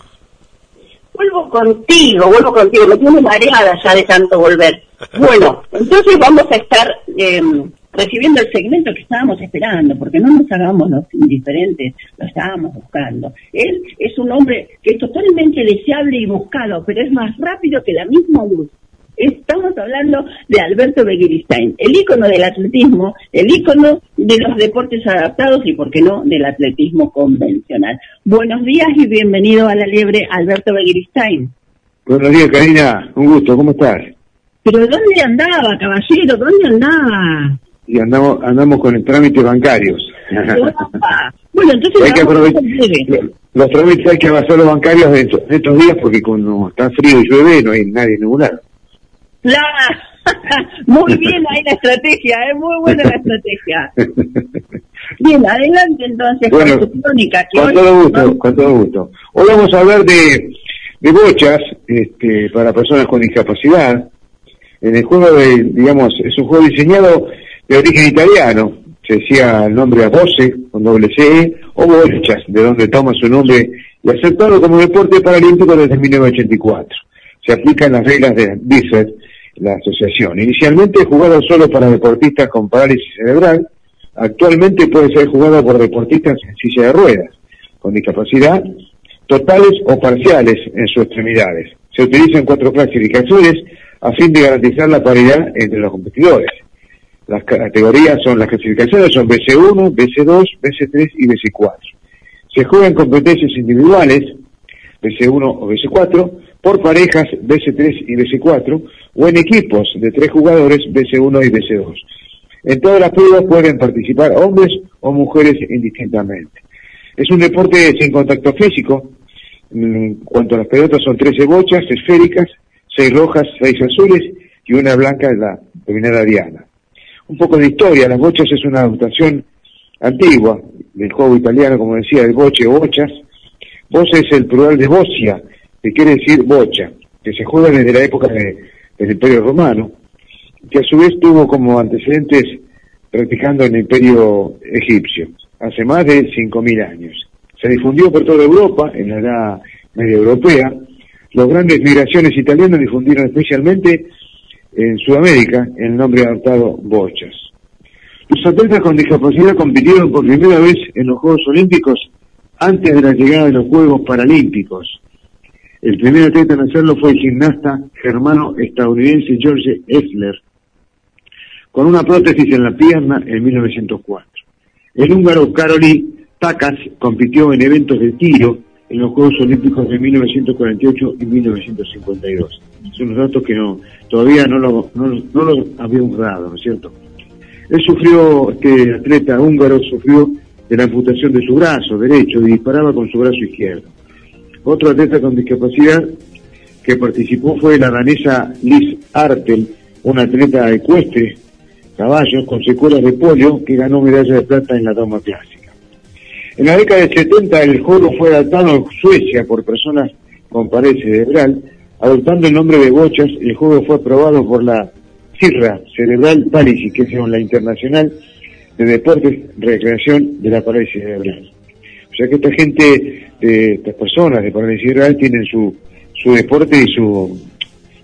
[SPEAKER 3] Vuelvo contigo, vuelvo contigo, me tiene mareada ya de tanto volver. Bueno, entonces vamos a estar eh, recibiendo el segmento que estábamos esperando, porque no nos hagamos los indiferentes, lo estábamos buscando. Él es un hombre que es totalmente deseable y buscado, pero es más rápido que la misma luz. Estamos hablando de Alberto Begiristain, el ícono del atletismo, el ícono de los deportes adaptados y, por qué no, del atletismo convencional. Buenos días y bienvenido a La Liebre, Alberto Begiristain.
[SPEAKER 14] Buenos días, Karina, un gusto, ¿cómo estás?
[SPEAKER 3] ¿Pero dónde andaba, caballero? ¿Dónde andaba?
[SPEAKER 14] Y andamos andamos con el trámite bancarios.
[SPEAKER 3] Bueno, entonces
[SPEAKER 14] hay que aprovechar, los, los trámites hay que avanzar los bancarios de estos, de estos días porque cuando está frío y llueve no hay nadie en ningún lado.
[SPEAKER 3] Claro, muy bien ahí la estrategia, es ¿eh? Muy buena la estrategia. Bien, adelante entonces
[SPEAKER 14] bueno,
[SPEAKER 3] con tu crónica.
[SPEAKER 14] Con todo gusto, con todo gusto. Hoy vamos a hablar de, de bochas este, para personas con discapacidad. En el juego, de, digamos, es un juego diseñado de origen italiano, se decía el nombre a Boce, con doble C, o bochas, de donde toma su nombre, y aceptado como deporte paralímpico desde mil novecientos ochenta y cuatro. Se aplican las reglas de B I S E D, la asociación. Inicialmente jugado solo para deportistas con parálisis cerebral, actualmente puede ser jugado por deportistas en silla de ruedas, con discapacidad, totales o parciales en sus extremidades. Se utilizan cuatro clasificaciones a fin de garantizar la paridad entre los competidores. Las categorías son, las clasificaciones son B C uno, B C dos, B C tres y B C cuatro. Se juegan competencias individuales, B C uno o B C cuatro, por parejas B C tres y B C cuatro, o en equipos de tres jugadores B C uno y B C dos. En todas las pruebas pueden participar hombres o mujeres indistintamente. Es un deporte sin contacto físico. En cuanto a las pelotas son trece bochas esféricas, seis rojas, seis azules y una blanca de la denominada diana. Un poco de historia, las bochas es una adaptación antigua del juego italiano, como decía, el boche o bochas. Bocha es el plural de bocia, que quiere decir bocha, que se juega desde la época de, del Imperio Romano, que a su vez tuvo como antecedentes practicando en el Imperio Egipcio, hace más de cinco mil años. Se difundió por toda Europa, en la Edad Media Europea. Las grandes migraciones italianas difundieron especialmente en Sudamérica el nombre adaptado bochas. Los atletas con discapacidad compitieron por primera vez en los Juegos Olímpicos antes de la llegada de los Juegos Paralímpicos. El primer atleta en hacerlo fue el gimnasta germano-estadounidense George Essler, con una prótesis en la pierna en mil novecientos cuatro. El húngaro Károly Takács compitió en eventos de tiro en los Juegos Olímpicos de mil novecientos cuarenta y ocho y mil novecientos cincuenta y dos. Son los datos que no todavía no lo, no, no lo habíamos dado, ¿no es cierto? Él sufrió, este atleta húngaro sufrió de la amputación de su brazo derecho y disparaba con su brazo izquierdo. Otro atleta con discapacidad que participó fue la danesa Liz Artel, una atleta ecuestre, caballos, con secuelas de polio, que ganó medalla de plata en la doma clásica. En la década del setenta el juego fue adaptado en Suecia por personas con parálisis cerebral, adoptando el nombre de bochas. El juego fue aprobado por la C I R A, Cerebral Palsy, que es la Internacional de Deportes Recreación de la Parálisis Cerebral. O sea que esta gente, de estas personas de parálisis cerebral tienen su su deporte y su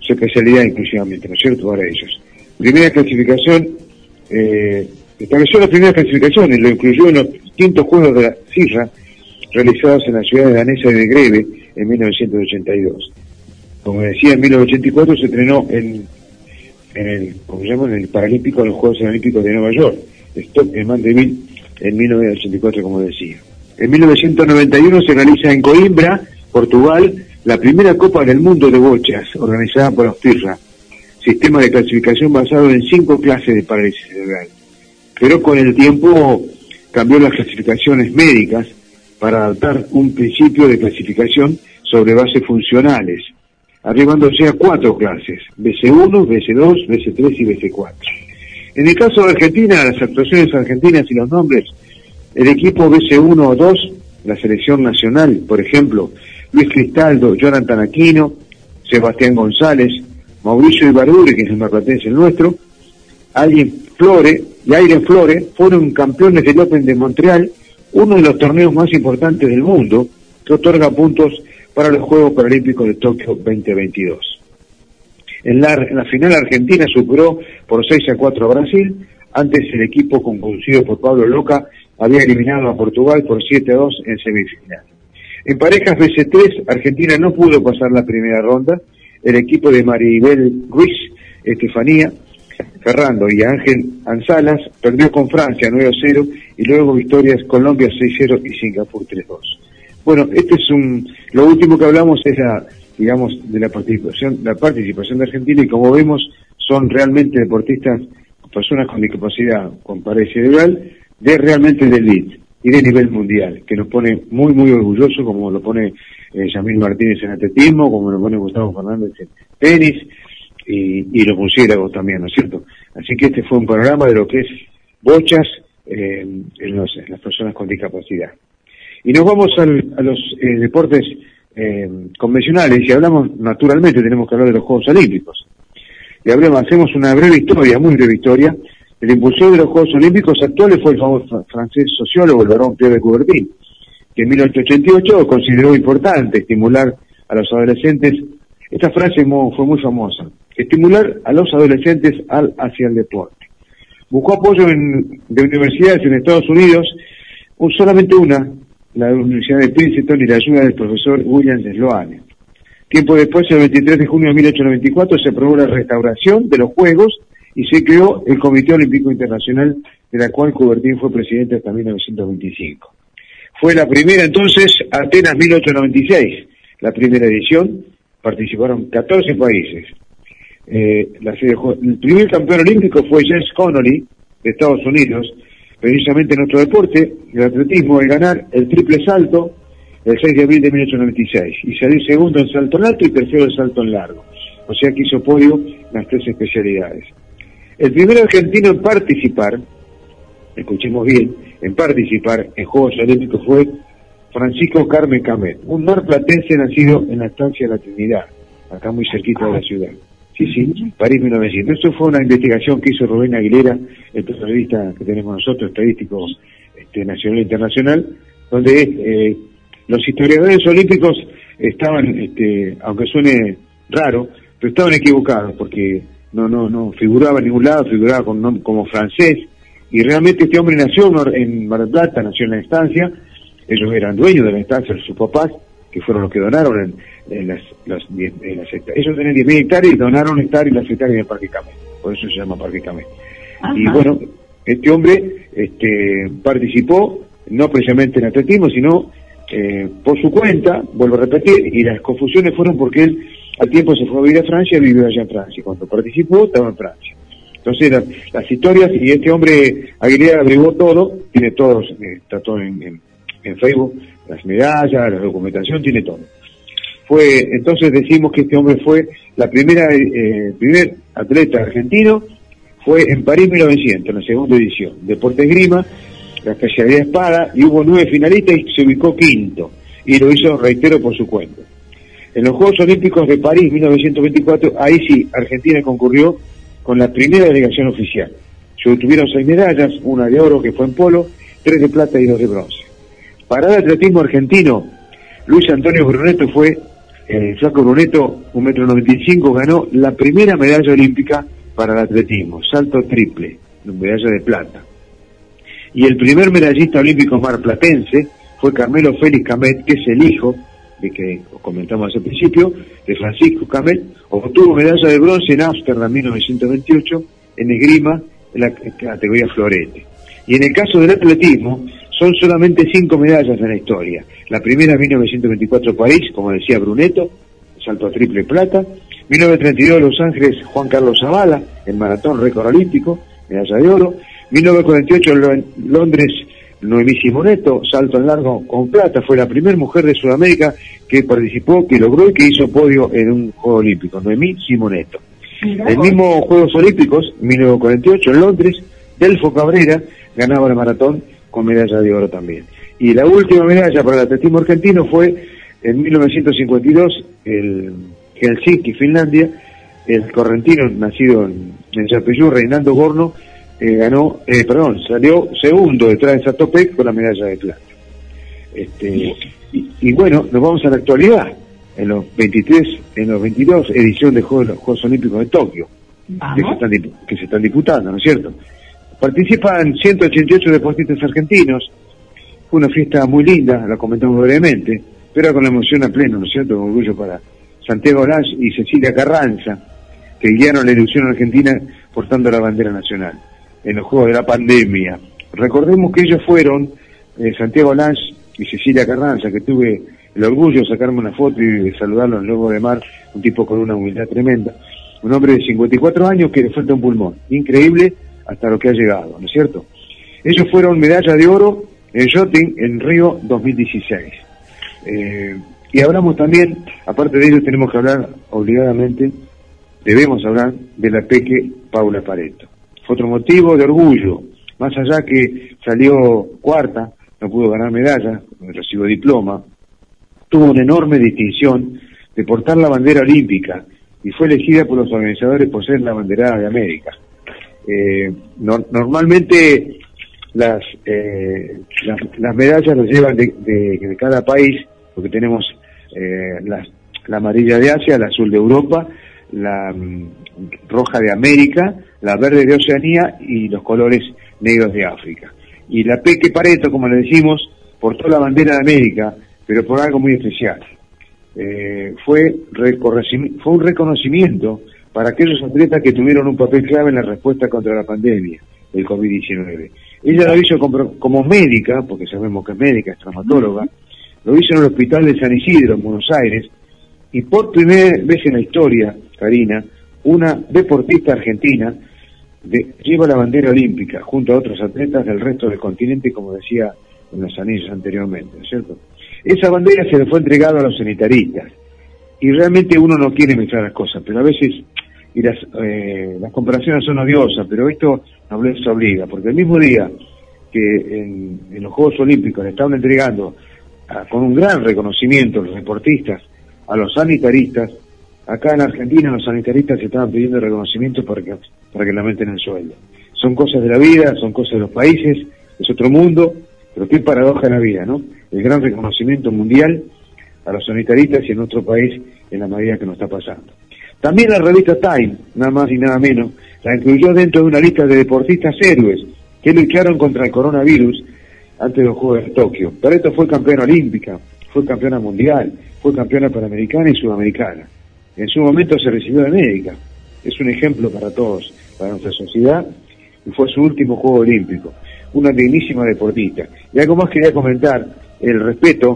[SPEAKER 14] su especialidad exclusivamente, ¿no es cierto?, para ellos. Primera clasificación, eh, estableció la primera clasificación y lo incluyó en los distintos Juegos de la Sierra realizados en la ciudad danesa de Greve en mil novecientos ochenta y dos. Como decía, en mil novecientos ochenta y cuatro se entrenó en, en el, ¿cómo se llama?, en el Paralímpico, en los Juegos Olímpicos de Nueva York, Stock en Mandeville, en mil novecientos ochenta y cuatro, como decía. En mil novecientos noventa y uno se realiza en Coimbra, Portugal, la primera Copa del Mundo de Bochas, organizada por Austirra, sistema de clasificación basado en cinco clases de parálisis cerebral. Pero con el tiempo cambió las clasificaciones médicas para adaptar un principio de clasificación sobre bases funcionales, arribándose a cuatro clases, B C uno, B C dos, B C tres y B C cuatro. En el caso de Argentina, las actuaciones argentinas y los nombres, el equipo B C uno o dos, la selección nacional, por ejemplo, Luis Cristaldo, Jonathan Aquino, Sebastián González, Mauricio Ibaruri, que es el marplatense el nuestro, Alguien Flore y Airen Flore fueron campeones del Open de Montreal, uno de los torneos más importantes del mundo, que otorga puntos para los Juegos Paralímpicos de Tokio veinte veintidós. En la, en la final Argentina superó por seis a cuatro a Brasil. Antes el equipo conducido por Pablo Loca había eliminado a Portugal por siete a dos en semifinal. En parejas B C tres, Argentina no pudo pasar la primera ronda. El equipo de Maribel Ruiz, Estefanía Ferrando y Ángel Ansalas perdió con Francia nueve a cero y luego victorias Colombia seis a cero y Singapur tres a dos. Bueno, este es un, lo último que hablamos es la, digamos, de la participación, la participación de Argentina, y como vemos son realmente deportistas, personas con discapacidad, con parálisis cerebral, de realmente de elite y de nivel mundial, que nos pone muy muy orgullosos, como lo pone eh, Yamil Martínez en atletismo, como lo pone Gustavo Fernández en tenis, y, y los murciélagos también, ¿no es cierto? Así que este fue un panorama de lo que es bochas eh, en, los, en las personas con discapacidad. Y nos vamos al, a los eh, deportes eh, convencionales, y hablamos, naturalmente tenemos que hablar de los Juegos Olímpicos. Y hablamos, hacemos una breve historia, muy breve historia. El impulsor de los Juegos Olímpicos actuales fue el famoso francés sociólogo, el barón Pierre de Coubertin, que en mil ochocientos ochenta y ocho consideró importante estimular a los adolescentes. Esta frase fue muy famosa: estimular a los adolescentes al, hacia el deporte. Buscó apoyo en, de universidades en Estados Unidos, un, solamente una, la Universidad de Princeton, y la ayuda del profesor William Sloane. Tiempo después, el veintitrés de junio de mil ochocientos noventa y cuatro, se aprobó la restauración de los Juegos y se creó el Comité Olímpico Internacional, de la cual Coubertin fue presidente hasta mil novecientos veinticinco. Fue la primera entonces, Atenas mil ochocientos noventa y seis, la primera edición, participaron catorce países. Eh, la, el primer campeón olímpico fue James Connolly, de Estados Unidos, precisamente en nuestro deporte, el atletismo, al ganar el triple salto el seis de abril de mil ochocientos noventa y seis, y salir segundo en salto en alto y tercero en salto en largo. O sea que hizo podio en las tres especialidades. El primer argentino en participar, escuchemos bien, en participar en Juegos Olímpicos fue Francisco Carmen Camet, un marplatense nacido en la estancia de la Trinidad, acá muy cerquita de la ciudad. Sí, sí, París mil novecientos. Esto fue una investigación que hizo Rubén Aguilera, el periodista que tenemos nosotros, estadístico este, nacional e internacional, donde eh, los historiadores olímpicos estaban, este, aunque suene raro, pero estaban equivocados, porque no no no figuraba en ningún lado, figuraba con, no, como francés, y realmente este hombre nació en Mar del Plata, nació en la estancia. Ellos eran dueños de la estancia, sus papás, que fueron los que donaron en, en las, las, en las hectáreas. Ellos tenían diez mil hectáreas y donaron hectáreas y las hectáreas en el Parque Camet, por eso se llama Parque Camet. Ajá. Y bueno, este hombre este, participó, no precisamente en atletismo, sino eh, por su cuenta, vuelvo a repetir, y las confusiones fueron porque él al tiempo se fue a vivir a Francia y vivió allá en Francia. Cuando participó, estaba en Francia. Entonces, la, las historias, y este hombre, Aguilera, averiguó todo, tiene todo, está todo en, en, en Facebook, las medallas, la documentación, tiene todo. Fue, entonces decimos que este hombre fue la primera, eh, primer atleta argentino, fue en París mil novecientos, en la segunda edición, deporte esgrima, la especialidad espada, y hubo nueve finalistas y se ubicó quinto, y lo hizo, reitero, por su cuenta. En los Juegos Olímpicos de París mil novecientos veinticuatro, ahí sí, Argentina concurrió con la primera delegación oficial. Se obtuvieron seis medallas, una de oro que fue en polo, tres de plata y dos de bronce. Para el atletismo argentino, Luis Antonio Brunetto fue el flaco Bruneto, un metro noventa y cinco, ganó la primera medalla olímpica para el atletismo, salto triple, medalla de plata. Y el primer medallista olímpico marplatense fue Carmelo Félix Camet, que es el hijo de que comentamos al principio, de Francisco Camet, obtuvo medalla de bronce en Ámsterdam en mil novecientos veintiocho en esgrima en la categoría florete. Y en el caso del atletismo, son solamente cinco medallas en la historia. La primera en mil novecientos veinticuatro París, como decía Bruneto, salto a triple plata. mil novecientos treinta y dos Los Ángeles, Juan Carlos Zavala, en maratón récord olímpico, medalla de oro. mil novecientos cuarenta y ocho Londres, Noemí Simoneto, salto en largo con plata, fue la primera mujer de Sudamérica que participó, que logró y que hizo podio en un Juego Olímpico, Noemí Simoneto. El mismo Juegos Olímpicos, mil novecientos cuarenta y ocho en Londres, Delfo Cabrera ganaba el maratón con medalla de oro también. Y la última medalla para el atletismo argentino fue en mil novecientos cincuenta y dos, el Helsinki, Finlandia, el correntino nacido en, en Chapeyú, Reinaldo Gorno, eh, ganó, eh, perdón, salió segundo detrás de Satopek con la medalla de plata. Este, y, y bueno, nos vamos a la actualidad, en los veintitrés, en los veintidós edición de Juegos, los Juegos Olímpicos de Tokio, que se, están, que se están disputando, ¿no es cierto? Participan ciento ochenta y ocho deportistas argentinos. Fue una fiesta muy linda, la comentamos brevemente, pero con la emoción a pleno, ¿no es cierto? Con orgullo para Santiago Lanz y Cecilia Carranza, que guiaron la ilusión argentina portando la bandera nacional en los Juegos de la Pandemia. Recordemos que ellos fueron, eh, Santiago Lanz y Cecilia Carranza, que tuve el orgullo de sacarme una foto y de saludarlo en Lobo de Mar, un tipo con una humildad tremenda, un hombre de cincuenta y cuatro años que le falta un pulmón, increíble hasta lo que ha llegado, ¿no es cierto? Ellos fueron medalla de oro en yachting en Río dos mil dieciséis. Eh, y hablamos también, aparte de ello tenemos que hablar obligadamente, debemos hablar de la peque Paula Pareto. Fue otro motivo de orgullo, más allá que salió cuarta, no pudo ganar medalla, recibió diploma, tuvo una enorme distinción de portar la bandera olímpica y fue elegida por los organizadores por ser la banderada de América. Eh, no, normalmente las, eh, las las medallas las llevan de, de, de cada país, porque tenemos eh, las, la amarilla de Asia, la azul de Europa, la mm, roja de América, la verde de Oceanía y los colores negros de África. Y la Peque Pareto, como le decimos, portó la bandera de América, pero por algo muy especial. Eh, fue, fue un reconocimiento para aquellos atletas que tuvieron un papel clave en la respuesta contra la pandemia, el COVID diecinueve. Ella lo hizo como, como médica, porque sabemos que es médica, es traumatóloga, lo hizo en el hospital de San Isidro, en Buenos Aires, y por primera vez en la historia, Karina, una deportista argentina de, lleva la bandera olímpica junto a otros atletas del resto del continente, como decía en los anillos anteriormente, ¿no es cierto? Esa bandera se le fue entregada a los sanitaristas, y realmente uno no quiere mezclar las cosas, pero a veces y las, eh, las comparaciones son odiosas, pero esto nos obliga, porque el mismo día que en, en los Juegos Olímpicos le estaban entregando a, con un gran reconocimiento los deportistas a los sanitaristas, acá en Argentina los sanitaristas se estaban pidiendo reconocimiento para que, para que lamenten el sueldo. Son cosas de la vida, son cosas de los países, es otro mundo, pero qué paradoja en la vida, ¿no? El gran reconocimiento mundial a los sanitaristas y en nuestro país en la medida que nos está pasando. También la revista Time, nada más y nada menos, la incluyó dentro de una lista de deportistas héroes que lucharon contra el coronavirus antes de los Juegos de Tokio. Pareto fue campeona olímpica, fue campeona mundial, fue campeona panamericana y sudamericana. En su momento se recibió de médica. Es un ejemplo para todos, para nuestra sociedad, y fue su último Juego Olímpico. Una dignísima deportista. Y algo más quería comentar, el respeto,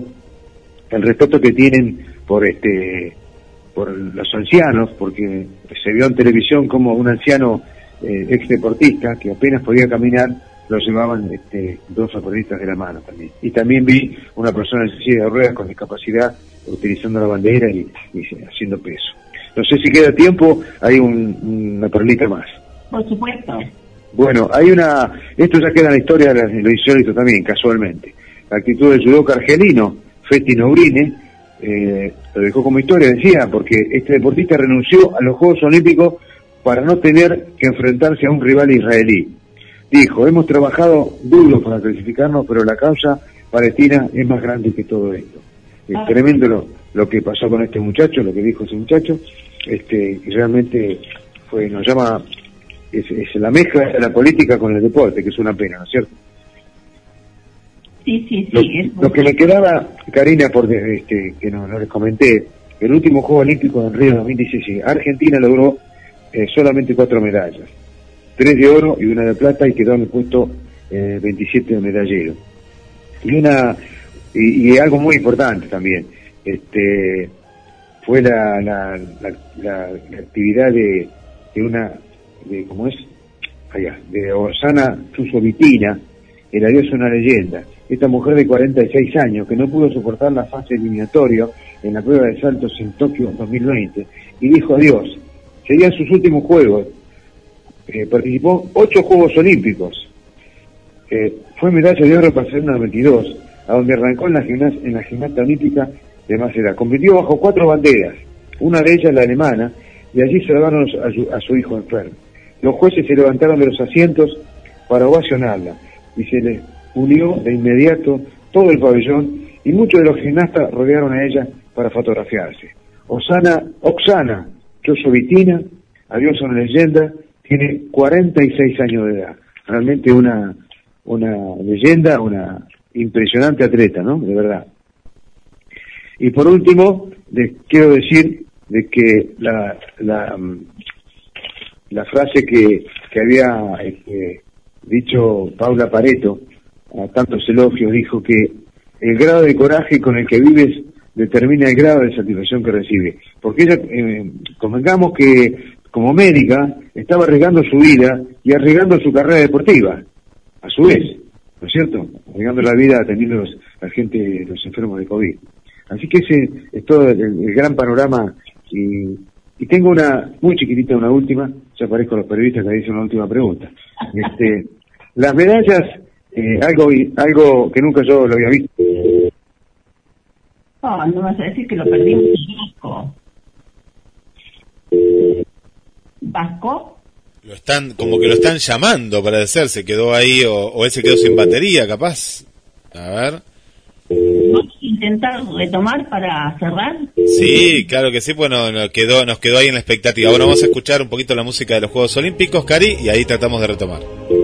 [SPEAKER 14] el respeto que tienen por este por los ancianos, porque se vio en televisión como un anciano eh, ex deportista que apenas podía caminar, lo llevaban este, dos deportistas de la mano también. Y también vi una persona en silla de ruedas con discapacidad utilizando la bandera y, y haciendo peso. No sé si queda tiempo, hay un, una perlita más.
[SPEAKER 3] Por supuesto.
[SPEAKER 14] Bueno, hay una, esto ya queda en la historia de lo insólito también, casualmente. La actitud del judoka argelino, Fethi Nourine, eh, lo dejó como historia, decía, porque este deportista renunció a los Juegos Olímpicos para no tener que enfrentarse a un rival israelí. Dijo, hemos trabajado duro para clasificarnos, pero la causa palestina es más grande que todo esto. Es tremendo lo, lo que pasó con este muchacho, lo que dijo ese muchacho, este, y realmente fue, nos llama, es, es la mezcla de la política con el deporte, que es una pena, ¿no es cierto?
[SPEAKER 3] Sí, sí, sí.
[SPEAKER 14] Lo,
[SPEAKER 3] es
[SPEAKER 14] lo que me quedaba, Karina, por este, que no, no les comenté, el último Juego Olímpico en Río dos mil dieciséis, Argentina logró eh, solamente cuatro medallas, tres de oro y una de plata, y quedó en el puesto eh, veintisiete de medallero. Y una y, y algo muy importante también, este fue la la, la, la, la actividad de, de una, de ¿cómo es? Allá, de Osana Chusovitina, que la diosa una leyenda. Esta mujer de cuarenta y seis años, que no pudo soportar la fase eliminatoria en la prueba de saltos en Tokio dos mil veinte, y dijo adiós. Serían sus últimos juegos. Eh, participó ocho Juegos Olímpicos. Eh, fue medalla de oro para Barcelona noventa y dos, a donde arrancó en la, gimnas- en la gimnasta olímpica de más edad. Compitió bajo cuatro banderas, una de ellas la alemana, y allí se llevaron a su, a su hijo enfermo. Los jueces se levantaron de los asientos para ovacionarla, y se les unió de inmediato todo el pabellón, y muchos de los gimnastas rodearon a ella para fotografiarse. Osana, Oksana Chusovitina, adiós a una leyenda, tiene cuarenta y seis años de edad. Realmente una una leyenda, una impresionante atleta, ¿no? De verdad. Y por último, les quiero decir de que la la, la frase que, que había este, dicho Paula Pareto, a tantos elogios, dijo que el grado de coraje con el que vives determina el grado de satisfacción que recibe. Porque ella, eh, convengamos que como médica estaba arriesgando su vida y arriesgando su carrera deportiva, a su vez, ¿no es cierto? Arriesgando la vida atendiendo a la gente, los enfermos de COVID. Así que ese es todo el, el gran panorama. Y, y tengo una muy chiquitita, una última, ya parezco a los periodistas que dicen una última pregunta. Este, las medallas, eh, algo algo que nunca yo lo había visto.
[SPEAKER 3] Oh, no vas a decir que lo perdimos en Vasco. ¿Vasco?
[SPEAKER 7] Lo están, como que lo están llamando para decir, se quedó ahí, o, o él se quedó sin batería, capaz. A ver.
[SPEAKER 3] ¿Vamos a intentar retomar para cerrar?
[SPEAKER 7] Sí, claro que sí, bueno, nos quedó, nos quedó ahí en la expectativa. Bueno, vamos a escuchar un poquito la música de los Juegos Olímpicos, Cari, y ahí tratamos de retomar.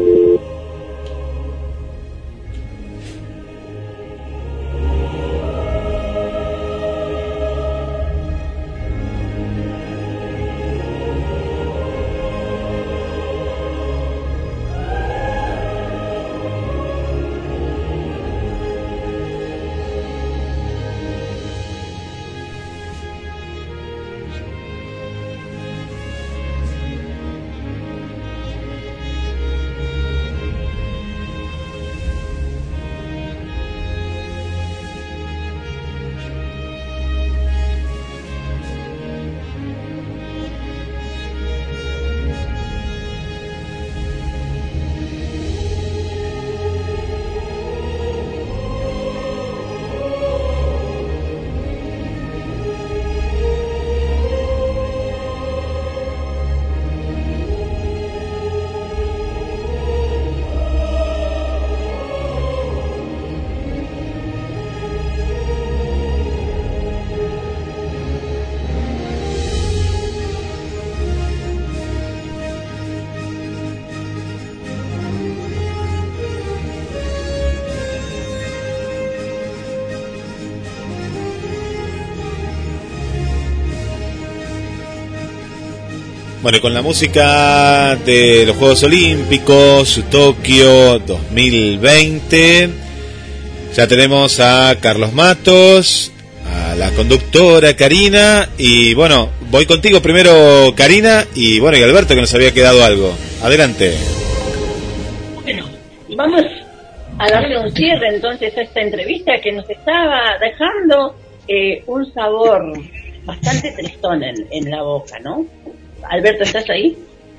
[SPEAKER 7] Bueno, y con la música de los Juegos Olímpicos, Tokio dos mil veinte, ya tenemos a Carlos Matos, a la conductora Karina, y bueno, voy contigo primero, Karina, y bueno, y Alberto, que nos había quedado algo. Adelante.
[SPEAKER 3] Bueno, vamos a darle un cierre entonces a esta entrevista que nos estaba dejando eh, un sabor bastante tristón en, en la boca, ¿no? Alberto, ¿estás ahí?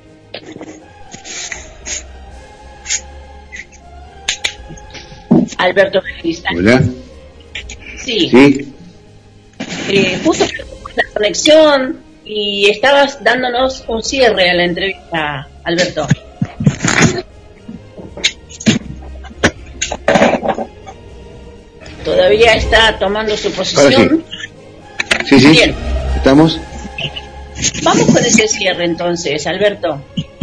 [SPEAKER 3] Alberto Feliz.
[SPEAKER 14] Hola.
[SPEAKER 3] Sí.
[SPEAKER 14] Sí.
[SPEAKER 3] Eh, justo la conexión y estabas dándonos un cierre a la entrevista, Alberto. Todavía está tomando su posición.
[SPEAKER 14] Sí, sí.
[SPEAKER 3] Bien.
[SPEAKER 14] ¿Estamos?
[SPEAKER 3] Vamos con ese cierre entonces, Alberto.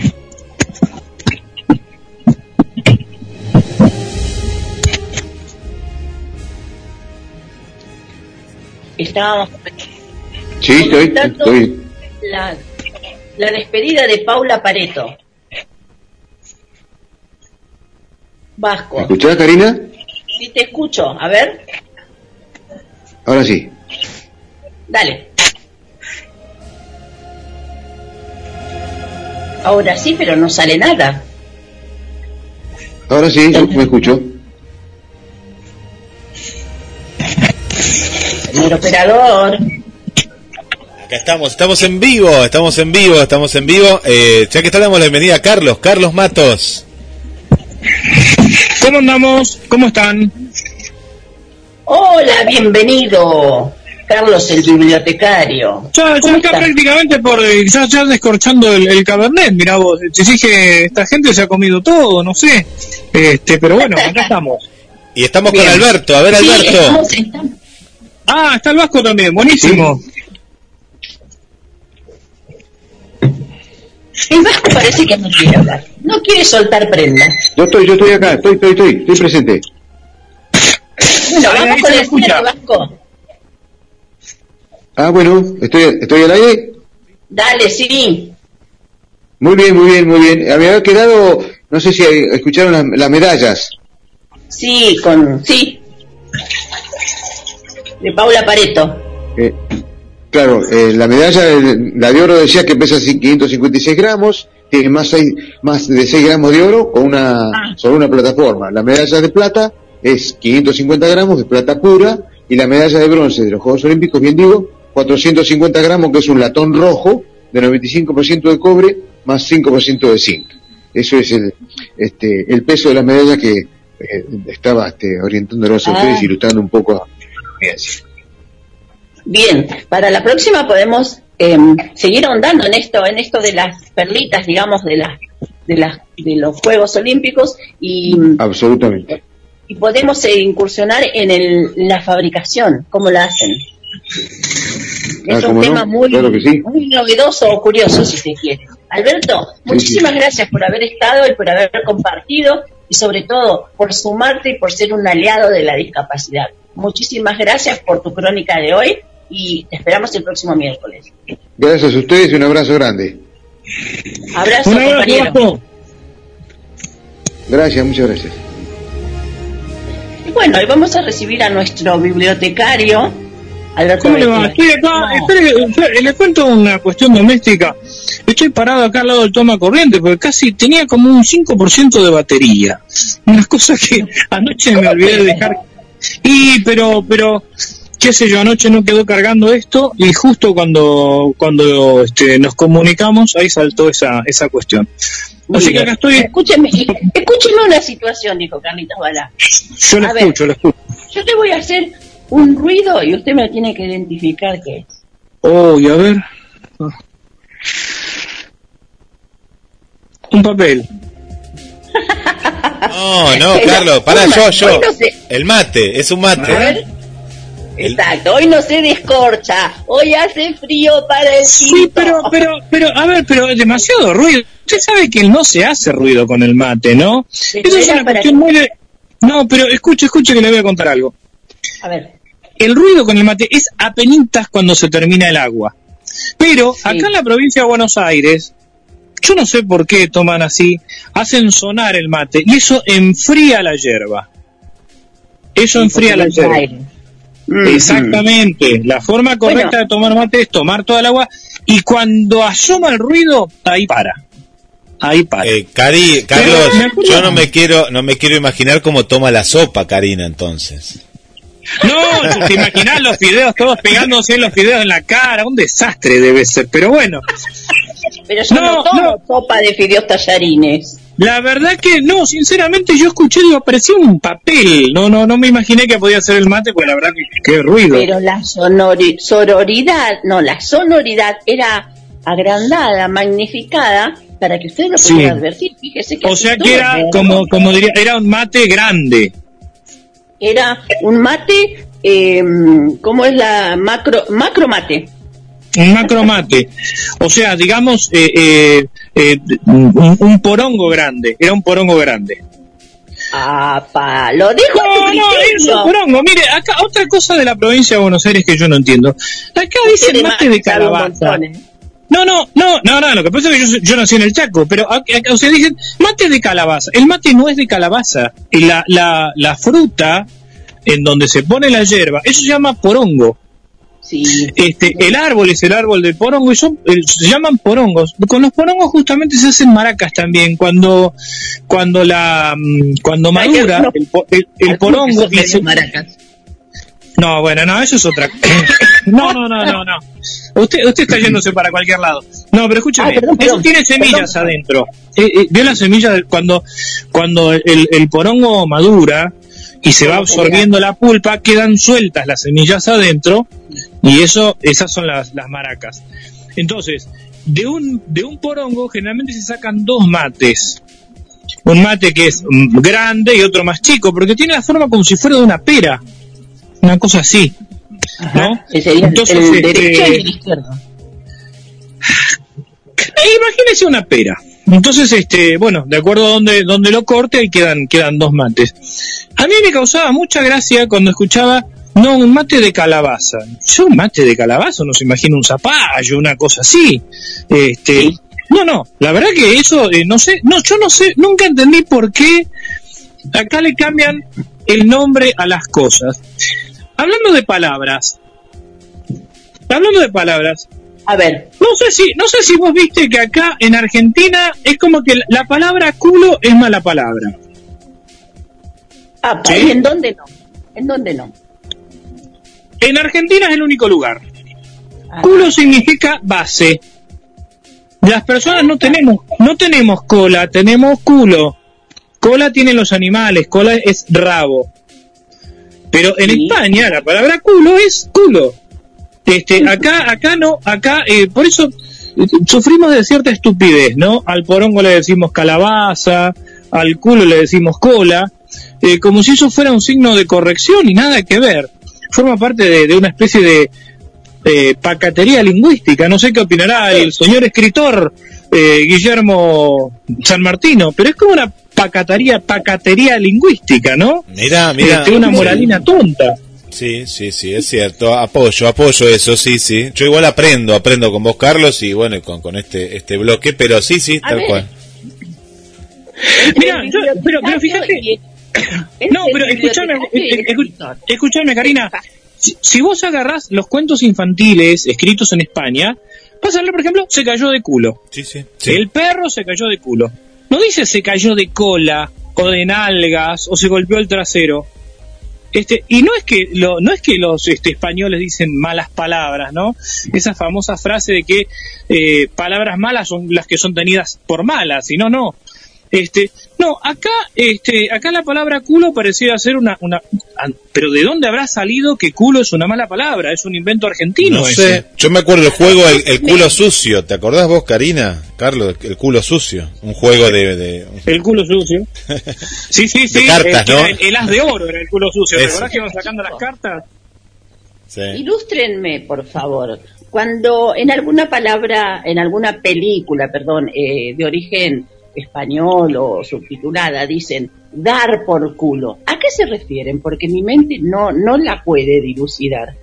[SPEAKER 3] Estábamos
[SPEAKER 14] Sí, estoy, estoy.
[SPEAKER 3] La, la despedida de Paula Pareto. Vasco.
[SPEAKER 14] ¿Me escuchás, Karina?
[SPEAKER 3] Sí, te escucho. A ver,
[SPEAKER 14] Ahora sí.
[SPEAKER 3] dale. Ahora sí, pero no sale nada.
[SPEAKER 14] Ahora sí, yo me escucho.
[SPEAKER 3] Señor operador.
[SPEAKER 7] Acá estamos, estamos en vivo, estamos en vivo, estamos en vivo. Eh, ya que está, damos la bienvenida a Carlos, Carlos Matos.
[SPEAKER 15] ¿Cómo andamos? ¿Cómo están?
[SPEAKER 3] Hola, bienvenido. Carlos, el bibliotecario.
[SPEAKER 15] Ya, ya acá prácticamente por ya, ya descorchando el, el cabernet, mirá vos. Te dije, esta gente se ha comido todo, no sé. Este, pero bueno, acá estamos.
[SPEAKER 7] Y estamos
[SPEAKER 15] Bien.
[SPEAKER 7] con Alberto, a ver,
[SPEAKER 15] Sí,
[SPEAKER 7] Alberto.
[SPEAKER 15] estamos- estamos- Ah, está el Vasco también, buenísimo.
[SPEAKER 3] El Vasco parece que no quiere hablar. No quiere soltar prenda.
[SPEAKER 14] Yo estoy, yo estoy acá, estoy, estoy, estoy, estoy presente.
[SPEAKER 3] Bueno,
[SPEAKER 14] Ahí,
[SPEAKER 3] vamos
[SPEAKER 14] ahí
[SPEAKER 3] con
[SPEAKER 14] se
[SPEAKER 3] el
[SPEAKER 14] escucha.
[SPEAKER 3] cierre, Vasco.
[SPEAKER 14] Ah, bueno, estoy, estoy al aire.
[SPEAKER 3] Dale, sí.
[SPEAKER 14] Muy bien, muy bien, muy bien. Me había quedado, no sé si escucharon las, las medallas.
[SPEAKER 3] Sí, con... Sí. De Paula Pareto.
[SPEAKER 14] Eh, claro, eh, la medalla, de- la de oro decía que pesa quinientos cincuenta y seis gramos, tiene más, seis, más de seis gramos de oro con una, sobre una plataforma. La medalla de plata es quinientos cincuenta gramos de plata pura, y la medalla de bronce de los Juegos Olímpicos, bien digo, cuatrocientos cincuenta gramos, que es un latón rojo de noventa y cinco por ciento de cobre más cinco por ciento de zinc. Eso es el, este, el peso de la medalla que eh, estaba este, orientándolos a
[SPEAKER 3] Ah.
[SPEAKER 14] ustedes, ilustrando un poco a la audiencia.
[SPEAKER 3] Bien, para la próxima podemos eh, seguir ahondando en esto, en esto de las perlitas, digamos, de las, de las, de los Juegos Olímpicos y,
[SPEAKER 14] Absolutamente.
[SPEAKER 3] y podemos eh, incursionar en el, la fabricación, cómo la hacen.
[SPEAKER 14] Ah,
[SPEAKER 3] Es un
[SPEAKER 14] ¿cómo
[SPEAKER 3] tema
[SPEAKER 14] no?
[SPEAKER 3] muy,
[SPEAKER 14] Claro que sí.
[SPEAKER 3] muy novedoso o curioso, si se quiere. Alberto, muchísimas gracias por haber estado y por haber compartido y sobre todo por sumarte y por ser un aliado de la discapacidad. Muchísimas gracias por tu crónica de hoy y te esperamos el próximo miércoles.
[SPEAKER 14] Gracias a ustedes y un abrazo grande.
[SPEAKER 3] Abrazo,
[SPEAKER 15] Un abrazo,
[SPEAKER 3] compañero.
[SPEAKER 15] Vasco.
[SPEAKER 14] Gracias, muchas gracias.
[SPEAKER 3] Y bueno, hoy vamos a recibir a nuestro bibliotecario, Alberto
[SPEAKER 15] ¿Cómo le va?
[SPEAKER 3] Bettini.
[SPEAKER 15] Estoy acá, espere, espere, le cuento una cuestión doméstica. Estoy parado acá al lado del toma corriente porque casi tenía como un cinco por ciento de batería. Una cosa que anoche me olvidé de dejar. Y, pero, pero, qué sé yo, anoche no quedó cargando esto y justo cuando, cuando este, nos comunicamos, ahí saltó esa, esa cuestión. Así que acá estoy.
[SPEAKER 3] Escúcheme, escúcheme una situación, dijo Carlitos Balá.
[SPEAKER 15] Yo lo
[SPEAKER 3] A ver.
[SPEAKER 15] escucho, lo escucho.
[SPEAKER 3] Yo te voy a hacer un ruido y usted me tiene que identificar qué es.
[SPEAKER 15] Oh, y a ver. Un papel.
[SPEAKER 7] No, no, Carlos, para
[SPEAKER 3] Hoy
[SPEAKER 7] yo,
[SPEAKER 3] no-
[SPEAKER 7] yo.
[SPEAKER 3] hoy no sé.
[SPEAKER 7] El mate, es un mate.
[SPEAKER 3] A ver. Exacto, hoy no se descorcha, hoy hace frío para el
[SPEAKER 15] Sí, pero, pero, pero, a ver, pero es demasiado ruido. Usted sabe que no se hace ruido con el mate, ¿no?
[SPEAKER 3] Pero
[SPEAKER 15] Eso es
[SPEAKER 3] era
[SPEAKER 15] una
[SPEAKER 3] para
[SPEAKER 15] cuestión muy... de- No, pero escuche, escuche que le voy a contar algo.
[SPEAKER 3] A ver.
[SPEAKER 15] El ruido con el mate es apenitas cuando se termina el agua. Pero acá en la provincia de Buenos Aires, yo no sé por qué toman así, hacen sonar el mate y eso enfría la yerba. Eso enfría la yerba. Exactamente. La forma correcta
[SPEAKER 3] Bueno.
[SPEAKER 15] de tomar mate es tomar toda el agua y cuando asoma el ruido, ahí para. Ahí para.
[SPEAKER 7] Eh, Cari, Carlos,
[SPEAKER 15] Pero me acuerdo-
[SPEAKER 7] yo no me quiero, no me quiero imaginar cómo toma la sopa, Karina, entonces.
[SPEAKER 15] No, te imaginás los fideos todos pegándose en los fideos en la cara, un desastre debe ser, pero bueno.
[SPEAKER 3] Pero yo no,
[SPEAKER 15] No,
[SPEAKER 3] tomo
[SPEAKER 15] no.
[SPEAKER 3] sopa de fideos tallarines.
[SPEAKER 15] La verdad que no, sinceramente yo escuché, digo, parecía un papel, no, no, no me imaginé que podía ser el mate, pues la verdad que qué ruido.
[SPEAKER 3] Pero la sonori- sororidad, no, la sonoridad era agrandada, magnificada, para que usted lo
[SPEAKER 15] Sí.
[SPEAKER 3] pudiera advertir. Fíjese que
[SPEAKER 15] O sea
[SPEAKER 3] así
[SPEAKER 15] que
[SPEAKER 3] todo,
[SPEAKER 15] era,
[SPEAKER 3] ¿verdad?
[SPEAKER 15] como, como diría, era un mate grande.
[SPEAKER 3] Era un mate eh, ¿cómo es la macro, macromate?
[SPEAKER 15] Un macromate. O sea, digamos, eh, eh, eh, un, un porongo grande. Era un porongo grande.
[SPEAKER 3] Ah, pa, lo dejo
[SPEAKER 15] no,
[SPEAKER 3] a tu
[SPEAKER 15] no, es un porongo. Mire, acá otra cosa de la provincia de Buenos Aires que yo no entiendo. Acá dicen mate de calabaza. No, no, no, no, no, lo que pasa es que yo, yo nací en el Chaco, pero acá, o sea, dicen mate de calabaza. El mate no es de calabaza. Y la, la, la fruta en donde se pone la hierba, eso se llama porongo.
[SPEAKER 3] Sí.
[SPEAKER 15] Este, el árbol es el árbol del porongo y son, el, se llaman porongos. Con los porongos justamente se hacen maracas también cuando cuando la cuando madura el, el, el porongo y se... maracas. No, bueno, no, eso es otra. No, no, no, no, no. Usted usted está yéndose para cualquier lado. No, pero escúchame, ah, perdón, perdón, eso tiene semillas perdón. adentro. Eh, eh, ¿Vio las semillas cuando cuando el, el porongo madura y se va absorbiendo la pulpa, quedan sueltas las semillas adentro y eso, esas son las, las maracas. Entonces, de un, de un porongo generalmente se sacan dos mates. Un mate que es grande y otro más chico, porque tiene la forma como si fuera de una pera. Una cosa así. ¿No?
[SPEAKER 3] Ajá, sería entonces, el, el
[SPEAKER 15] este,
[SPEAKER 3] derecho y el izquierdo.
[SPEAKER 15] Imagínese una pera. Entonces, este, bueno, de acuerdo a donde, donde lo corte, ahí quedan, quedan dos mates. A mí me causaba mucha gracia cuando escuchaba, no, un mate de calabaza. Yo un mate de calabaza, no se imagina un zapallo, una cosa así. Este, sí. No, no, la verdad que eso, eh, no sé, no, yo no sé, nunca entendí por qué acá le cambian el nombre a las cosas. Hablando de palabras, hablando de palabras,
[SPEAKER 3] a ver,
[SPEAKER 15] no sé si, no sé si vos viste que acá en Argentina es como que la palabra culo es mala palabra.
[SPEAKER 3] Ah, ¿sí? ¿Y en dónde no? ¿En dónde no?
[SPEAKER 15] En Argentina es el único lugar. Ajá. Culo significa base. Las personas no tenemos, no tenemos cola, tenemos culo. Cola tienen los animales, cola es rabo. Pero en ¿sí? España la palabra culo es culo. Este, acá, acá no, acá, eh, por eso eh, sufrimos de cierta estupidez, ¿no? Al porongo le decimos calabaza, al culo le decimos cola, eh, como si eso fuera un signo de corrección y nada que ver. Forma parte de, de una especie de eh, pacatería lingüística. No sé qué opinará el señor escritor eh, Guillermo San Martino, pero es como una pacatería, pacatería lingüística, ¿no?
[SPEAKER 7] Mira, mira.
[SPEAKER 15] Este, una moralina tonta.
[SPEAKER 7] Sí, sí, sí, es cierto, apoyo, apoyo eso, sí, sí. Yo igual aprendo, aprendo con vos, Carlos, y bueno, con, con este este bloque, pero sí, sí, tal cual.
[SPEAKER 15] Mira, yo, pero, pero fíjate... No, pero escúchame, escúchame, Karina, si, si vos agarrás los cuentos infantiles escritos en España, vas a ver, por ejemplo, se cayó de culo.
[SPEAKER 7] Sí, sí, sí.
[SPEAKER 15] El perro se cayó de culo. No dice se cayó de cola, o de nalgas, o se golpeó el trasero. Este, y no es que lo, no es que los este, españoles dicen malas palabras, ¿no? Esa famosa frase de que eh, palabras malas son las que son tenidas por malas, y no, no. Este, no, acá, este, acá la palabra culo pareciera ser una, una, pero ¿de dónde habrá salido que culo es una mala palabra? Es un invento argentino.
[SPEAKER 7] No
[SPEAKER 15] ese.
[SPEAKER 7] sé, yo me acuerdo del juego el, el culo sucio, ¿te acordás vos, Karina? Carlos, el culo sucio, un juego de... de...
[SPEAKER 15] El culo sucio. Sí, sí, sí.
[SPEAKER 7] De cartas,
[SPEAKER 15] el,
[SPEAKER 7] ¿no?
[SPEAKER 15] El, el as de oro era el culo sucio, ¿te acordás que iban sacando las cartas?
[SPEAKER 7] Sí.
[SPEAKER 3] Ilústrenme, por favor. Cuando en alguna palabra, en alguna película, perdón, eh, de origen español o subtitulada dicen dar por culo, ¿a qué se refieren? Porque mi mente no no la puede dilucidar.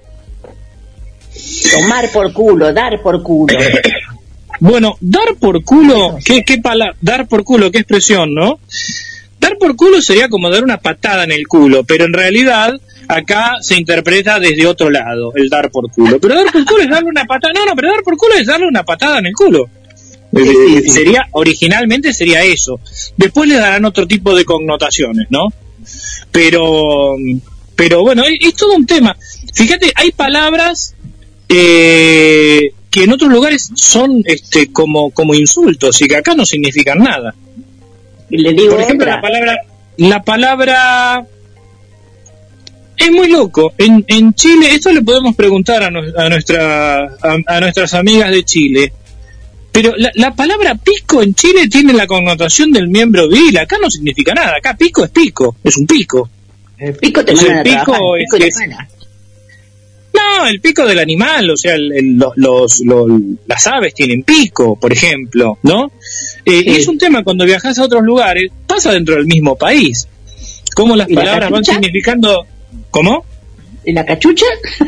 [SPEAKER 3] Tomar por culo, dar por culo.
[SPEAKER 15] Bueno, dar por culo, ¿qué, qué pala, dar por culo, qué expresión, ¿no? Dar por culo sería como dar una patada en el culo, pero en realidad acá se interpreta desde otro lado el dar por culo. Pero dar por culo es darle una patada, no, no, pero dar por culo es darle una patada en el culo. Sí, sí, sí. Sería, originalmente sería eso. Después le darán otro tipo de connotaciones, ¿no? Pero, pero bueno, es, es todo un tema. Fíjate, hay palabras eh, que en otros lugares son este como como insultos y que acá no significan nada.
[SPEAKER 3] Le digo
[SPEAKER 15] Por ejemplo,
[SPEAKER 3] otra.
[SPEAKER 15] la palabra, la palabra es muy loco. En, en Chile, esto le podemos preguntar a, no, a nuestra a, a nuestras amigas de Chile. Pero la, la palabra pico en Chile tiene la connotación del miembro viril. Acá no significa nada. Acá pico es pico, es un pico.
[SPEAKER 3] El pico te
[SPEAKER 15] o sea,
[SPEAKER 3] manda
[SPEAKER 15] el pico
[SPEAKER 3] a trabajar,
[SPEAKER 15] es,
[SPEAKER 3] pico
[SPEAKER 15] es, No, el pico del animal, o sea, el, el, los, los, los, las aves tienen pico, por ejemplo, ¿no? Eh, sí. Y es un tema, cuando viajas a otros lugares, pasa dentro del mismo país. Cómo las palabras van significando... ¿Cómo?
[SPEAKER 3] ¿Y la cachucha?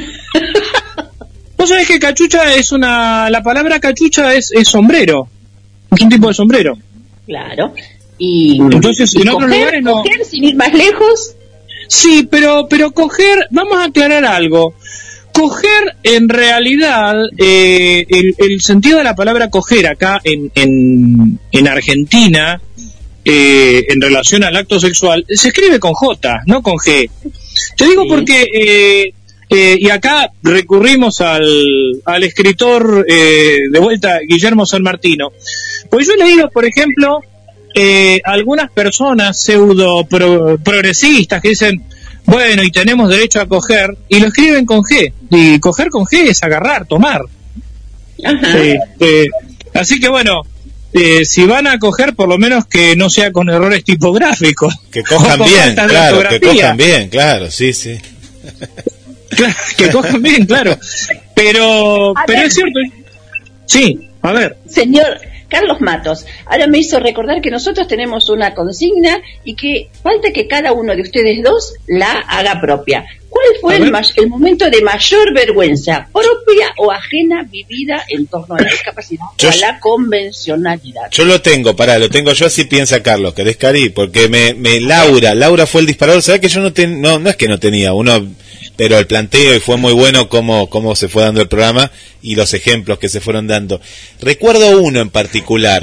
[SPEAKER 15] Vos sabés que cachucha es una... La palabra cachucha es, es sombrero, es un tipo de sombrero.
[SPEAKER 3] Claro. Y
[SPEAKER 15] entonces
[SPEAKER 3] y
[SPEAKER 15] en otros
[SPEAKER 3] coger,
[SPEAKER 15] lugares no...
[SPEAKER 3] Coger, sin ir más lejos...
[SPEAKER 15] Sí, pero, pero coger, vamos a aclarar algo. Coger, en realidad, eh, el, el sentido de la palabra coger acá en, en, en Argentina, eh, en relación al acto sexual, se escribe con J, no con G. Te digo sí. porque, eh, eh, y acá recurrimos al, al escritor eh, de vuelta, Guillermo San Martino. Pues yo he leído, por ejemplo... Eh, algunas personas pseudo pro, progresistas que dicen, bueno, y tenemos derecho a coger, y lo escriben con G, y coger con G es agarrar, tomar. Eh, eh, así que bueno, eh, si van a coger, por lo menos que no sea con errores tipográficos.
[SPEAKER 7] Que cojan bien, claro, que cojan bien, claro, sí, sí.
[SPEAKER 15] Claro, que cojan bien, claro. Pero, a pero ver. Es cierto. Sí, a ver.
[SPEAKER 3] Señor Carlos Matos, ahora me hizo recordar que nosotros tenemos una consigna y que falta que cada uno de ustedes dos la haga propia. ¿Cuál fue el, el momento de mayor vergüenza, propia o ajena, vivida en torno a la discapacidad yo, o a la convencionalidad?
[SPEAKER 7] Yo lo tengo, pará, lo tengo yo, así piensa Carlos, ¿querés, Cari? Porque me, me Laura, Laura fue el disparador. ¿Sabés que yo no ten, no, no es que no tenía uno, pero el planteo y fue muy bueno cómo, cómo se fue dando el programa y los ejemplos que se fueron dando. Recuerdo uno en particular.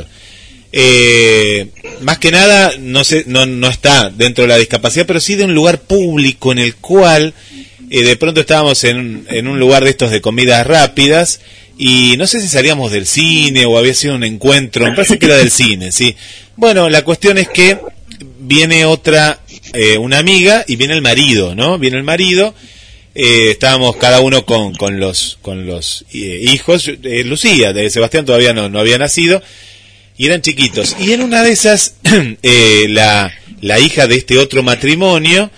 [SPEAKER 7] Eh, más que nada no sé, no, no está dentro de la discapacidad, pero sí de un lugar público en el cual eh, de pronto estábamos en, en un lugar de estos de comidas rápidas y no sé si salíamos del cine o había sido un encuentro, me parece que era del cine, sí. Bueno, la cuestión es que viene otra, eh, una amiga y viene el marido, ¿no? Viene el marido, eh, estábamos cada uno con, con los, con los eh, hijos, eh, Lucía, de Sebastián todavía no, no había nacido, y eran chiquitos. Y en una de esas, eh, la, la hija de este otro matrimonio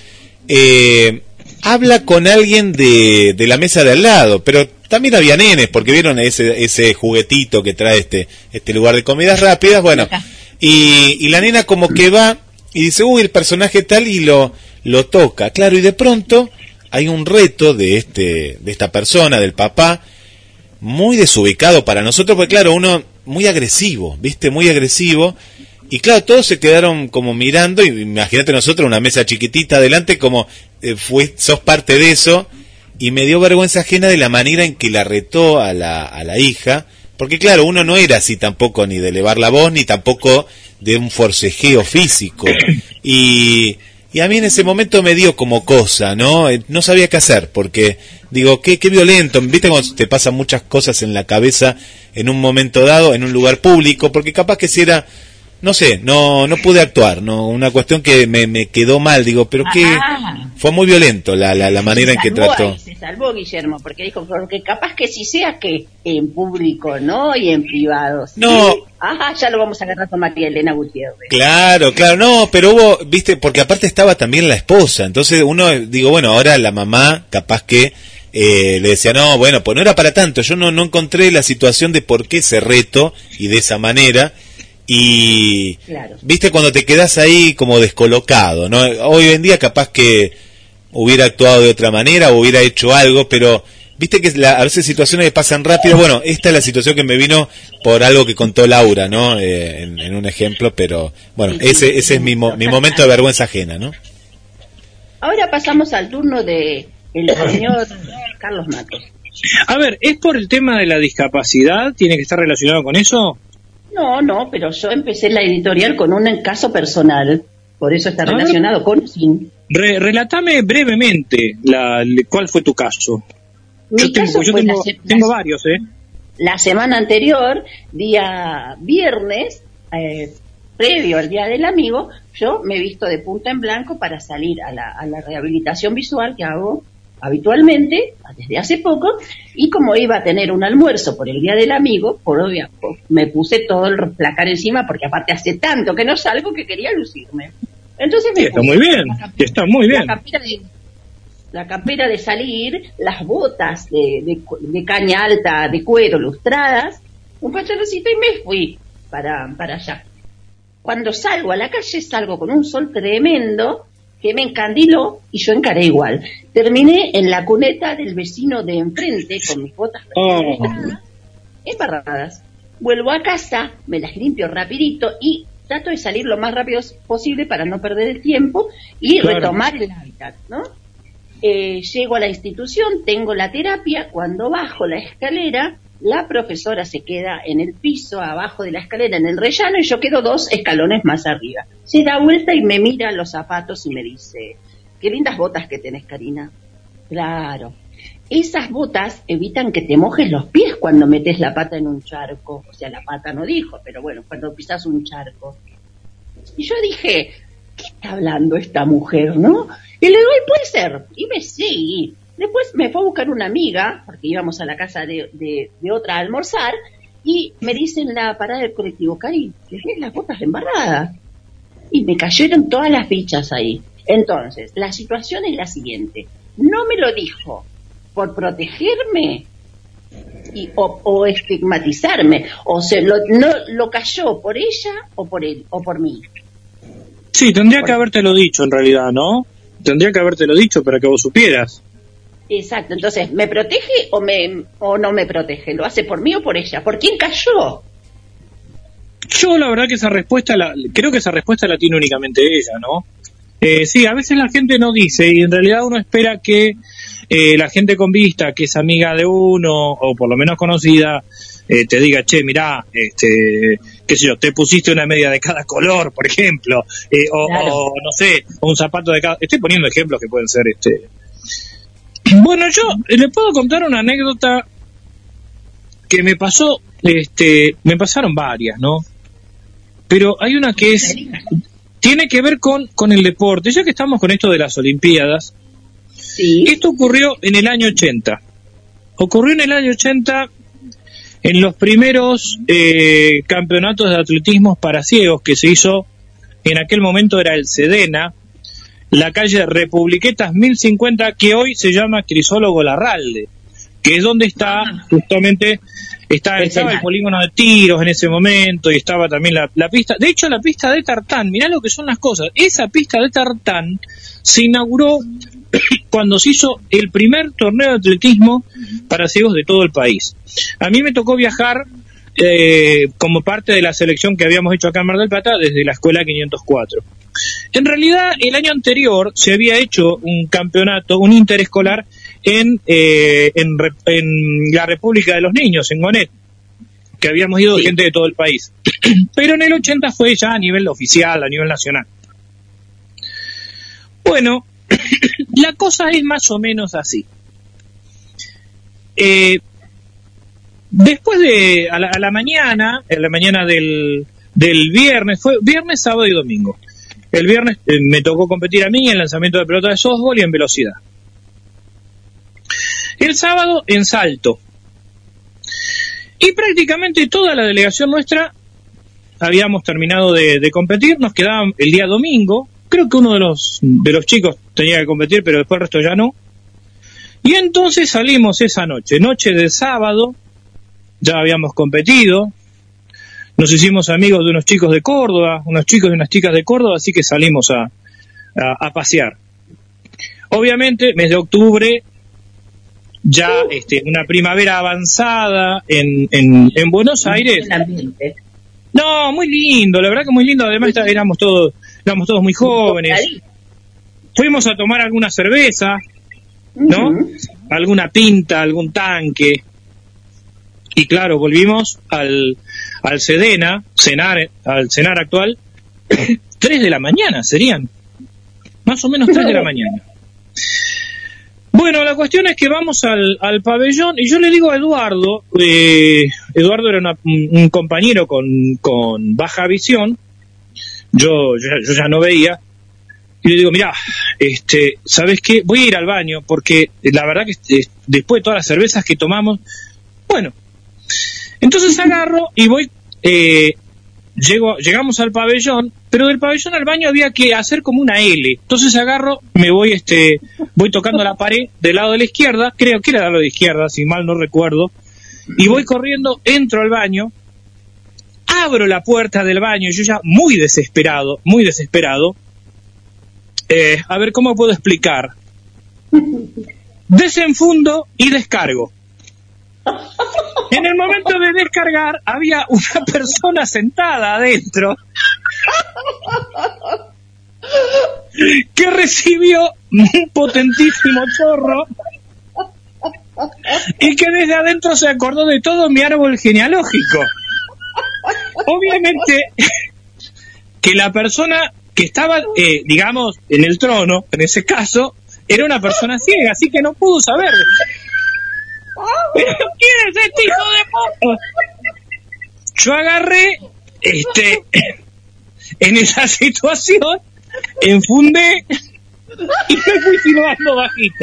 [SPEAKER 7] eh, habla con alguien de, de la mesa de al lado, pero también había nenes, porque vieron ese, ese juguetito que trae este, este lugar de comidas rápidas. Bueno, y, y la nena como que va y dice, uy, el personaje tal, y lo, lo toca. Claro, y de pronto hay un reto de, este, de esta persona, del papá, muy desubicado para nosotros, porque claro, uno... muy agresivo, ¿viste? Muy agresivo. Y claro, todos se quedaron como mirando, y imagínate nosotros, una mesa chiquitita adelante, como eh, fue, sos parte de eso, y me dio vergüenza ajena de la manera en que la retó a la, a la hija, porque claro, uno no era así tampoco ni de elevar la voz, ni tampoco de un forcejeo físico. Y... Y a mí en ese momento me dio como cosa, ¿no? No sabía qué hacer, porque digo, qué, qué violento, ¿viste? Cuando te pasan muchas cosas en la cabeza en un momento dado, en un lugar público, porque capaz que si era, no sé, no no pude actuar, no, una cuestión que me, me quedó mal, digo, pero que fue muy violento la, la, la manera en que trató.
[SPEAKER 3] Ahí, se salvó Guillermo, porque dijo, porque capaz que si sea que en público, ¿no? Y en privado. ¿Sí?
[SPEAKER 7] No.
[SPEAKER 3] Ajá, ya lo vamos a agarrar con María Elena Gutiérrez.
[SPEAKER 7] Claro, claro, no, pero hubo, viste, porque aparte estaba también la esposa, entonces uno, digo, bueno, ahora la mamá, capaz que eh, le decía, no, bueno, pues no era para tanto, yo no, no encontré la situación de por qué ese reto y de esa manera, y, claro. Viste, cuando te quedás ahí como descolocado, ¿no? Hoy en día capaz que hubiera actuado de otra manera, o hubiera hecho algo, pero... Viste que la, a veces situaciones que pasan rápido. Bueno, esta es la situación que me vino por algo que contó Laura, ¿no? Eh, en, en un ejemplo, pero bueno, sí, ese, ese es mi, mo, mi momento de vergüenza ajena, ¿no?
[SPEAKER 3] Ahora pasamos al turno de el señor Carlos Matos.
[SPEAKER 15] A ver, ¿es por el tema de la discapacidad? ¿Tiene que estar relacionado con eso?
[SPEAKER 3] No, no, pero yo empecé la editorial con un caso personal, por eso está relacionado ver, con sin.
[SPEAKER 15] Re, relatame brevemente la, cuál fue tu caso.
[SPEAKER 3] Mi
[SPEAKER 15] yo
[SPEAKER 3] caso
[SPEAKER 15] tengo, yo
[SPEAKER 3] fue
[SPEAKER 15] tengo,
[SPEAKER 3] la,
[SPEAKER 15] tengo
[SPEAKER 3] la,
[SPEAKER 15] varios, ¿eh?
[SPEAKER 3] La semana anterior, día viernes, eh, previo al Día del Amigo, yo me he visto de punta en blanco para salir a la, a la rehabilitación visual que hago habitualmente, desde hace poco, y como iba a tener un almuerzo por el Día del Amigo, por obvio, me puse todo el placar encima, porque aparte hace tanto que no salgo que quería lucirme. Entonces me
[SPEAKER 15] sí, está muy bien, está muy bien.
[SPEAKER 3] La campera de, la campera de salir, las botas de, de, de caña alta de cuero lustradas, un pantaloncito y me fui para, para allá. Cuando salgo a la calle salgo con un sol tremendo que me encandiló y yo encaré igual. Terminé en la cuneta del vecino de enfrente con mis botas
[SPEAKER 15] Oh.
[SPEAKER 3] embarradas. Vuelvo a casa, me las limpio rapidito y trato de salir lo más rápido posible para no perder el tiempo y
[SPEAKER 15] Claro.
[SPEAKER 3] retomar el hábitat, ¿no? Eh, llego a la institución, tengo la terapia, cuando bajo la escalera, la profesora se queda en el piso, abajo de la escalera, en el rellano, y yo quedo dos escalones más arriba. Se da vuelta y me mira los zapatos y me dice, qué lindas botas que tenés, Karina. Claro. Esas botas evitan que te mojes los pies cuando metes la pata en un charco. O sea, la pata no dijo, pero bueno, cuando pisas un charco. Y yo dije, ¿qué está hablando esta mujer, no? Y le digo, "Ay, puede ser". Y me seguí. Después me fue a buscar una amiga, porque íbamos a la casa de, de, de otra a almorzar, y me dice en la parada del colectivo, Cari, ¿tenés las botas embarradas? Y me cayeron todas las fichas ahí. Entonces, la situación es la siguiente. No me lo dijo por protegerme y, o, o estigmatizarme, o se lo, no, lo cayó por ella o por él, o por mí.
[SPEAKER 15] Sí, tendría que habértelo dicho en realidad, ¿no? Tendría que habértelo dicho para que vos supieras.
[SPEAKER 3] Exacto, entonces, ¿me protege o me o no me protege? ¿Lo hace por mí o por ella? ¿Por quién cayó?
[SPEAKER 15] Yo la verdad que esa respuesta, la, creo que esa respuesta la tiene únicamente ella, ¿no? Eh, sí, a veces la gente no dice y en realidad uno espera que eh, la gente con vista, que es amiga de uno o por lo menos conocida, eh, te diga, che, mirá, este, qué sé yo, te pusiste una media de cada color, por ejemplo, eh, o,
[SPEAKER 3] Claro.
[SPEAKER 15] o no sé, o un zapato de cada... Estoy poniendo ejemplos que pueden ser, este... Bueno, yo le puedo contar una anécdota que me pasó, este, me pasaron varias, ¿no? Pero hay una que es, tiene que ver con, con el deporte, ya que estamos con esto de las Olimpiadas.
[SPEAKER 3] Sí.
[SPEAKER 15] Esto ocurrió en el año ochenta. Ocurrió en el año ochenta en los primeros eh, campeonatos de atletismo para ciegos que se hizo, en aquel momento era el Sedena, la calle Republiquetas mil cincuenta, que hoy se llama Crisólogo Larralde, que es donde está justamente, está, estaba el polígono de tiros en ese momento y estaba también la, la pista, de hecho la pista de tartán, mirá lo que son las cosas, esa pista de tartán se inauguró cuando se hizo el primer torneo de atletismo para ciegos de todo el país. A mí me tocó viajar eh, como parte de la selección que habíamos hecho acá en Mar del Plata desde la escuela quinientos cuatro. En realidad, el año anterior se había hecho un campeonato, un interescolar, en, eh, en, en la República de los Niños, en Gonet, que habíamos ido sí. gente de todo el país. Pero en el ochenta fue ya a nivel oficial, a nivel nacional. Bueno, la cosa es más o menos así. Eh, después de, a la, a la mañana, a la mañana del, del viernes, fue viernes, sábado y domingo. El viernes eh, me tocó competir a mí en lanzamiento de pelota de softball y en velocidad. El sábado en salto. Y prácticamente toda la delegación nuestra habíamos terminado de, de competir. Nos quedaba el día domingo. Creo que uno de los, de los chicos tenía que competir, pero después el resto ya no. Y entonces salimos esa noche, noche de sábado. Ya habíamos competido. Nos hicimos amigos de unos chicos de Córdoba, unos chicos y unas chicas de Córdoba, así que salimos a, a, a pasear. Obviamente, mes de octubre, ya este, una primavera avanzada en, en, en Buenos Aires. No, muy lindo, la verdad que muy lindo. Además, éramos todos, éramos todos muy jóvenes. Fuimos a tomar alguna cerveza, ¿no? Uh-huh. Alguna pinta, algún tanque. Y claro, volvimos al, al Sedena, cenar, al cenar actual, tres de la mañana serían, más o menos tres de la mañana. Bueno, la cuestión es que vamos al, al pabellón y yo le digo a Eduardo, eh, Eduardo era una, un compañero con, con baja visión, yo, yo, yo ya no veía, y le digo, mirá, este, ¿sabes qué? Voy a ir al baño porque la verdad que eh, después de todas las cervezas que tomamos, bueno, entonces agarro y voy, eh, llego, llegamos al pabellón, pero del pabellón al baño había que hacer como una L. Entonces agarro, me voy este, voy tocando la pared del lado de la izquierda, creo que era del lado de la izquierda, si mal no recuerdo, y voy corriendo, entro al baño, abro la puerta del baño, yo ya muy desesperado, muy desesperado, eh, a ver cómo puedo explicar. Desenfundo y descargo. En el momento de descargar había una persona sentada adentro que recibió un potentísimo chorro y que desde adentro se acordó de todo mi árbol genealógico. Obviamente que la persona que estaba, eh, digamos, en el trono, en ese caso, era una persona ciega, así que no pudo saber. ¿Pero quién es este hijo de puta? Yo agarré, este, en esa situación, enfundé y me fui silbando bajito.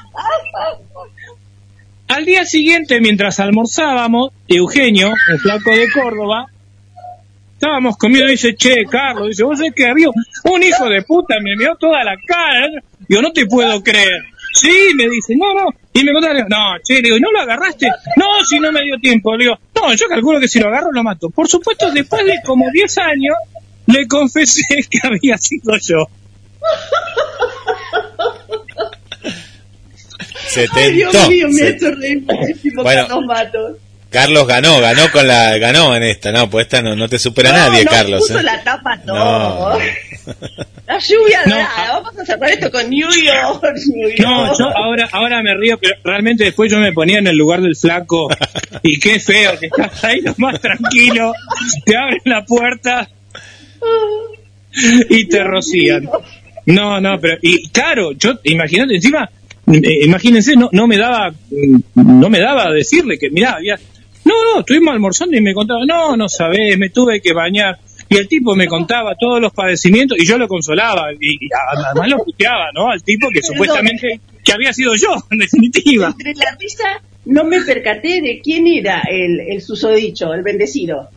[SPEAKER 15] Al día siguiente, mientras almorzábamos, Eugenio, el flaco de Córdoba, estábamos comiendo y dice, che, Carlos, dice, vos sabés que había un hijo de puta, me meó toda la cara. Yo no te puedo creer. Sí, me dice, no, no. Y me contaba, no, che, le digo, ¿no lo agarraste? No, si no me dio tiempo. Le digo, no, yo calculo que si lo agarro lo mato. Por supuesto, después de como diez años, le confesé que había sido yo.
[SPEAKER 7] Se tentó.
[SPEAKER 3] Ay, Dios mío, me
[SPEAKER 7] Se...
[SPEAKER 3] ha hecho reír muchísimo
[SPEAKER 7] Bueno,
[SPEAKER 3] Carlos Matos.
[SPEAKER 7] Carlos ganó, ganó con la, ganó en esta, no, pues esta no, no te supera
[SPEAKER 3] No,
[SPEAKER 7] nadie,
[SPEAKER 3] no,
[SPEAKER 7] Carlos.
[SPEAKER 3] puso
[SPEAKER 7] ¿eh?
[SPEAKER 3] la tapa todo.
[SPEAKER 7] No.
[SPEAKER 3] La lluvia,
[SPEAKER 15] No,
[SPEAKER 3] nada. Vamos a cerrar esto con New York, New York.
[SPEAKER 15] No, yo ahora, ahora me río, pero realmente después yo me ponía en el lugar del flaco y qué feo que estás ahí lo más tranquilo, te abren la puerta y te rocían. No, no, pero, y claro, yo, imagínate, encima, eh, imagínense, no, no me daba, no me daba a decirle que, mirá, había, no, no, estuvimos almorzando y me contaba, no, no sabés, me tuve que bañar. Y el tipo me contaba todos los padecimientos y yo lo consolaba y, y además lo puteaba, ¿no? Al tipo que
[SPEAKER 3] Perdón.
[SPEAKER 15] supuestamente que había sido yo, en definitiva.
[SPEAKER 3] Entre la risa no me percaté de quién era el, el susodicho, el bendecido.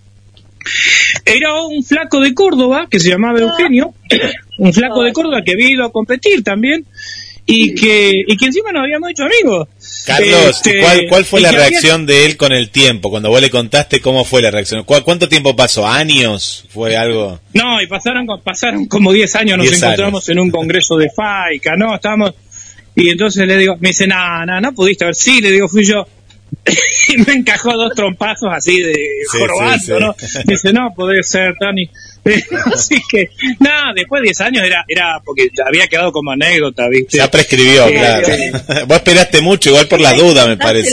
[SPEAKER 15] Era un flaco de Córdoba que se llamaba Eugenio, un flaco de Córdoba que había ido a competir también y que y que encima nos habíamos hecho amigos.
[SPEAKER 7] Carlos,
[SPEAKER 15] Este,
[SPEAKER 7] ¿cuál, ¿cuál fue
[SPEAKER 15] y
[SPEAKER 7] la
[SPEAKER 15] que había-
[SPEAKER 7] reacción de él con el tiempo? Cuando vos le contaste, ¿cómo fue la reacción? ¿Cu- ¿Cuánto tiempo pasó? ¿Años? ¿Fue algo?
[SPEAKER 15] No, y pasaron pasaron como diez años, nos
[SPEAKER 7] diez
[SPEAKER 15] encontramos
[SPEAKER 7] años.
[SPEAKER 15] en un congreso de FAICA, ¿no? Estábamos, y entonces le digo, me dice, no, no, no pudiste ver, sí, le digo, fui yo. Y me encajó dos trompazos así de
[SPEAKER 7] Sí,
[SPEAKER 15] jorobando,
[SPEAKER 7] sí, sí.
[SPEAKER 15] ¿no? Me dice, no, podés ser, Tani. Así que, nada, después de diez años era, era porque había quedado como anécdota, ¿viste?
[SPEAKER 7] Ya prescribió,
[SPEAKER 15] Eh,
[SPEAKER 7] claro. Vos esperaste mucho, igual por la duda, me parece.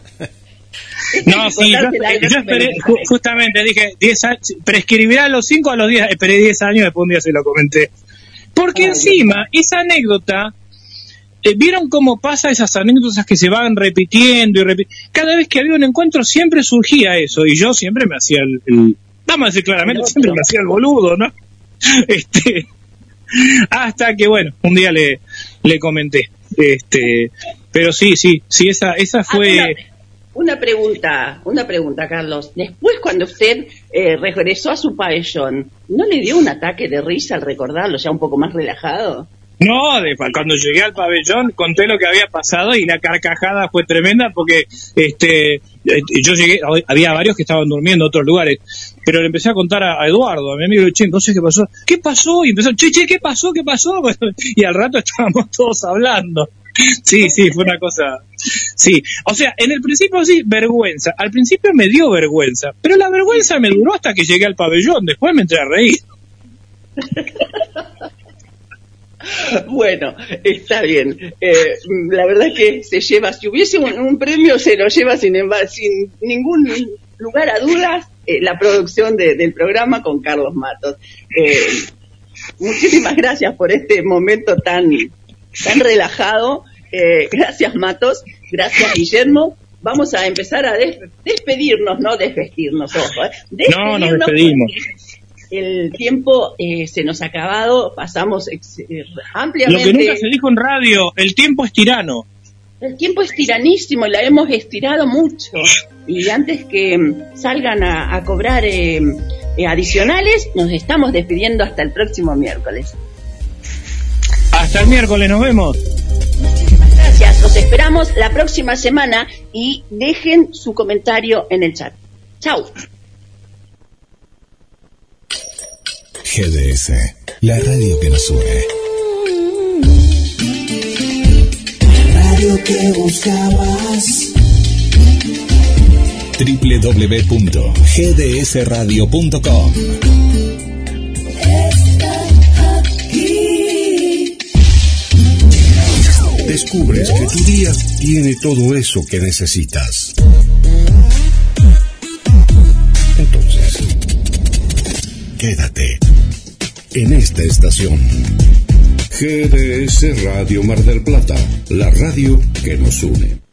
[SPEAKER 15] No, sí, yo, yo esperé, ju- justamente dije, diez años, prescribirá a los cinco, a los diez, esperé diez años, después un día se lo comenté. Porque encima, esa anécdota, eh, ¿vieron cómo pasa esas anécdotas que se van repitiendo y repitiendo? Cada vez que había un encuentro siempre surgía eso, y yo siempre me hacía el, el vamos a decir claramente, siempre me hacía el boludo, ¿no? Este, hasta que, bueno, un día le, le comenté, este, pero sí, sí, sí, esa, esa fue...
[SPEAKER 3] Ah, una, una pregunta, una pregunta, Carlos. Después, cuando usted eh, regresó a su pabellón, ¿no le dio un ataque de risa al recordarlo, ya un poco más relajado?
[SPEAKER 15] No, de, cuando llegué al pabellón conté lo que había pasado y la carcajada fue tremenda porque este eh, yo llegué, había varios que estaban durmiendo en otros lugares, pero le empecé a contar a, a Eduardo, a mi amigo, che, entonces ¿qué pasó? ¿Qué pasó? Y empezó, che, che, ¿qué pasó? ¿Qué pasó? Y al rato estábamos todos hablando. Sí, sí, fue una cosa... Sí, o sea, en el principio sí, vergüenza. Al principio me dio vergüenza, pero la vergüenza me duró hasta que llegué al pabellón, después me entré a reír.
[SPEAKER 3] Bueno, está bien. Eh, la verdad que se lleva, si hubiese un, un premio, se lo lleva sin, emba- sin ningún lugar a dudas eh, la producción de- del programa con Carlos Matos. Eh, muchísimas gracias por este momento tan, tan relajado. Eh, gracias, Matos. Gracias, Guillermo. Vamos a empezar a des- despedirnos, no desvestirnos, ojo. ¿eh?
[SPEAKER 15] No, nos
[SPEAKER 3] Despedirnos
[SPEAKER 15] despedimos.
[SPEAKER 3] porque el tiempo eh, se nos ha acabado, pasamos ex- eh,
[SPEAKER 15] Lo
[SPEAKER 3] ampliamente.
[SPEAKER 15] que nunca se dijo en radio, el tiempo es tirano.
[SPEAKER 3] El tiempo es tiranísimo, la hemos estirado mucho. Y antes que mm, salgan a, a cobrar eh, eh, adicionales, nos estamos despidiendo hasta el próximo miércoles.
[SPEAKER 15] Hasta el miércoles, nos vemos.
[SPEAKER 3] Gracias, los esperamos la próxima semana y dejen su comentario en el chat. Chau.
[SPEAKER 1] G D S, la radio que nos une.
[SPEAKER 16] La radio que buscabas.
[SPEAKER 1] doble u doble u doble u punto g d s radio punto com.
[SPEAKER 2] Descubres que tu día tiene todo eso que necesitas. Entonces, quédate en esta estación. G D S Radio Mar del Plata, la radio que nos une.